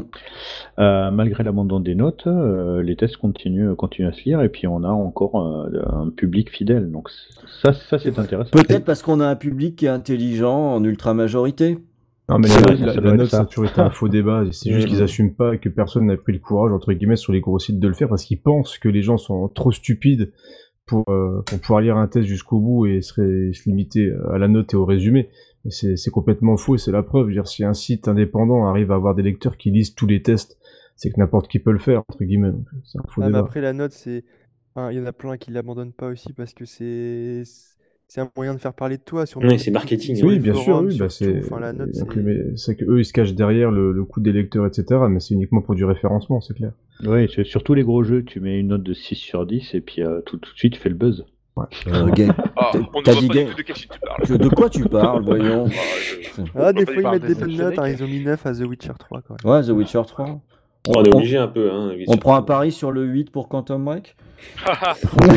malgré l'abandon des notes, les tests continuent à se lire et puis on a encore un public fidèle. Donc ça c'est intéressant. Peut-être parce qu'on a un public qui est intelligent en ultra majorité. Non, mais C'est vrai, la ça doit être note, ça ça. a toujours été un faux débat. C'est juste qu'ils assument pas et que personne n'a pris le courage, entre guillemets, sur les gros sites de le faire parce qu'ils pensent que les gens sont trop stupides pour pouvoir lire un test jusqu'au bout et se limiter à la note et au résumé. Mais c'est complètement faux et c'est la preuve. Je veux dire, si un site indépendant arrive à avoir des lecteurs qui lisent tous les tests, c'est que n'importe qui peut le faire, entre guillemets. Donc, c'est un faux Ah, mais débat. après, la note, c'est. Enfin, il y en a plein qui l'abandonnent pas aussi parce que c'est un moyen de faire parler de toi. Sur Oui, c'est marketing. sur Oui, les bien sûr, forums, oui, surtout. Enfin, la note, donc, c'est. mais c'est que eux ils se cachent derrière le coût des lecteurs, etc. Mais c'est uniquement pour du référencement, c'est clair. Oui, sur tous les gros jeux, tu mets une note de 6 sur 10 et puis tout de suite tu fais le buzz. Ah, on ne T'as voit dit pas game- du tout de quel site tu parles. De quoi tu parles, voyons? Ah, des pas fois, ils dire mettent des par bonnes des notes. Hein, Sonic. ils ont mis 9 à The Witcher 3, quand même. Ouais, The Witcher 3. On est obligé un peu. Hein, On prend un pari sur le 8 pour Quantum Break? Ah,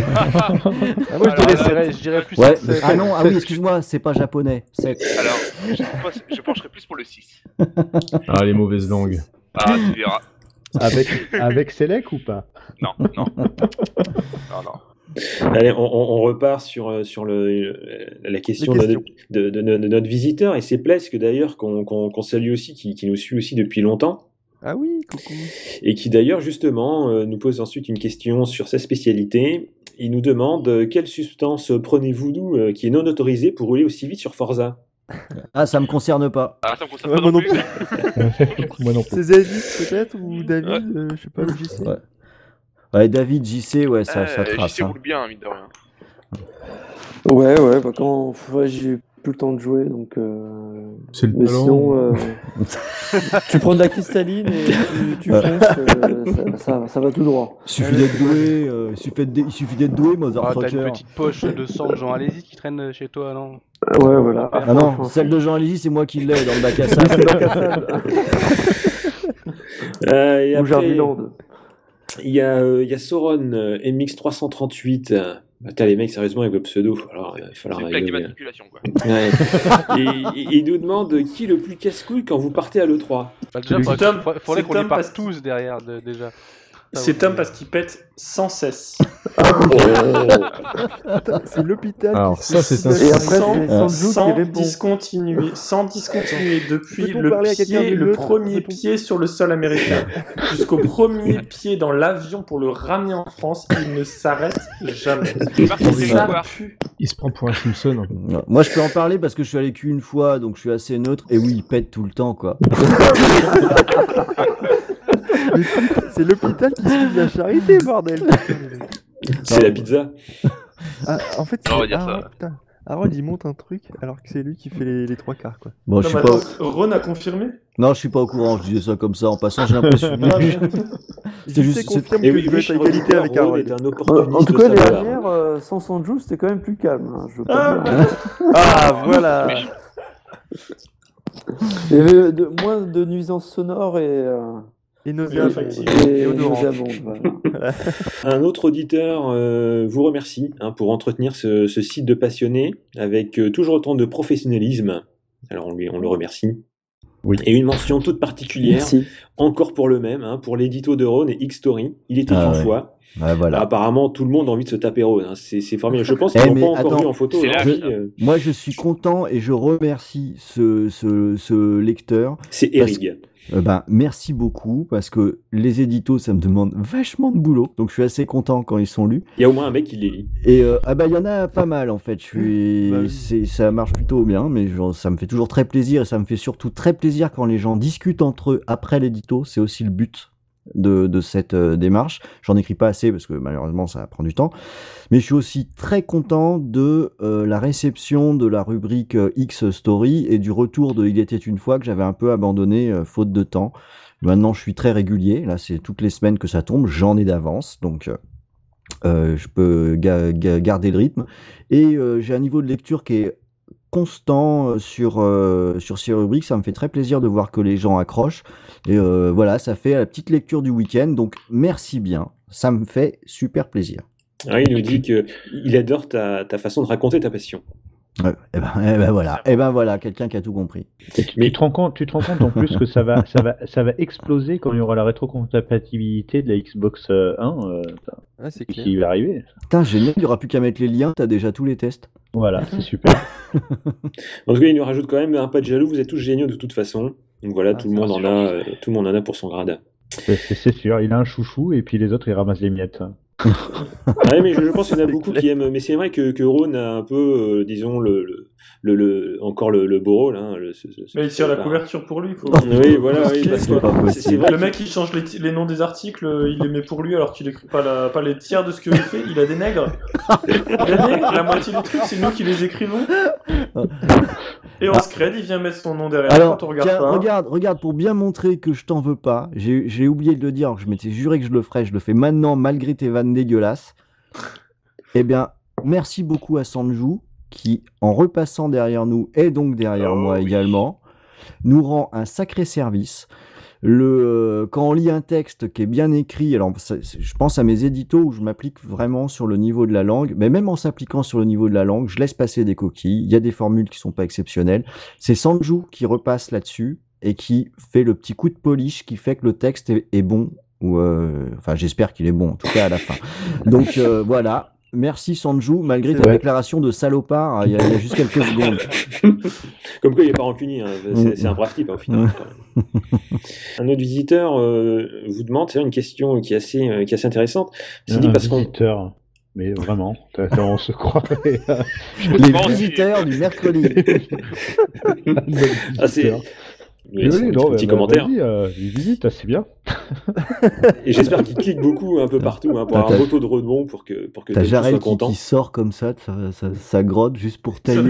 moi, Je dirais plus Ouais. 7. Ah non, ah oui, excuse-moi, c'est pas japonais. 7. Alors, je pencherais plus pour le 6. Ah, les mauvaises langues. Ah, tu verras. Avec Selec ou pas? Non. Allez, on repart sur la question Les de notre visiteur, et c'est Plesque d'ailleurs qu'on salue aussi, qui nous suit aussi depuis longtemps, Ah oui, coucou. et qui d'ailleurs justement nous pose ensuite une question sur sa spécialité. Il nous demande quelle substance prenez-vous qui est non autorisée pour rouler aussi vite sur Forza. Ah, ça me concerne pas. Ah, ça me concerne Ouais, pas moi non non plus. Moi non plus. C'est Zadis peut-être ou David, je sais pas, le JC. Ouais. Ouais, David, JC, ouais, ça trace. JC hein. roule bien, mine de rien. Ouais, bah quand j'ai plus le temps de jouer, donc. C'est le Mais talent. sinon, tu prends de la cristalline et tu fonces, ça va tout droit. Il suffit d'être doué, il suffit d'être doué, Ah, t'as Motherfucker. une petite poche de sang de Jean Alési qui traîne chez toi, non? Ouais, voilà. Ah non, celle de Jean Alési, c'est moi qui l'ai dans le bac à sable. Et Ou après, Jardiland. il y a Sauron MX338. Attends, les mecs, sérieusement, avec vos pseudos, alors il va C'est falloir une plaque rigoler. d'immatriculation, quoi. Ouais. Et il nous demande qui est le plus casse-couille quand vous partez à l'E3. Bah, déjà, C'est faudrait Tom, faudrait c'est qu'on les Tom parte parce- tous derrière, déjà. C'est Tom parce qu'il pète sans cesse. C'est l'hôpital. Alors, qui ça, se c'est fout de un- la Et après, charité. c'est Sanju qui répond. Sans discontinuer depuis Peut-on le parler à quelqu'un pied, du le neutre premier Peut-on- pied sur le sol américain jusqu'au premier pied dans l'avion pour le ramener en France, il ne s'arrête jamais. Marc, c'est Ça quoi pue. Il se prend pour un Simpson. Non, moi, je peux en parler parce que je suis allé qu'une fois, donc je suis assez neutre. Et oui, il pète tout le temps, quoi. Mais putain, c'est l'hôpital qui se fout de la charité, bordel. C'est la pizza. Ah, en fait, Non, on va c'est dire ça. Harold, putain. Harold, il monte un truc alors que c'est lui qui fait les trois quarts, quoi. Bon, Non, je suis mais pas... attends, Ron a confirmé. Non, je suis pas au courant, je disais ça comme ça en passant, j'ai l'impression. C'est juste- juste confirme Et que oui, tu veux être à Richard égalité avec Ron Harold. est un opportuniste En tout cas, de les sa valeur. dernières, sans Sanju, c'était quand même plus calme. Hein, je veux pas Ah, dire. Ah, voilà. Il y avait moins de nuisances sonores Et nos Oui, effectivement. et odorantes. nauséabondes, voilà. Un autre auditeur vous remercie pour entretenir ce site de passionnés avec toujours autant de professionnalisme. Alors on le remercie. Oui. Et une mention toute particulière, Merci. encore pour le même, pour l'édito de Ron et X-Story. Il était Ah une ouais. fois. Ouais, voilà. Apparemment, tout le monde a envie de se taper Ron. C'est formidable. Je pense qu'ils Eh, l'ont mais pas encore attends, vu en photo. c'est hein, la si, vie. Moi, je suis content et je remercie ce lecteur. c'est Eric. Merci beaucoup parce que les éditos, ça me demande vachement de boulot. Donc, je suis assez content quand ils sont lus. Il y a au moins un mec qui les lit. Et il y en a pas mal en fait. Bah oui. Ça marche plutôt bien, mais ça me fait toujours très plaisir et ça me fait surtout très plaisir quand les gens discutent entre eux après l'édito. C'est aussi le but de cette démarche. J'en écris pas assez parce que malheureusement ça prend du temps. Mais je suis aussi très content de la réception de la rubrique X Story et du retour de Il était une fois que j'avais un peu abandonné faute de temps. Maintenant je suis très régulier. Là c'est toutes les semaines que ça tombe. J'en ai d'avance. Donc je peux garder le rythme. Et j'ai un niveau de lecture qui est constant sur ces rubriques. Ça me fait très plaisir de voir que les gens accrochent. Et voilà, ça fait la petite lecture du week-end. Donc merci bien. Ça me fait super plaisir. Il nous dit qu'il adore ta façon de raconter ta passion. Ouais, et ben voilà, quelqu'un qui a tout compris. Tu te rends compte en plus que ça va exploser quand il y aura la rétrocompatibilité de la Xbox 1 Ah, c'est clair. qui va arriver. Putain, génial, il n'y aura plus qu'à mettre les liens, t'as déjà tous les tests. Voilà, c'est super. En tout cas, il nous rajoute quand même un pas de jaloux. Vous êtes tous géniaux de toute façon. Donc voilà, tout le monde en a pour son grade. C'est sûr, il a un chouchou et puis les autres ils ramassent les miettes. Ouais, mais je pense qu'il y en a beaucoup qui aiment. Mais c'est vrai que Ron a un peu, disons, encore le beau rôle. Mais il tire la couverture pour lui, quoi. Oui, voilà, oui, parce C'est pas que possible. c'est vrai. Le mec, il change les noms des articles, il les met pour lui alors qu'il écrit pas les tiers de ce qu'il fait. Il a des nègres. La moitié des trucs, c'est nous qui les écrivons. Et on se crée, il vient mettre son nom derrière Alors, quand on regarde tiens, pas. regarde, pour bien montrer que je t'en veux pas, j'ai oublié de le dire, je m'étais juré que je le ferais, je le fais maintenant malgré tes vannes dégueulasses. Eh bien, merci beaucoup à Sanju, qui, en repassant derrière nous, et donc derrière moi également, nous rend un sacré service. Quand on lit un texte qui est bien écrit, alors je pense à mes éditos où je m'applique vraiment sur le niveau de la langue, mais même en s'appliquant sur le niveau de la langue, je laisse passer des coquilles, il y a des formules qui sont pas exceptionnelles. C'est Sanju qui repasse là-dessus et qui fait le petit coup de polish qui fait que le texte est bon, ou enfin j'espère qu'il est bon, en tout cas à la fin. Donc voilà. merci Sanju, malgré C'est ta vrai. déclaration de salopard il y a juste quelques secondes. Comme quoi, il n'est pas rancunier, hein. C'est un brave type, hein, au final. Un autre visiteur vous demande, c'est une question qui est assez intéressante. C'est dit Un parce qu'on... visiteur. Mais vraiment, on se croirait. Les visiteurs du mercredi. Ah, c'est... Oui, c'est un petit commentaire. Vas-y, il visite, c'est bien. Et j'espère qu'il clique beaucoup un peu partout hein, pour avoir un beau taux de rebond pour que T'as Tom Jarel soit content. qui sort comme ça de sa grotte juste pour tailler.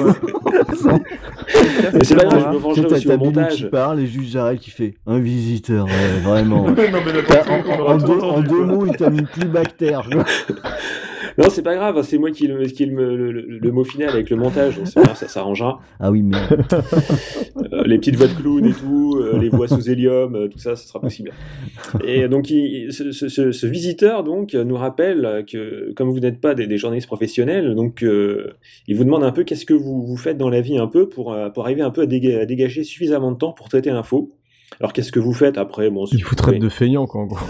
Mais c'est pas grave, je me vengerai aussi au T'as Bilou montage. qui parle et juste Jarel qui fait un visiteur, vraiment. Non, mais le temps, on aura tout En entendu, deux quoi. mots, il t'a mis Plibactère. Non, c'est pas grave, c'est moi qui le mot final avec le montage, donc c'est vrai, ça s'arrangera. Ah oui, mais. Les petites voix de clown et tout, les voix sous hélium, tout ça, ce sera possible. Et donc, ce visiteur donc nous rappelle que, comme vous n'êtes pas des journalistes professionnels, donc il vous demande un peu qu'est-ce que vous faites dans la vie un peu pour arriver un peu à dégager suffisamment de temps pour traiter l'info. Alors qu'est-ce que vous faites après bon, Il vous traite de feignant, quoi, en gros.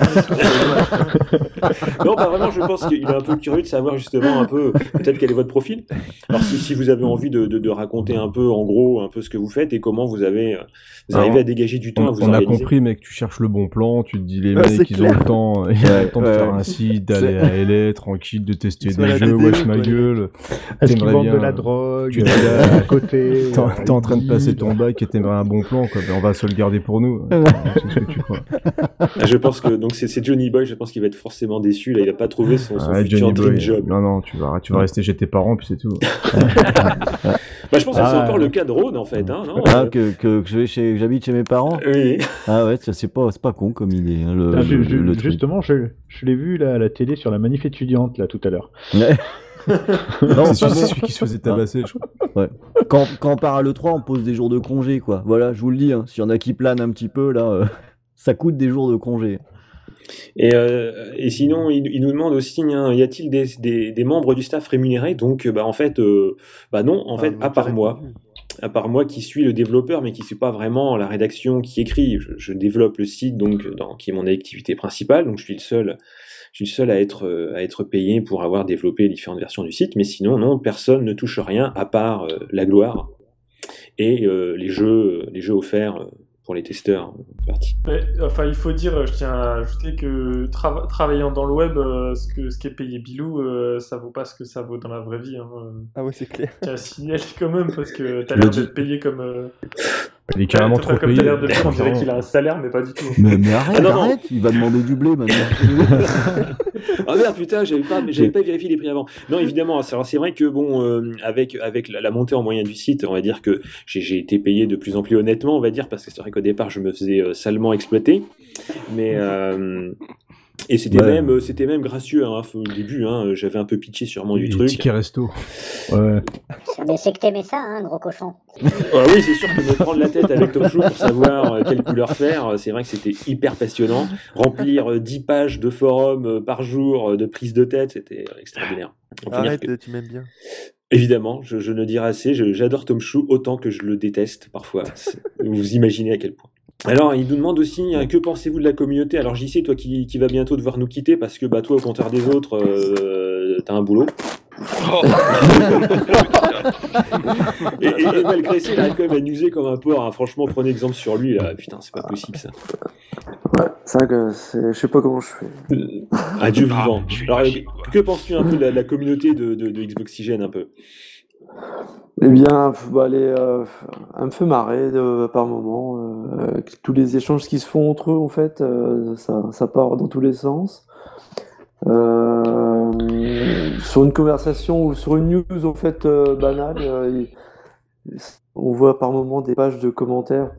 Non, pas vraiment, je pense qu'il est un peu curieux de savoir justement un peu, peut-être quel est votre profil. Alors si vous avez envie de raconter un peu, en gros, un peu ce que vous faites et comment vous arrivez à dégager du temps à vous On a organiser. compris, mec, tu cherches le bon plan, tu te dis les Ouais, c'est mecs, ils ont clair. le temps, ils ont le temps de faire un site, d'aller à LA, tranquille, de tester Soit des la jeux, DD, wesh ma quoi, gueule. Est-ce qu'ils T'aimerais vendent de bien- la drogue tu dis là, à côté T'es en train de passer ton bac et t'aimerais un bon plan, quoi. Ben, on va se le garder pour nous. C'est ce que tu crois. Je pense que donc c'est Johnny Boy, je pense qu'il va être forcément déçu, là, il a pas trouvé son Ah, futur Johnny dream Boy. job. Non, tu vas rester chez tes parents, puis c'est tout. Bah, je pense que c'est Ah. encore le cas de Rhône en fait, hein, non Ah, que j'habite chez mes parents. Oui. Ah ouais, ça, c'est pas con comme idée. Hein, Ah, le truc. justement, je l'ai vu là, à la télé sur la manif étudiante là tout à l'heure. Ouais. Non, C'est pas bon. celui qui se faisait tabasser, je crois. Ouais. Quand on part à l'E3, on pose des jours de congé, quoi. Voilà, je vous le dis, hein, s'il y en a qui planent un petit peu, là, ça coûte des jours de congé. Et sinon, il nous demande aussi, hein, y a-t-il des membres du staff rémunérés? Donc, en fait, non, en fait, à part moi qui suis le développeur, mais qui ne suis pas vraiment la rédaction qui écrit. Je développe le site, donc, qui est mon activité principale, donc je suis le seul à être payé pour avoir développé les différentes versions du site, mais sinon, non, personne ne touche rien à part la gloire et les jeux offerts pour les testeurs partis. Mais, enfin, il faut dire, je tiens à ajouter que travaillant dans le web, ce qui est payé Bilou, ça vaut pas ce que ça vaut dans la vraie vie. Hein. Ah ouais, c'est clair. Tiens à signaler quand même, parce que t'as Le l'air dit- d'être payé comme... Il est carrément Ouais, trop comme payé. t'as l'air de dire, on dirait qu'il a un salaire, mais pas du tout. Mais arrête, Ah, non. arrête, il va demander du blé maintenant. Ah merde, putain, j'avais pas vérifié les prix avant. Non, évidemment, alors c'est vrai que bon, avec la montée en moyenne du site, on va dire que j'ai été payé de plus en plus honnêtement, on va dire, parce que c'est vrai qu'au départ, je me faisais salement exploiter, mais et c'était Ouais. même gracieux hein, au début. Hein, j'avais un peu pitché sûrement du Les truc. tickets resto. Ouais. Mais c'est que t'aimais ça, hein, gros cochon. Ah oui, c'est sûr que me prendre la tête avec Tom Chou pour savoir quelle couleur faire, c'est vrai que c'était hyper passionnant. Remplir 10 pages de forum par jour de prise de tête, c'était extraordinaire. On peut dire Arrête, que- tu m'aimes bien. Évidemment, je ne dirai assez, j'adore Tom Chou autant que je le déteste parfois. Vous imaginez à quel point. Alors, il nous demande aussi, que pensez-vous de la communauté? Alors, JC, toi qui va bientôt devoir nous quitter parce que toi, au contraire des autres, t'as un boulot. Oh. Et malgré ça, il arrive quand même à nuser comme un porc. Hein. Franchement, prenez exemple sur lui. Là. Putain, c'est pas possible ça. Ouais, c'est vrai que je sais pas comment je fais. Adieu vivant. je suis Alors, lâché, quoi. que penses-tu un peu de la communauté de Xboxygène un peu? Eh bien, elle me fait marrer par moment. Tous les échanges qui se font entre eux, en fait, ça part dans tous les sens. Sur une conversation ou sur une news, en fait, banale, on voit par moment des pages de commentaires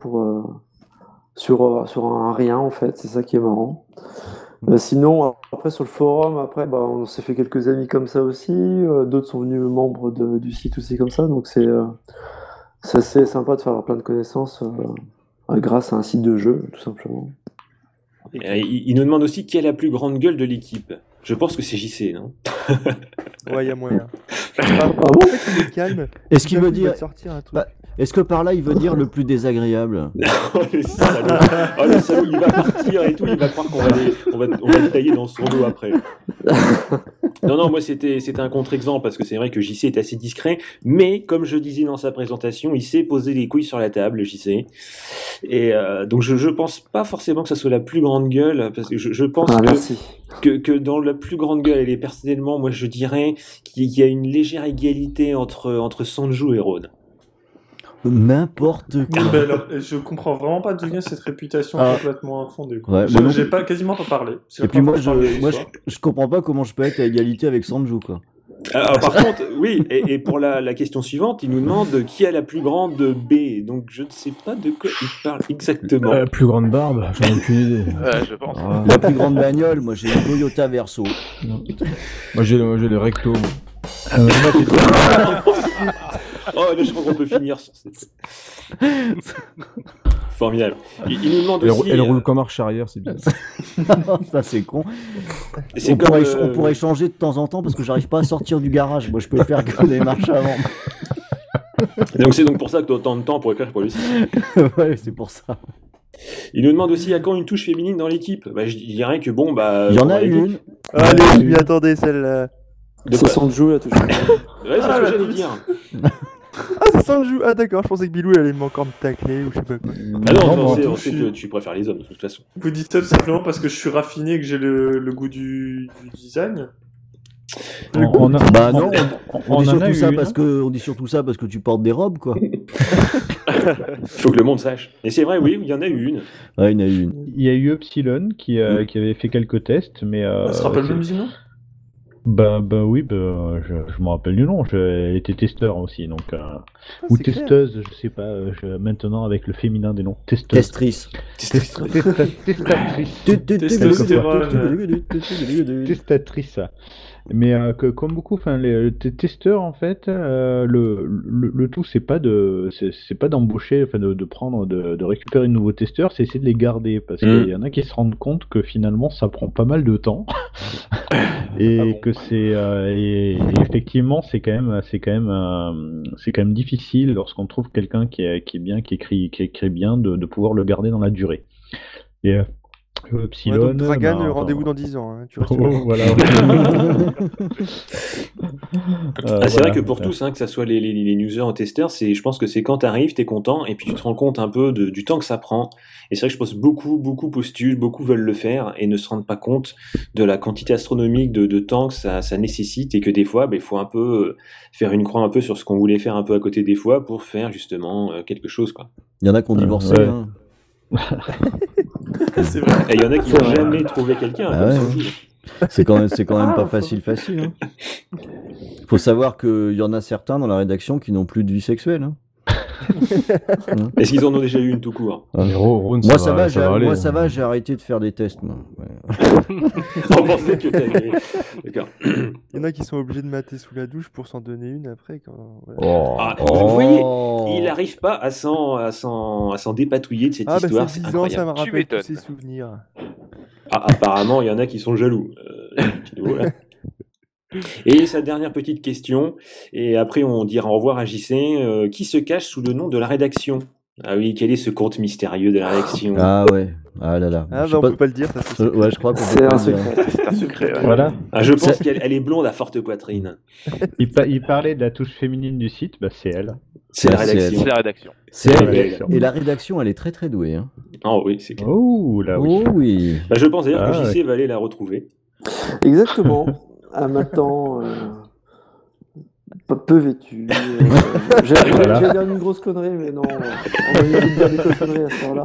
sur un rien, en fait. C'est ça qui est marrant. Sinon, après sur le forum, on s'est fait quelques amis comme ça aussi. D'autres sont venus membres du site aussi comme ça. Donc c'est assez sympa de faire plein de connaissances grâce à un site de jeu, tout simplement. Il nous demande aussi qui a la plus grande gueule de l'équipe. Je pense que c'est JC, non? Ouais, il y a moyen. Ah bon? En fait, il est calme. Est-ce qu'il Tout d'un veut coup, il va dire- te sortir un truc. Bah, Est-ce que par là il veut dire le plus désagréable? Oh, le salaud. Oh, le salaud, il va partir et tout, il va croire on va le tailler dans son dos après. Non, moi c'était un contre-exemple parce que c'est vrai que JC est assez discret, mais comme je disais dans sa présentation, il sait poser les couilles sur la table, JC. Et donc je pense pas forcément que ça soit la plus grande gueule, parce que je pense que dans la plus grande gueule, et personnellement, moi je dirais qu'il y a une légère égalité entre Sanju et Rhône. N'importe quoi. Ben alors, je comprends vraiment pas d'où vient cette réputation complètement infondée. Ouais, J'ai quasiment pas parlé. Et puis moi, je comprends pas comment je peux être à égalité avec Sanju, quoi. Alors, par contre, oui, et pour la question suivante, il nous demande qui a la plus grande B. Donc je ne sais pas de quoi il parle exactement. La plus grande barbe, j'en ai aucune idée. Je pense. La plus grande bagnole, moi j'ai une Toyota Verso. Moi j'ai le recto. Oh, là, je crois qu'on peut finir sur cette... Formidable. Il nous demande aussi... Elle roule comme marche arrière, c'est bien. Ça, c'est con. C'est On pourrait changer de temps en temps parce que j'arrive pas à sortir du garage. Moi, je peux faire que des marches avant. Donc, c'est donc pour ça que tu as autant de temps pour écrire pour le site. Ouais, c'est pour ça. Il nous demande aussi à quand une touche féminine dans l'équipe. Bah, je dirais que bon, bah... Il y en a une. Allez, je m'y attendais, celle-là. C'est Sanju, la touche. Ouais, c'est ce que j'allais dire. Ah, c'est Sanju. Ah, d'accord, je pensais que Bilou allait encore me tacler ou je sais pas quoi. Ah non, on sait que tu préfères les hommes, de toute façon. Vous dites ça tout simplement parce que je suis raffiné et que j'ai le goût du design. On dit surtout ça parce que tu portes des robes, quoi. Faut que le monde sache. Et c'est vrai, oui, il y en a eu une. Ouais, il y en a eu une. Il y a eu Epsilon qui avait fait quelques tests, mais... Ça se rappelle même du nom ? Oui, je me rappelle du nom. Elle était testeur aussi, donc ou testeuse, je sais pas. Maintenant avec le féminin des noms, testeuse. Testatrice. Mais comme beaucoup, les testeurs en fait, le tout c'est pas d'embaucher, de prendre, de récupérer de nouveaux testeurs, c'est essayer de les garder parce qu'il y en a qui se rendent compte que finalement ça prend pas mal de temps et que c'est et effectivement c'est quand même difficile lorsqu'on trouve quelqu'un qui est bien, qui écrit bien, de pouvoir le garder dans la durée. Et Epsilon, donc Dragan, rendez-vous dans 10 ans. Hein, tu restes voilà. C'est vrai que pour tous, que ça soit les users ou testeurs, je pense que c'est quand t'arrives, t'es content, et puis tu te rends compte un peu du temps que ça prend. Et c'est vrai que je pense beaucoup postulent, beaucoup veulent le faire, et ne se rendent pas compte de la quantité astronomique de temps que ça nécessite, et que des fois, il faut un peu faire une croix un peu sur ce qu'on voulait faire un peu à côté des fois pour faire justement quelque chose, quoi. Il y en a qui ont divorcé, hein. C'est vrai. Et il y en a qui n'ont jamais trouvé quelqu'un. C'est quand même pas facile. Hein. Faut savoir qu'il y en a certains dans la rédaction qui n'ont plus de vie sexuelle. Hein. Est-ce qu'ils en ont déjà eu une tout court? Moi ça va, j'ai arrêté de faire des tests. Moi. On pensait que t'avais... D'accord. Il y en a qui sont obligés de mater sous la douche pour s'en donner une après. Quand... Vous voyez, il n'arrive pas à s'en dépatouiller de cette histoire. C'est 10 ans, ça m'a rappelé tous ses souvenirs. Apparemment, il y en a qui sont jaloux. Et sa dernière petite question, et après on dira au revoir à JC, qui se cache sous le nom de la rédaction? Ah oui, quel est ce conte mystérieux de la rédaction? Ah ouais, ah là là. On peut pas le dire, ça c'est ouais, je crois qu'on c'est un secret. C'est un secret. Ouais. Voilà. Je pense qu'elle est blonde à forte poitrine. Il parlait de la touche féminine du site, c'est elle. C'est la rédaction. C'est la rédaction. C'est elle. Et la rédaction, elle est très très douée. Hein. Oh oui, c'est clair. Oh là oui. Oh oui. Je pense d'ailleurs que JC va aller la retrouver. Exactement. Maintenant, peu vêtu. J'allais dire une grosse connerie, mais non, on va éviter de dire des conneries à ce temps-là.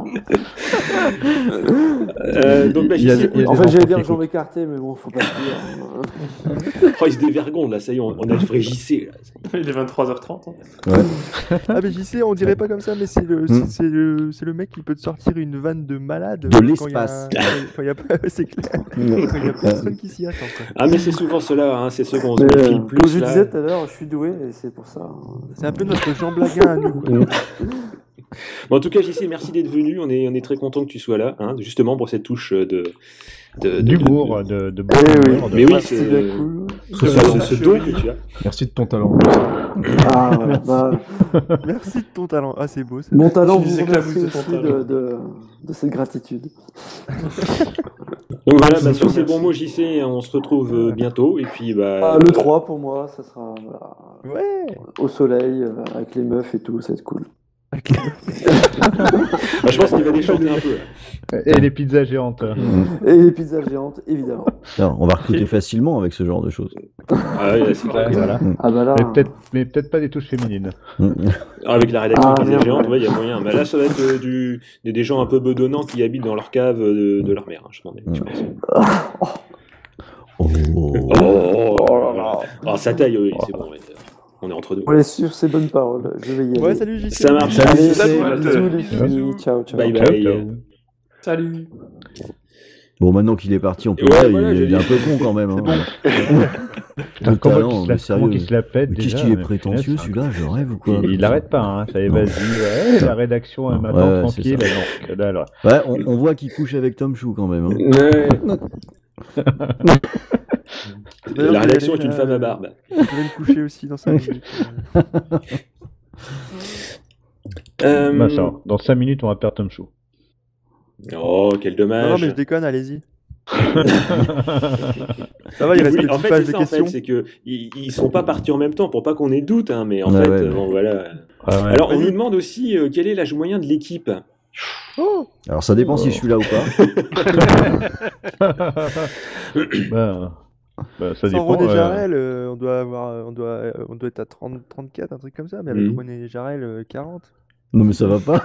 Donc, en fait, j'allais dire jambes écartées, mais bon, faut pas le dire. Il se dévergonde là, ça y est, on a le vrai JC. Là. Il est 23h30. Ouais. Mais JC, on dirait pas comme ça, mais c'est le mec qui peut te sortir une vanne de malade. De l'espace. C'est clair. Il y a personne qui s'y attend. Quoi. Mais c'est souvent ceux-là, c'est ceux qu'on se méfie le plus. Comme je disais tout à l'heure, je suis doué et c'est pour ça. C'est un peu notre Jean Blaguin à nous. En tout cas, JC, merci d'être venu. On est très content que tu sois là, justement pour cette touche d'humour, de Mais oui, c'est ce don que tu as. Merci de ton talent. Ah, ouais, bah, Merci de ton talent. Ah, c'est beau. mon talent Tu vous éclabousses remercie de ton aussi talent. de cette gratitude. Donc voilà, bah, sur ces bons mots, JC, on se retrouve bientôt. Et puis, bah, Le 3 pour moi, ça sera voilà, Ouais. au soleil, avec les meufs et tout, ça va être cool. bah, je pense qu'il va déchanter un peu. Là. Et les pizzas géantes. Et les pizzas géantes, évidemment. Non, on va recruter facilement avec ce genre de choses. Ah ouais, c'est clair. Ouais, voilà. Ah bah là, Mais peut-être pas des touches féminines. Avec la rédaction Ah, des merde, géantes, ouais. ouais, il y a moyen. Bah, là, ça va être des gens un peu bedonnants qui habitent dans leur cave de leur mère, hein, je pense. Oh. Oh là là. Alors, ça taille, oui, c'est bon. Ouais. On est entre deux. on est sur ces bonnes paroles, je vais y aller. Ouais, salut JC. Ça marche. Allez, Salut, bisous les filles, ciao, ciao. Bye Ciao, bye. ciao. Salut. Bon, maintenant qu'il est parti, on peut Ouais, dire, voilà, il j'ai est un dit. peu con quand même. Hein. Putain, Le comment talent, qu'il se mais la- sérieux. comment qu'il se la pète Mais qu'est-ce déjà, qu'il est mais prétentieux punaise, celui-là, je rêve ou quoi? Il arrête pas, hein. Ça y est, Non. vas-y. Ouais, la rédaction, elle Ouais, m'attend ouais, tranquille. c'est ça. Non, que dalle. Ouais, on voit qu'il couche avec Tom Chou quand même. Hein. Ouais. D'ailleurs, La je vais rédaction aller, est une femme à barbe. Je vais me coucher aussi dans 5 minutes. Bah, ça, dans 5 minutes, on va perdre Tom Chou. Oh, quel Non, non, dommage. mais je déconne, allez-y. Ça va, il reste que En 10 fait, pages c'est de ça, en fait, questions. c'est que ils sont pas partis en même temps pour pas qu'on ait doute, hein, mais en Ouais, fait, ouais. bon, voilà. Ouais, ouais. Alors, on Vas-y. nous demande aussi quel est l'âge moyen de l'équipe. Oh, Alors ça dépend si je suis là ou pas. Bah, ça sans dépend. René Jarel, on doit être à 30, 34, un truc comme ça, mais avec Mhm. René Jarel, 40. Non mais ça va pas.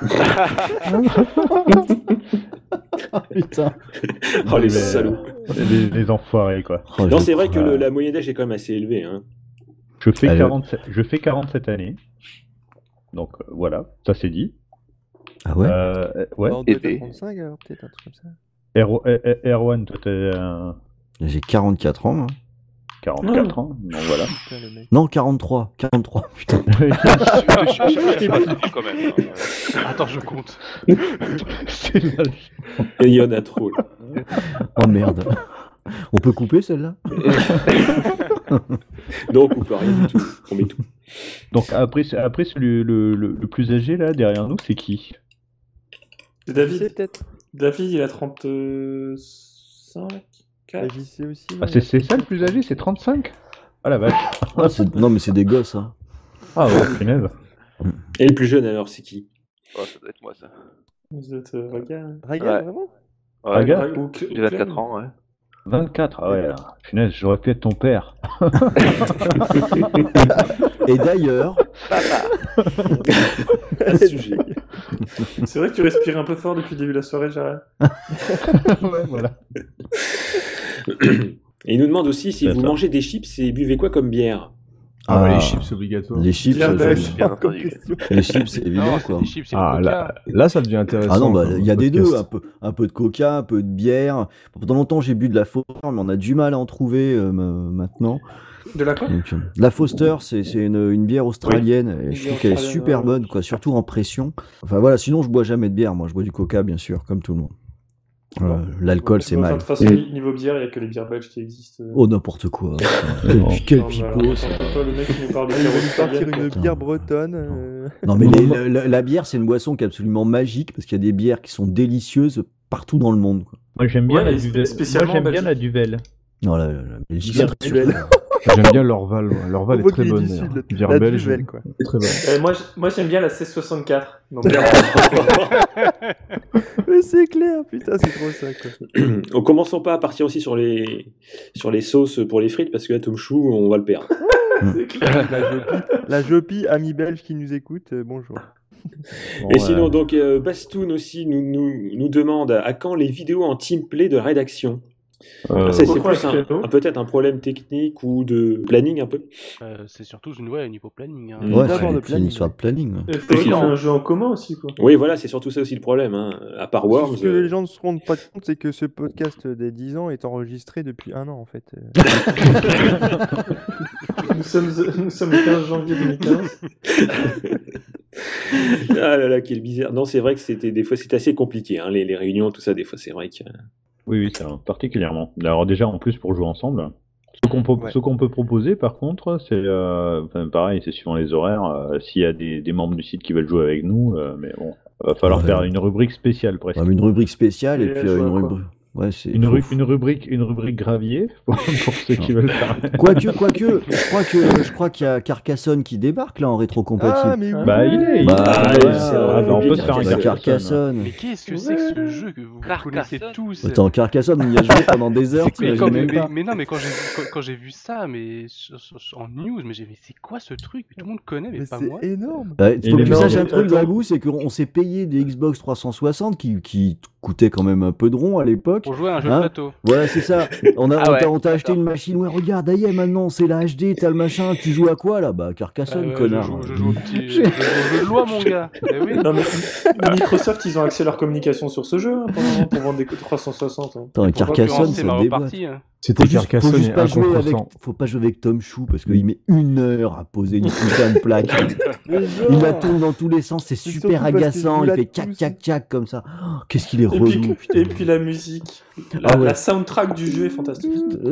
Putain. Oh, les Mais, salauds. Les enfoirés, quoi. Oh, Non, je- c'est vrai que Ouais. la moyenne d'âge est quand même assez élevée. Hein. Je fais Allez. 40 cette année. Donc voilà, ça c'est dit. Ah ouais. Ouais. Bah, on doit être à 35 alors, peut-être, un truc comme ça. Erwan, toi t'es J'ai 44 ans. Hein. 44 ans. Donc voilà. Putain, le mec. Non, 43. 43, putain. Je suis pas sûr quand même. Hein. Attends, je compte. C'est la- Et il y en a trop. Là. Oh merde. On peut couper celle-là? Non, on coupe rien du tout. On met tout. Donc après le plus âgé là derrière nous, c'est qui? C'est JC, David. peut-être. David, il a 35, La 4. JC aussi. Ah, non c'est ça le plus âgé, c'est 35? Ah la vache. Ah, non mais c'est des gosses. Hein. Ah ouais, punaise. Et le plus jeune, alors, c'est qui? Oh, ça doit être moi ça. Vous êtes regarde. Ryan, Ouais. vraiment Ouais, Raga Ou j'ai 24 ans, ouais. 24, ah ouais, punaise, j'aurais pu être ton père. Et d'ailleurs, À ce sujet. C'est vrai que tu respires un peu fort depuis le début de la soirée, Jared. Ouais, voilà. Et il nous demande aussi si C'est vous ça. mangez des chips et buvez quoi comme bière? Ah, Ah. les chips, c'est obligatoire. les chips, Bien ça, belge. Bien entendu. les chips, c'est évident Non, c'est quoi. des chips, c'est Ah, le là, coca. là, ça devient intéressant. Ah non, bah comme il y a des deux, podcast. un peu de coca, un peu de bière. Pendant longtemps, j'ai bu de la Foster, mais on a du mal à en trouver maintenant. De la quoi? Donc, la Foster, c'est une bière australienne, et je bière trouve qu'elle est australienne, super ouais. bonne, quoi, surtout en pression. Enfin voilà, sinon je bois jamais de bière, moi je bois du coca, bien sûr, comme tout le monde. L'alcool, c'est Enfin, mal. de toute façon, niveau bière, il n'y a que les bières belges qui existent. Oh, n'importe quoi. Non. Quel Non, mais alors, pipeau, ça. n'importe quoi, le mec qui nous parle de Il bière va nous sortir australienne, une quoi. bière bretonne. Non, mais la bière, c'est une boisson qui est absolument magique, parce qu'il y a des bières qui sont délicieuses partout dans le monde, quoi. Moi j'aime bien Ouais, la et Duvel. spécialement Moi j'aime en bien la Duvel. Non, la Belgique, Bière c'est Duvel. J'aime bien l'Orval. Ouais. L'Orval On est voit très qu'il est bonne. du sud, d'ailleurs. la- Bière la belge, Duvel, quoi. très bonne. Moi, j'aime bien la C64. Donc, bière- Mais c'est clair, putain, c'est trop ça, quoi. En commençons pas à partir aussi sur les sauces pour les frites parce que là, Tom Chou, on va le perdre. c'est clair. La Jopi, ami belge qui nous écoute, bonjour. Bon, Et sinon, donc, Bastoun aussi nous demande à quand les vidéos en teamplay de rédaction? Ça, c'est Pourquoi plus actuellement peut-être un problème technique ou de planning un peu. C'est surtout ouais, niveau planning. Hein. Ouais, D'abord le c'est une planning, histoire de planning. Il faudrait qu'on ait Évidemment. un jeu en commun aussi, quoi. Oui, voilà, c'est surtout ça aussi le problème. Hein. À part Worms. Ce que les gens ne se rendent pas compte, c'est que ce podcast des 10 ans est enregistré depuis 1 an, en fait. Nous sommes le 15 janvier 2015. Ah là là, quel bizarre. Non, c'est vrai que des fois c'était assez compliqué, hein, les réunions, tout ça, des fois c'est vrai que. Oui, ça particulièrement. Alors déjà en plus pour jouer ensemble, Ce qu'on peut proposer, par contre, c'est pareil, c'est suivant les horaires. S'il y a des membres du site qui veulent jouer avec nous, mais bon, va falloir faire une rubrique spéciale presque. Une rubrique spéciale et puis une jouer à rubrique. Ouais, c'est Une rubrique gravier pour ceux qui veulent faire. Quoique, je crois qu'il y a Carcassonne qui débarque là en rétrocompatible. Ah, mais oui. Bah, il est. On peut se faire un Carcassonne. Carcassonne. Mais qu'est-ce que c'est que ce jeu que vous connaissez tous? Attends, Carcassonne, on y a joué pendant des heures, tu imagines même pas. Mais non, mais quand j'ai vu ça, mais en news, mais j'ai dit, mais c'est quoi ce truc? Tout le monde connaît, mais pas moi. C'est énorme. Il faut que tu saches un truc, Dragou, c'est qu'on s'est payé des Xbox 360 qui coûtaient quand même un peu de rond à l'époque. Pour jouer à un jeu de plateau. Voilà, c'est ça. On t'a acheté une machine. Ouais, regarde, aïe, maintenant c'est la HD, t'as le machin. Tu joues à quoi là? Bah, Carcassonne, connard. Je joue au petit jeu de loi, mon gars. Eh oui. Non, mais Microsoft, ils ont axé leur communication sur ce jeu pour vendre des 360. Attends, Carcassone, c'est déboîte. C'était Carcassonne et faut pas jouer avec Tom Chou parce qu'il met 1 heure à poser une putain de plaque. Il la tourne dans tous les sens, c'est super agaçant. Il fait tchac comme ça. Oh, qu'est-ce qu'il est relou, putain. Et puis la musique. La soundtrack du jeu est fantastique.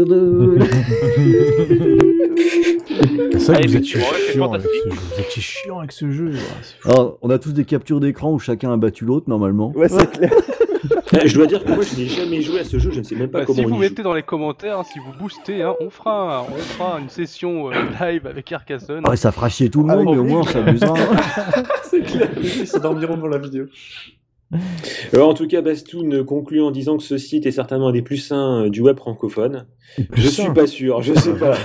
C'est vrai que vous étiez chiant avec ce jeu. Alors, on a tous des captures d'écran où chacun a battu l'autre normalement. Ouais, c'est clair. Je dois dire que moi je n'ai jamais joué à ce jeu, je ne sais même pas comment si on vous y mettez dans les commentaires, si vous boostez, on fera une session live avec Carcassonne. Ouais, ça fera chier tout le monde, mais au moins on s'amusera. C'est clair, ils s'endormiront devant la vidéo. En tout cas, Bastoun conclut en disant que ce site est certainement un des plus sains du web francophone. Je suis pas sûr, je sais pas.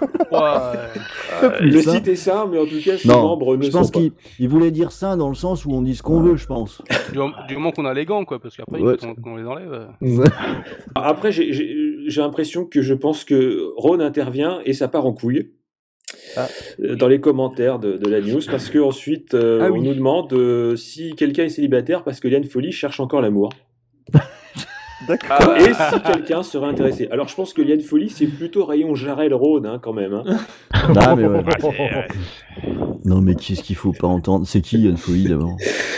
Le site est sain, mais en tout cas, ses membres ne sont pas. Je pense qu'il voulait dire sain dans le sens où on dit ce qu'on veut, je pense. Du moment qu'on a les gants, quoi, parce qu'après, qu'on les enlève. Après, j'ai l'impression que je pense que Ron intervient et ça part en couille. Dans les commentaires de la news, parce que ensuite on nous demande si quelqu'un est célibataire parce que Liane Folly cherche encore l'amour. D'accord. Et si quelqu'un serait intéressé. Alors je pense que Liane Folly c'est plutôt rayon Jarel-Rhône quand même. Ah, mais ouais. Non mais qu'est-ce qu'il faut pas entendre? C'est qui Liane Folly d'abord?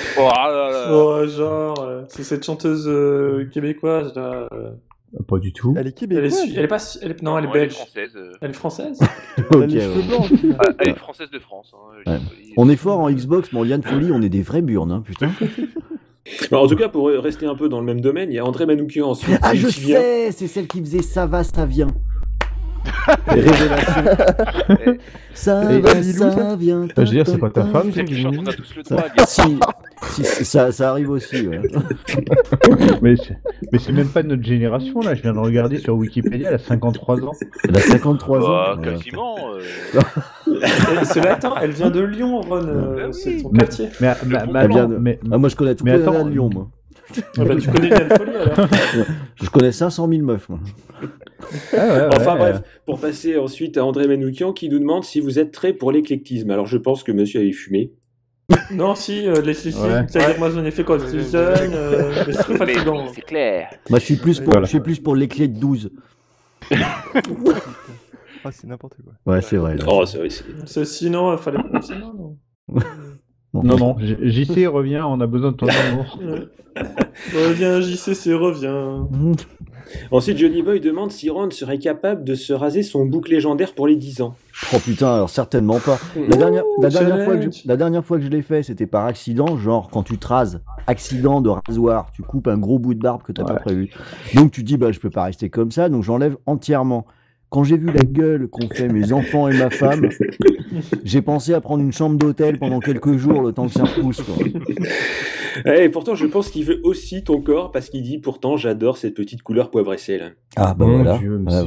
C'est cette chanteuse québécoise là. Pas du tout. Elle est québécoise. Non, elle est belge. Elle est française. Elle est française. Ok, Elle a les cheveux blancs. Elle est française de France. Ouais. On est fort en Xbox, mais en Liane Folly, on est des vrais burnes, putain. En tout cas, pour rester un peu dans le même domaine, il y a André Manoukian ensuite. Ah, je sais, c'est celle qui faisait Ça va, ça vient. Révélation. Ça vient. Je veux dire, c'est pas ta femme, C'est plus chante, on a tous le droit. Si, ça arrive aussi, ouais. Mais c'est même pas de notre génération, là. Je viens de regarder sur Wikipédia, elle a 53 ans. Elle a 53 ans. Quasiment. Elle vient de Lyon, Ron. C'est son quartier. Moi, je connais toutes les nanas de Lyon, moi. Tu connais Liane Folly, alors. Je connais 500 000 meufs, moi. Bref, pour passer ensuite à André Manoukian qui nous demande si vous êtes très pour l'éclectisme. Alors je pense que monsieur avait fumé. Non, si, l'éclectisme, c'est-à-dire moi j'en ai fait quand j'étais jeune, mais c'est très fatigant. C'est clair. Moi je suis plus pour les clés de 12. Ah, c'est n'importe quoi. Ouais, c'est vrai. Là. Oh, c'est vrai. Sinon, il fallait pas penser, non. Non, JC revient, on a besoin de ton amour. Reviens, JC, reviens. Ensuite, Johnny Boy demande si Ron serait capable de se raser son bouc légendaire pour les 10 ans. Oh putain, alors certainement pas. La dernière fois que je l'ai fait, c'était par accident, genre quand tu te rases, accident de rasoir, tu coupes un gros bout de barbe que t'as pas prévu. Donc tu dis, je peux pas rester comme ça, donc j'enlève entièrement. Quand j'ai vu la gueule qu'ont fait mes enfants et ma femme, j'ai pensé à prendre une chambre d'hôtel pendant quelques jours, le temps que ça repousse, quoi. Et pourtant, je pense qu'il veut aussi ton corps, parce qu'il dit, pourtant, j'adore cette petite couleur poivre et sel. Ah bah voilà.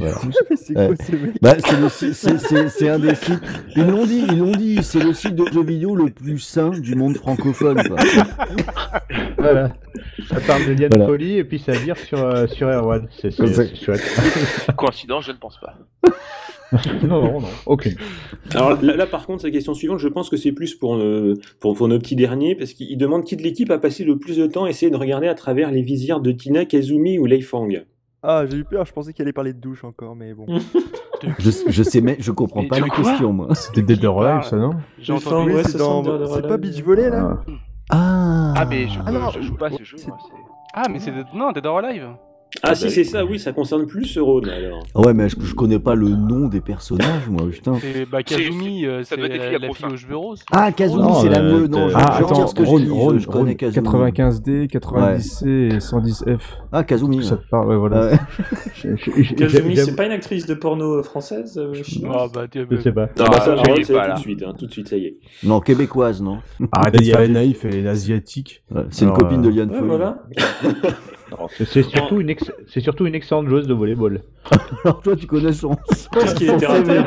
C'est un des sites. Ils l'ont dit, c'est le site de jeux vidéo le plus sain du monde francophone, quoi. Voilà. Ça parle de Liane Folly et puis ça vire sur Erwan. C'est chouette. Coïncidence, je ne pense pas. Non, aucune. Alors là, par contre, sa question suivante, je pense que c'est plus pour nos petits derniers, parce qu'il demande qui de l'équipe a passé le plus de temps à essayer de regarder à travers les visières de Tina, Kazumi ou Lei Fang. Ah, j'ai eu peur, je pensais qu'il allait parler de douche encore, mais bon. Je sais, mais je comprends pas la question, moi. C'était Dead or Alive, ça, non? J'ai entendu, c'est pas Beach Volley, là? Ah, mais je joue pas à ce jeu, moi. Ah, mais c'est Dead or Alive. Ah si c'est ça, oui, ça concerne plus Rhône alors. Ah ouais, mais je connais pas le nom des personnages, moi, putain. Et bah, Kazumi, ça c'est doit être des filles à la gros fille aux cheveux roses. Ah, Kazumi, c'est la meuf. Non, je retire attends, ce que j'ai dit. Je connais Kazumi. 95D, 90C et 110F. Ah, Kazumi. Ça te parle, ouais, voilà. Kazumi, c'est pas une actrice de porno française chinoise? Ah bah, Je sais pas. Ah bah ça, je Rhône, l'ai c'est pas, tout là. de suite, tout de suite, ça y est. Non, québécoise, non. Arrêtez de faire les naïfs, elle est asiatique. Ouais, c'est une Alors, copine de Liane Ouais, Folly. voilà. C'est surtout une excellente joueuse de volleyball. Alors toi, tu connais son. Qu'est-ce qui a été raté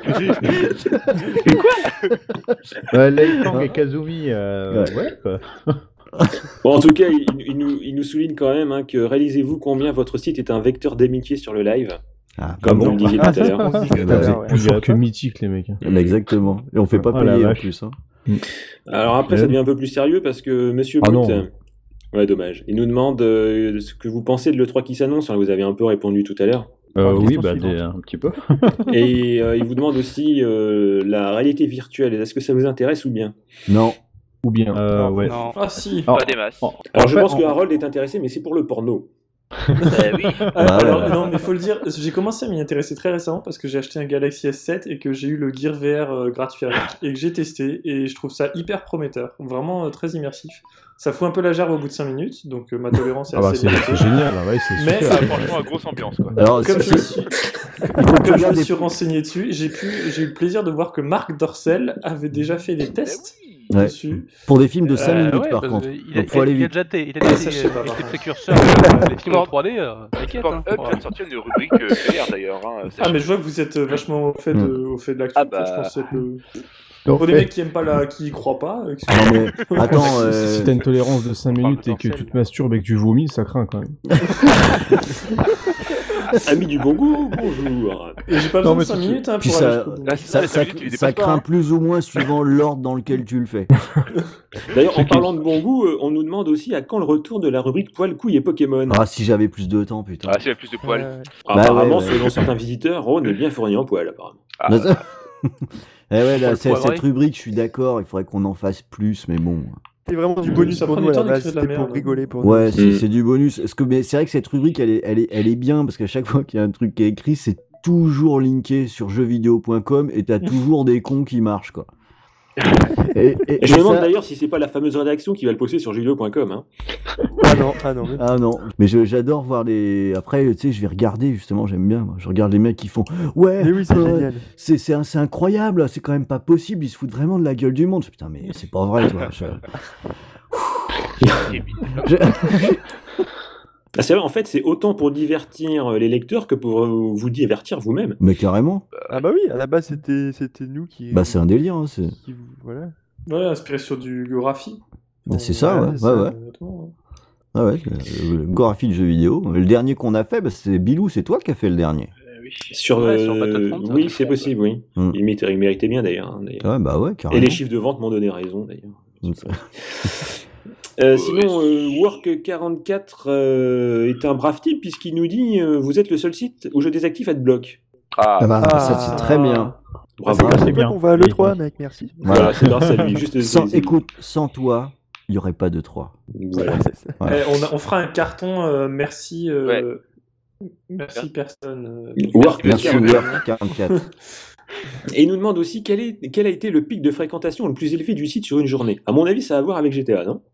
Lei Fang et Kazumi, ouais, quoi. Bon, en tout cas, il nous souligne quand même que réalisez-vous combien votre site est un vecteur d'amitié sur le live. Ah, Comme vous bon. le disiez tout à l'heure. Plus fort que mythique, les mecs. Exactement. Et on fait pas Oh la payer en vache. plus. Hein. Alors après, ça devient un peu plus sérieux parce que Monsieur Ah Boot, non. ouais, dommage. Il nous demande ce que vous pensez de l'E3 qui s'annonce. Vous avez un peu répondu tout à l'heure. Oui, question bah, suivante. un petit peu. Et il vous demande aussi la réalité virtuelle. Est-ce que ça vous intéresse ou bien? Non. Ou bien. Ouais. Non. Ah si. Alors, Pas des masses. Alors je fait, pense que Harold est intéressé, mais c'est pour le porno. Oui. Alors, ouais. non, mais faut le dire, j'ai commencé à m'y intéresser très récemment parce que j'ai acheté un Galaxy S7 et que j'ai eu le Gear VR gratuit avec et que j'ai testé et je trouve ça hyper prometteur, vraiment très immersif. Ça fout un peu la gerbe au bout de 5 minutes, donc ma tolérance est Ah bah assez c'est limitée. génial, ouais, c'est Mais super. Franchement, grosse ambiance, quoi. Alors, comme je me suis, il faut que tu comme je me regardes suis renseigné dessus, j'ai eu le plaisir de voir que Marc Dorcel avait déjà fait des tests Ouais. dessus. Pour des films de 5 minutes, Ouais, par parce contre. que il Donc faut aller a vite. déjà été Ça, je sais pas, par contre. précurseur les films en 3D, t'inquiète. Pornhub Hein. vient de sortir une rubrique VR d'ailleurs. Hein, Ah mais je vois que vous êtes vachement au fait de l'actu. Ah bah. Je pense que c'est le... Donc, Pour des mecs qui aiment pas qui y croient pas. Non mais attends, Si t'as une tolérance de 5 minutes et que tu te masturbes et que tu vomis, ça craint quand même. Ami du bon goût, bonjour. Et j'ai pas Non, besoin de mais 5 c'est- minutes pour puis aller ça, jusqu'au bout. Là, c'est ça, les 5 minutes, tu les ça dépasses pas, craint hein. plus ou moins suivant l'ordre dans lequel tu le fais. D'ailleurs, en parlant de bon goût, on nous demande aussi à quand le retour de la rubrique poil, couilles et Pokémon. Ah, si j'avais plus de temps, putain. Ah, s'il y a plus de poils. Apparemment, Bah ouais. selon certains visiteurs, Ron est bien fourni en poil, apparemment. Ah, Bah, ça- Eh ouais, là, le cette poivré. rubrique, je suis d'accord, il faudrait qu'on en fasse plus, mais bon. C'était vraiment du bonus Ça pour prend nous du à temps la base, d'écrire de la c'était pour merde. rigoler pour Ouais, nous. c'est du bonus. Mais c'est vrai que cette rubrique, elle est bien, parce qu'à chaque fois qu'il y a un truc qui est écrit, c'est toujours linké sur jeuxvideo.com et t'as toujours des cons qui marchent, quoi. Et Et je me demande ça- d'ailleurs si c'est pas la fameuse rédaction qui va le poster sur jeuxvideo.com. Hein. Ah non, mais... Ah non, mais j'adore voir les. Après, tu sais, je vais regarder, justement, j'aime bien. Moi. Je regarde les mecs qui font. Ouais, Mais oui, c'est génial. c'est incroyable, c'est quand même pas possible, ils se foutent vraiment de la gueule du monde. Putain, mais c'est pas vrai, toi. Je- Ah, c'est vrai, en fait, c'est autant pour divertir les lecteurs que pour vous divertir vous-même. Mais carrément. Ah bah oui, à la base c'était nous qui... Bah, c'est un délire, hein, c'est Voilà. Ouais, inspiré sur du graphie. bah, c'est ça, ouais. c'est ça, Ouais. Ah ouais, le Gorafi de jeux vidéo. Le dernier qu'on a fait, bah, c'est Bilou, c'est toi qui as fait le dernier. oui. Sur, Ouais, sur Battlefront, ça, oui, c'est c'est bon, possible, oui. Mm. Il méritait bien d'ailleurs. d'ailleurs. Ouais, bah ouais, carrément. Et les chiffres de vente m'ont donné raison d'ailleurs. Mm. Sinon, Work44 est un brave type puisqu'il nous dit vous êtes le seul site où je désactive AdBlock. Ah bah, Ah. ça c'est très bien. Bravo. C'est grâce à c'est toi bien. qu'on va à l'E3, mec, merci. Voilà, c'est grâce à lui. Juste Écoute, sans toi, il n'y aurait pas de 3. Voilà. C'est ça. Ouais. On fera un carton merci. Ouais. Merci personne. Work Merci Merci, Work 44. Et il nous demande aussi quel a été le pic de fréquentation le plus élevé du site sur une journée. À mon avis, ça a à voir avec GTA, non?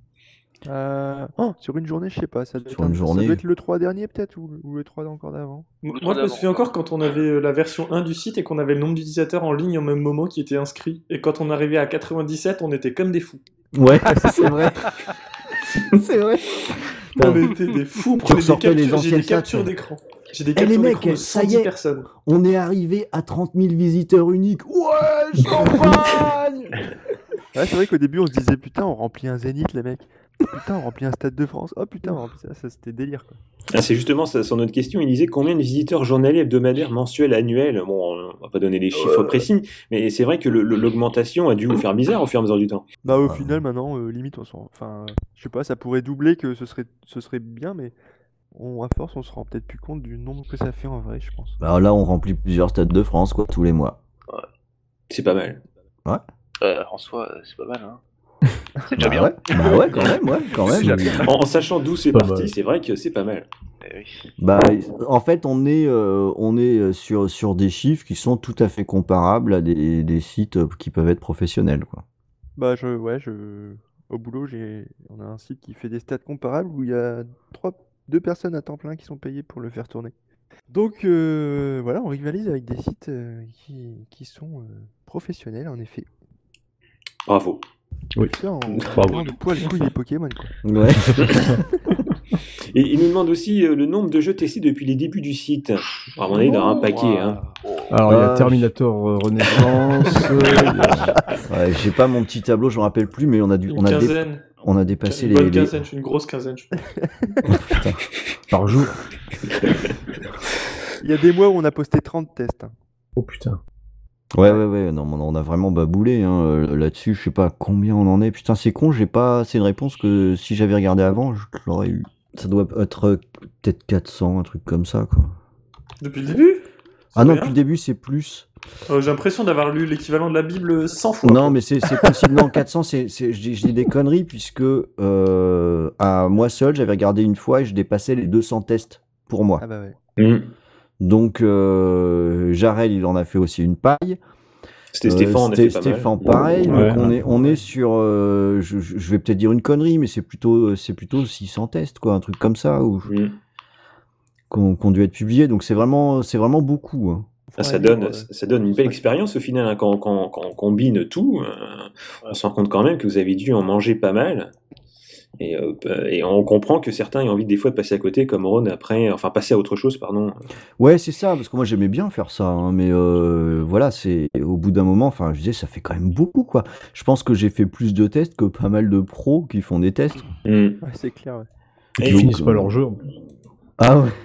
Sur une journée, je sais pas. Ça doit Sur être une journée. Ça doit être le 3 dernier, peut-être, ou le 3 encore d'avant. Moi, je me souviens encore quand on avait la version 1 du site et qu'on avait le nombre d'utilisateurs en ligne au même moment qui étaient inscrits. Et quand on arrivait à 97, on était comme des fous. Ouais, c'est vrai. C'est vrai. On était des fous. Tu ressortais les J'ai anciennes des captures stats. d'écran. J'ai des Eh, les captures mecs, d'écran de ça y 110 est. personnes. On est arrivé à 30 000 visiteurs uniques. Ouais, champagne. Ouais, c'est vrai qu'au début, on se disait, putain, on remplit un Zénith, les mecs. Putain, on remplit un Stade de France. Oh putain, on remplit ça c'était délire, quoi. Ah, c'est justement ça, son autre question. Il disait combien de visiteurs journaliers, hebdomadaires, mensuels, annuels. Bon, on va pas donner des chiffres précis, mais c'est vrai que l'augmentation a dû vous faire bizarre au fur et à mesure du temps. Bah, au final, maintenant, limite, on s'en. Enfin, je sais pas, ça pourrait doubler, que ce serait bien, mais à force, on se rend peut-être plus compte du nombre que ça fait en vrai, je pense. Bah là, on remplit plusieurs stades de France, quoi, tous les mois. C'est pas mal. En soi, c'est pas mal. Hein. C'est déjà Bah bien. ouais. Bah ouais, quand même, ouais, quand même. C'est déjà bien. En sachant d'où c'est Pas parti, mal. c'est vrai que c'est pas mal. Eh oui. Bah, en fait, on est sur des chiffres qui sont tout à fait comparables à des sites qui peuvent être professionnels, quoi. Bah, au boulot, on a un site qui fait des stats comparables où il y a 2 personnes à temps plein qui sont payées pour le faire tourner. Donc, voilà, on rivalise avec des sites qui sont professionnels, en effet. Bravo. Oui. Ça, en Bravo. de poil couille les Pokémon, quoi. Ouais. Et il nous demande aussi le nombre de jeux testés depuis les débuts du site. À mon avis, il y en a un paquet. Hein. Alors, il y a Terminator Renaissance. Ouais, j'ai pas mon petit tableau, je me rappelle plus, mais on a quinzaine. on a dépassé Une bonne quinzaine, une grosse quinzaine. Par jour. Il y a des mois où on a posté 30 tests. Hein. Oh putain. Ouais, non, on a vraiment baboulé hein, là-dessus, je sais pas combien on en est. Putain, c'est con, c'est une réponse que si j'avais regardé avant, je l'aurais eu. Ça doit être peut-être 400, un truc comme ça, quoi. Depuis le début? Ah non, depuis le début, c'est plus. J'ai l'impression d'avoir lu l'équivalent de la Bible 100 fois. Non, mais c'est possible. Non, 400, je dis des conneries, puisque à moi seul, j'avais regardé une fois et je dépassais les 200 tests pour moi. Ah bah ouais. Mmh. Donc, Jarel, il en a fait aussi une paille. C'était Stéphane, on a fait pas mal. Stéphane, pareil. Ouais. Donc, on est sur. Je vais peut-être dire une connerie, mais c'est plutôt 600 tests, quoi, un truc comme ça, qu'on dû être publiés. Donc, c'est vraiment beaucoup. Hein. Ça donne une belle expérience au final. Hein, quand on combine tout, on se rend compte quand même que vous avez dû en manger pas mal. Et on comprend que certains aient envie des fois de passer à côté, comme Ron après, enfin passer à autre chose, pardon. Ouais, c'est ça, parce que moi j'aimais bien faire ça, hein, mais voilà, c'est au bout d'un moment, enfin, je disais, ça fait quand même beaucoup, quoi. Je pense que j'ai fait plus de tests que pas mal de pros qui font des tests. Ouais, c'est clair, ouais. Ils finissent pas leur jeu. En plus. Ah ouais.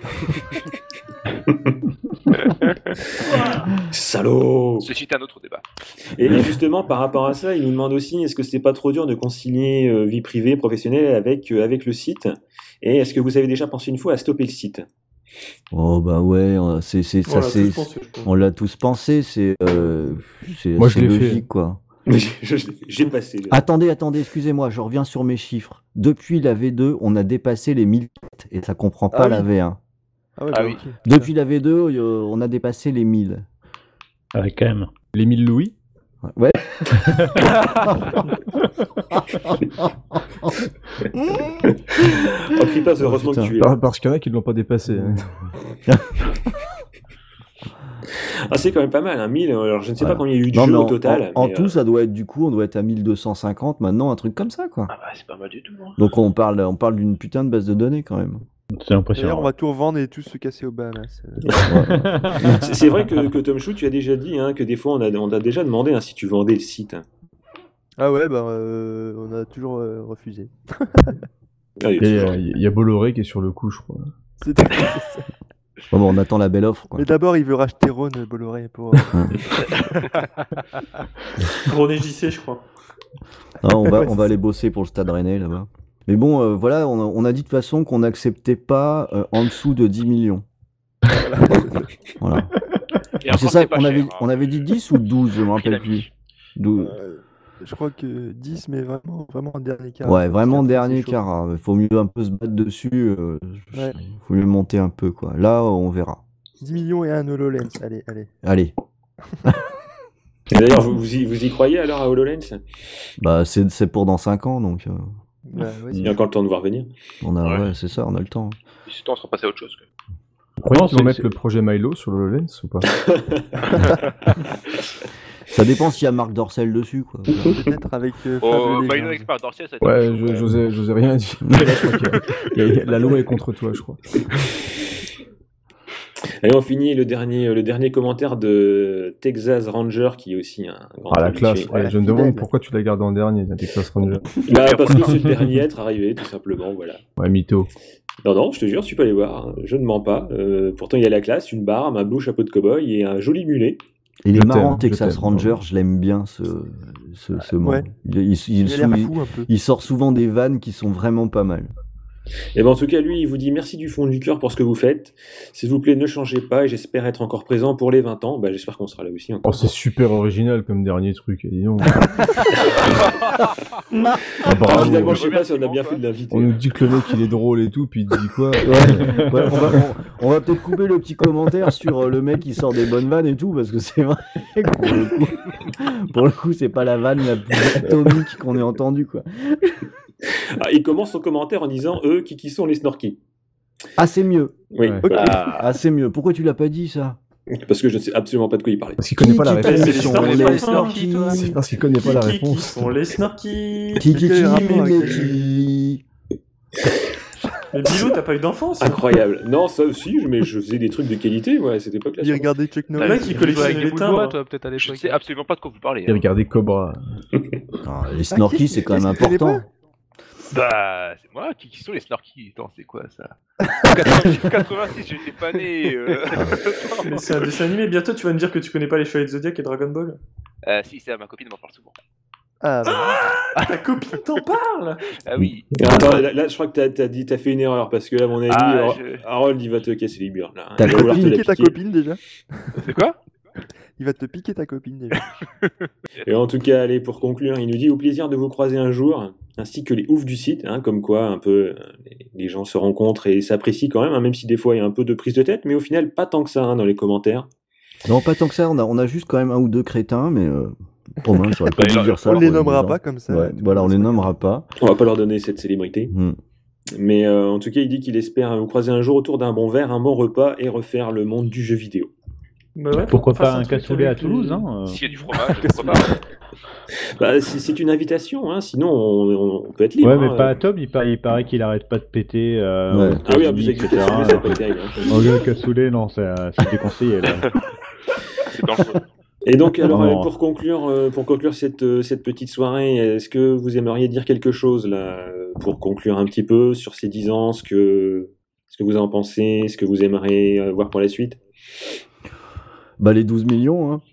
Salaud! Ceci est un autre débat. Et justement, par rapport à ça, il nous demande aussi, est-ce que c'est pas trop dur de concilier vie privée, professionnelle avec le site? Et est-ce que vous avez déjà pensé une fois à stopper le site? Oh bah ouais, on l'a tous pensé, c'est Moi, je l'ai logique, fait. quoi. J'ai passé. Attendez, excusez-moi, je reviens sur mes chiffres. Depuis la V2, on a dépassé les 1000 tests, et ça comprend pas la V1. Ah ouais, Ah bah, oui. ok. Depuis la V2, on a dépassé les 1000. Ah ouais, quand même. Les 1000 Louis. Ouais. Oh putain, heureusement que tu es là. Parce qu'il y en a qui ne l'ont pas dépassé. Hein. Ah, c'est quand même pas mal, hein, 1000. Alors, je ne sais pas combien il y a eu de Non, jeux mais au total. En mais, tout, ça doit être du coup, on doit être à 1250 maintenant, un truc comme ça, quoi. Ah bah c'est pas mal du tout. Hein. Donc on parle d'une putain de base de données quand même. C'est D'ailleurs, impressionnant. on va tout revendre et tous se casser aux Bahamas. c'est vrai que Tom Chou, tu as déjà dit hein, que des fois, on a déjà demandé hein, si tu vendais le site. Ah ouais, bah on a toujours refusé. Ah, Et il y a Bolloré qui est sur le coup, je crois. C'était- Bon, on attend la belle offre, quoi. Mais d'abord, il veut racheter Ron Bolloré pour. René JC, je crois. Ah, on Ouais, va aller bosser pour le Stade Rennais là-bas. Mais bon, voilà, on a dit de toute façon qu'on n'acceptait pas en dessous de 10 millions. Voilà. Et encore, C'est ça, pas on cher, avait, hein. on avait dit 10 ou 12, je me Il rappelle a plus. mis. 12. Je crois que 10, mais vraiment en dernier quart. Ouais, vraiment C'est dernier chaud. quart. Hein. Faut mieux un peu se battre dessus. Ouais. Faut mieux monter un peu, quoi. Là, on verra. 10 millions et un HoloLens. Allez. Allez. Et d'ailleurs, vous y croyez alors à HoloLens? Bah, c'est pour dans 5 ans, donc Bah, ouais, Il y a encore le temps de voir venir. ouais, c'est ça, on a le temps. Et surtout, on sera passé à autre chose. Quoi. Vous croyez Non, qu'ils vont c'est- mettre le projet Milo sur le HoloLens ou pas? Ça dépend s'il y a Marc Dorcel dessus, quoi. Peut-être avec Oh, Fable bah, Legends. une expert Dorcel, ça a été Ouais, chaud, quand même. j'osais rien dire. Mais là, je crois la loi est contre toi, je crois. Allez, on finit le dernier commentaire de Texas Ranger, qui est aussi un grand Ah, la habitué. classe. Ouais, je me demande pourquoi tu l'as gardé en dernier, Texas Ranger. Bah, parce que c'est le dernier à être arrivé, tout simplement, voilà. Ouais, mytho. Non, je te jure, tu peux aller voir, hein, je ne mens pas. Pourtant, il a la classe, une barbe, un beau chapeau de cow-boy et un joli mulet. Il est Je marrant, t'aime, Texas je t'aime. Ranger, je l'aime bien, ce Ouais. monde. Il Il a l'air fou un peu. il sort souvent des vannes qui sont vraiment pas mal. Et ben en tout cas, lui, il vous dit merci du fond du cœur pour ce que vous faites. S'il vous plaît, ne changez pas et j'espère être encore présent pour les 20 ans. Bah, j'espère qu'on sera là aussi. Oh, c'est super original comme dernier truc, dis donc. Bravo. Finalement, je sais pas si on a bien fait de l'inviter. On nous dit que le mec il est drôle et tout, puis il dit quoi? Ouais, on va peut-être couper le petit commentaire sur le mec qui sort des bonnes vannes et tout, parce que c'est vrai que pour le coup, c'est pas la vanne la plus atomique qu'on ait entendue, quoi. Ah, il commence son commentaire en disant qui sont les snorkies. Ah, c'est mieux. Oui. Ouais. Ok. Ah, c'est mieux. Pourquoi tu l'as pas dit, ça? Parce que je ne sais absolument pas de quoi il parlait. Parce qu'il connaît pas la Qui réponse. t'a C'est dit les les snorkies, toi. C'est parce qu'il connaît pas la Qui réponse. sont les snorkies? Kiki, Quel rapport avec Mimeki. Mais Bilou, t'as pas eu d'enfance? Incroyable. Non, ça aussi, mais je faisais des trucs de qualité, ouais, à cette époque-là. Il regardait Chuck Le Norris. mec, il collectionnait avec les les boules de timbres. bois, toi, peut-être à Je l'époque. sais absolument pas de quoi vous parlez. Et regardez Cobra. Ah, les snorkies, c'est quand même qu'est-ce que tu connais important. Bah, c'est moi qui sont les snorkies. Attends, c'est quoi ça? 86, j'étais pas né. Mais c'est un dessin animé. Bientôt, tu vas me dire que tu connais pas les Chevaliers de Zodiac et Dragon Ball. Si, c'est ma copine m'en parle souvent. Ah, bah. Ta copine t'en parle? Ah oui. Attends, là, je crois que t'as fait une erreur, parce que là, à mon avis, Ah, Harold, il va te casser les murs, là. Ta Il va vouloir te la Piquer ta piquer. copine déjà. C'est quoi? Il va te piquer ta copine déjà. Et en tout cas, allez, pour conclure, il nous dit au plaisir de vous croiser un jour, ainsi que les oufs du site, hein, comme quoi un peu les gens se rencontrent et s'apprécient quand même, hein, même si des fois il y a un peu de prise de tête, mais au final pas tant que ça dans les commentaires. Non, pas tant que ça. On a juste quand même un ou deux crétins, mais Romain, j'aurais pas dû dire ça. On les alors, nommera gens. pas comme ça. Ouais, voilà, on les nommera pas. On va pas leur donner cette célébrité. Mais en tout cas, il dit qu'il espère vous croiser un jour autour d'un bon verre, un bon repas et refaire le monde du jeu vidéo. Bah ouais, Pourquoi qu'on fasse pas un truc cassoulet à avec les- Toulouse, hein S'il y a du fromage, pourquoi pas? Bah, c'est une invitation, hein, sinon on peut être libre. Ouais, mais hein. pas à Tom, il paraît qu'il arrête pas de péter. Ouais. Ah oui, en plus avec le cassoulet, ça peut être terrible. hein. Oh, le cassoulet, non, c'est déconseillé là. C'est dangereux. Et donc, alors, Non. pour conclure cette petite soirée, est-ce que vous aimeriez dire quelque chose, là, pour conclure un petit peu sur ces 10 ans, ce que vous en pensez, ce que vous aimeriez voir pour la suite? Bah, les 12 millions, hein.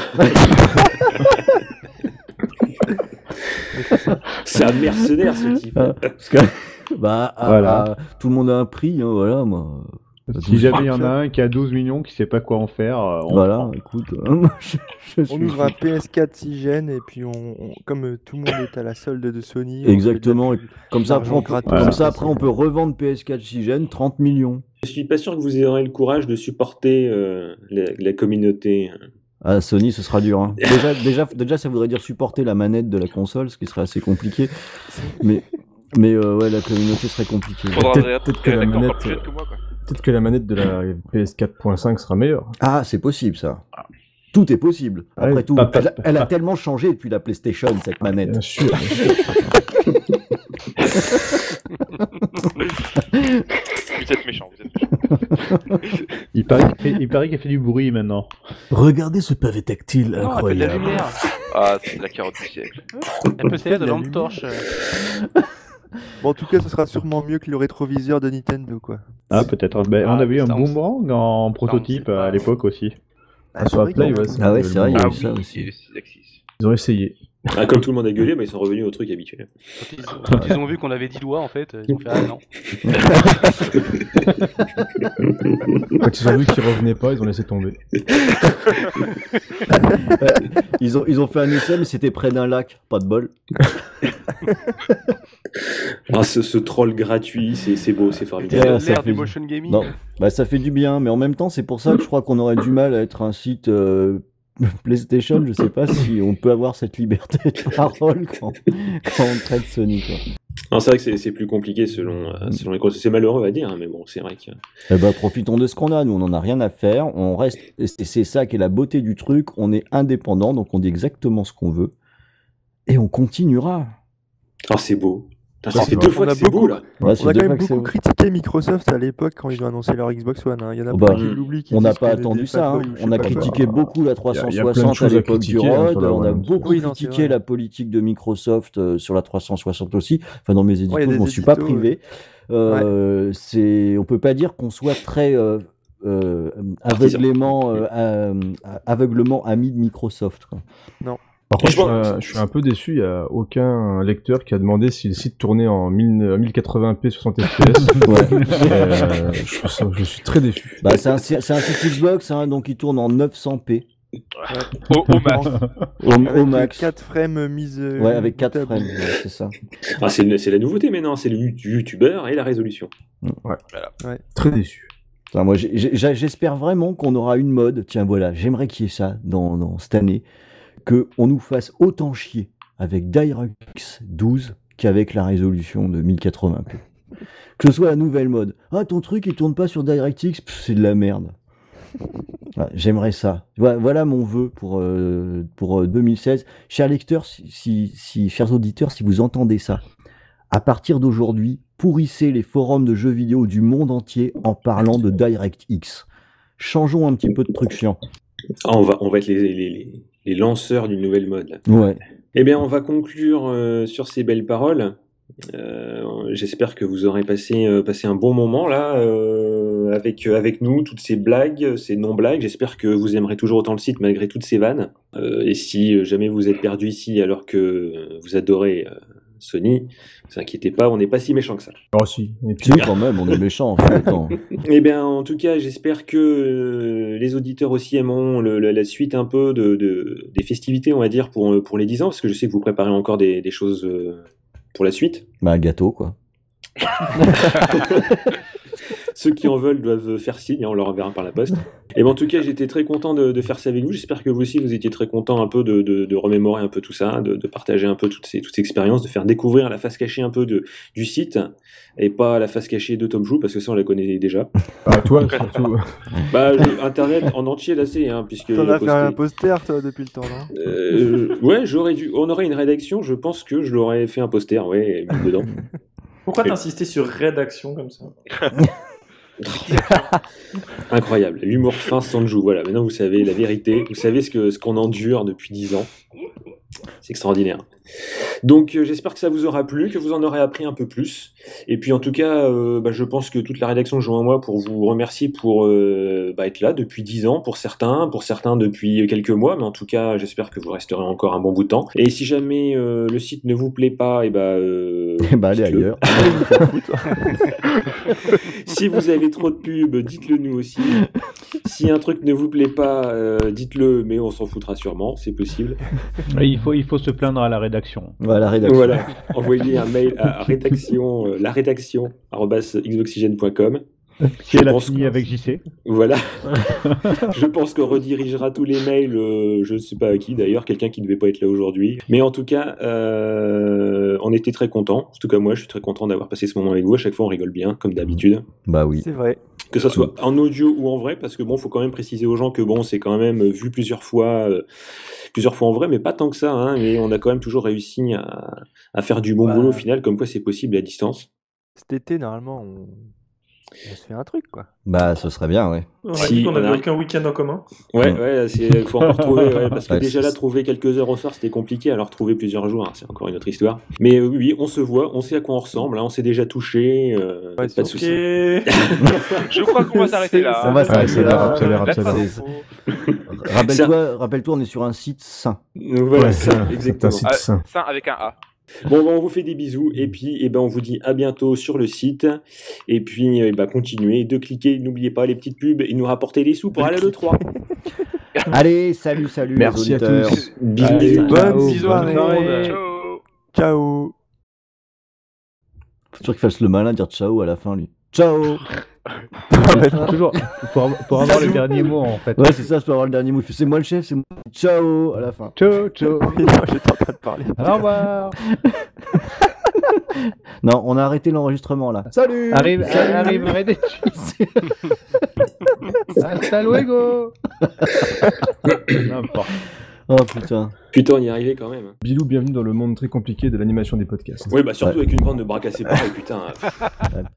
C'est un mercenaire, ce type. Parce que, bah, Voilà. tout le monde a un prix, hein, voilà, moi. Si jamais il y en a un qui a 12 millions, qui sait pas quoi en faire, on Voilà, prend. écoute, moi, je On suis... ouvre un PS4 6 Gen et puis comme tout le monde est à la solde de Sony. on Exactement, fait de la pub. comme ça, après, L'argent on peut, gratos. comme Voilà. ça, après, on peut revendre PS4 6 30 millions. Je suis pas sûr que vous aurez le courage de supporter la communauté. Ah, Sony, ce sera dur. Hein. Déjà, ça voudrait dire supporter la manette de la console, ce qui serait assez compliqué. Mais ouais, la communauté serait compliquée. Faudra Peut-être que la d'accord, manette- encore plus jeune que moi, quoi. Peut-être que la manette de la PS4.5 sera meilleure. Ah, c'est possible, ça. Tout est possible. Après Ouais, tout, pas- elle a tellement changé depuis la PlayStation, cette manette. Bien sûr. Vous êtes méchant, vous êtes méchant. Il paraît qu'elle fait du bruit maintenant. Regardez ce pavé tactile Non, elle fait de la incroyable. lumière. Ah, c'est la carotte du siècle. Elle peut servir de la lampe lumière. torche. Bon, en tout cas, ce sera sûrement mieux que le rétroviseur de Nintendo, quoi. Ah, peut-être. Ben, Ah, on avait eu un ça, on sait- boomerang en sait prototype pas. à l'époque aussi. Ah, sur la Play, ouais. Ah ouais, c'est vrai, il y a Ah eu ça oui, aussi. c'est Axis. Ils ont essayé. Ah, comme tout le monde a gueulé, mais ils sont revenus au truc habituel. Quand ils ont vu qu'on avait 10 doigts, en fait, ils ont fait ah non. Quand ils ont vu qu'ils revenaient pas, ils ont laissé tomber. Ils ont fait un essai, mais c'était près d'un lac. Pas de bol. Ah, ce troll gratuit, c'est beau, c'est formidable. Ouais, ça L'ère fait- du motion gaming. Non, bah ça fait du bien, mais en même temps, c'est pour ça que je crois qu'on aurait du mal à être un site PlayStation. Je sais pas si on peut avoir cette liberté de parole quand on traite Sony, quoi. Non, c'est vrai que c'est plus compliqué selon les causes. C'est malheureux à dire, hein, mais bon, c'est vrai que. Eh ben, profitons de ce qu'on a. Nous, on n'en a rien à faire. On reste. Et c'est ça qui est la beauté du truc. On est indépendant, donc on dit exactement ce qu'on veut. Et on continuera. Oh, c'est beau. Putain, Ça, ça fait c'est deux vrai. fois On que a c'est beaucoup- beau, là. Ouais, On c'est a quand déjà même que c'est- beaucoup critiqué Microsoft à l'époque quand ils ont annoncé leur Xbox One. Hein. Il y en a Oh pas bah, qui l'oublient. qui On n'a disent pas qu'on est attendu des ça. Hein. fanboys ou je On sais a pas quoi. critiqué beaucoup la y a plein de 360 à choses à l'époque du critiquer, hein, ROD. sur la On a One. beaucoup Oui, non, c'est critiqué vrai. la politique de Microsoft sur la 360 aussi. Enfin, dans mes éditos, Ouais, il y a je des m'en suis pas éditos, privé. On peut pas dire qu'on soit très aveuglément ami de Microsoft, quoi. Non. Par contre, je suis un peu déçu, il n'y a aucun lecteur qui a demandé si le site tournait en 1080p 60 fps. Je suis très déçu. Bah, c'est un site Xbox, hein, donc il tourne en 900p. Au max. Au max. 4 frames mise. Ouais, avec 4 frames, ouais, c'est ça. Ah, c'est la nouveauté maintenant, c'est le youtubeur et la résolution. Ouais. Voilà. Ouais. Très déçu. Enfin, moi, j'espère vraiment qu'on aura une mode. Tiens, voilà, j'aimerais qu'il y ait ça dans cette année. Qu'on nous fasse autant chier avec DirectX 12 qu'avec la résolution de 1080p. Que ce soit la nouvelle mode. Ah, ton truc, il tourne pas sur DirectX, c'est de la merde. Ouais, j'aimerais ça. Voilà mon vœu pour 2016. Chers lecteurs, chers auditeurs, si vous entendez ça, à partir d'aujourd'hui, pourrissez les forums de jeux vidéo du monde entier en parlant de DirectX. Changeons un petit peu de trucs chiants. Ah, on va être les lanceurs d'une nouvelle mode. Là. Ouais. Eh bien, on va conclure sur ces belles paroles. J'espère que vous aurez passé un bon moment là avec nous, toutes ces blagues, ces non-blagues. J'espère que vous aimerez toujours autant le site malgré toutes ces vannes. Et si jamais vous êtes perdu ici alors que vous adorez Sony, ne vous inquiétez pas, on n'est pas si méchant que ça. Oh si, et puis Si, quand même, on est méchant en fait. Eh bien, en tout cas, j'espère que les auditeurs aussi aimeront la suite un peu des festivités, on va dire, pour les 10 ans, parce que je sais que vous préparez encore des choses pour la suite. Bah, un gâteau, quoi. Ceux qui en veulent doivent faire signe, hein, on leur enverra par la poste. Et ben, en tout cas, j'étais très content de faire ça avec vous. J'espère que vous aussi, vous étiez très content un peu de remémorer un peu tout ça, de partager un peu toutes ces expériences, de faire découvrir la face cachée un peu du site, et pas la face cachée de Tom Chou, parce que ça, on la connaît déjà. Bah, toi, surtout. Bah, Internet en entier, là, c'est, hein, puisque... T'en as fait un poster, toi, depuis le temps, non Ouais, on aurait une rédaction, je pense que je l'aurais fait un poster, ouais, mis dedans. Pourquoi t'insistais sur rédaction comme ça? Incroyable, l'humour fin Sanju, voilà, maintenant vous savez la vérité, vous savez ce qu'on endure depuis 10 ans, c'est extraordinaire. Donc j'espère que ça vous aura plu, que vous en aurez appris un peu plus, et puis en tout cas je pense que toute la rédaction joue en moi pour vous remercier pour être là depuis 10 ans pour certains depuis quelques mois, mais en tout cas j'espère que vous resterez encore un bon bout de temps, et si jamais le site ne vous plaît pas, allez ailleurs. Si vous avez trop de pubs, dites-le nous aussi. Si un truc ne vous plaît pas, dites-le, mais on s'en foutra sûrement, c'est possible. Il faut se plaindre à la rédaction. Voilà, rédaction. Voilà, envoyez un mail à @xboxygene.com. Si elle a fini avec JC. Voilà. Je pense qu'on redirigera tous les mails, je ne sais pas à qui d'ailleurs, quelqu'un qui ne devait pas être là aujourd'hui. Mais en tout cas, on était très contents. En tout cas, moi, je suis très content d'avoir passé ce moment avec vous. À chaque fois, on rigole bien, comme d'habitude. Bah oui. C'est vrai. Que ça soit en audio ou en vrai, parce que bon, faut quand même préciser aux gens que bon, c'est quand même vu plusieurs fois en vrai, mais pas tant que ça, hein, mais on a quand même toujours réussi à faire du bon boulot au final, comme quoi c'est possible à distance. Cet été, normalement, on se fait un truc, quoi. Bah, ce serait bien, ouais. On a dit qu'on avait aucun week-end en commun. Ouais, il faut encore trouver, parce que déjà là, trouver quelques heures au soir, c'était compliqué, alors trouver plusieurs jours, hein, c'est encore une autre histoire. Mais oui, on se voit, on sait à quoi on ressemble, hein, on s'est déjà touché, pas de soucis. Je crois qu'on va s'arrêter là. On va s'arrêter là. Absolument. Rappelle-toi, on est sur un site sain. Voilà, ça, exactement. C'est un site sain. Ça avec un A. Bon, on vous fait des bisous, et puis on vous dit à bientôt sur le site, et puis continuez de cliquer, n'oubliez pas les petites pubs et nous rapporter des sous pour aller à l'E3. Allez, salut. Merci les auditeurs. à tous. Bisous. Bonne soirée. Ciao. Ciao. Faut toujours qu'il fasse le malin, dire ciao à la fin, lui. Ciao. Toujours pour avoir le dernier mot en fait. Ouais, c'est ça, je peux avoir le dernier mot. C'est moi le chef, c'est moi. Ciao à la fin. Ciao. J'étais en train de parler. Au revoir. Non, on a arrêté l'enregistrement là. Salut. Arrive, arrêtez. Hasta luego. N'importe. Oh putain. Putain, on y est arrivé quand même. Bilou, bienvenue dans le monde très compliqué de l'animation des podcasts. Oui, surtout avec une bande de bras cassés pareil, putain.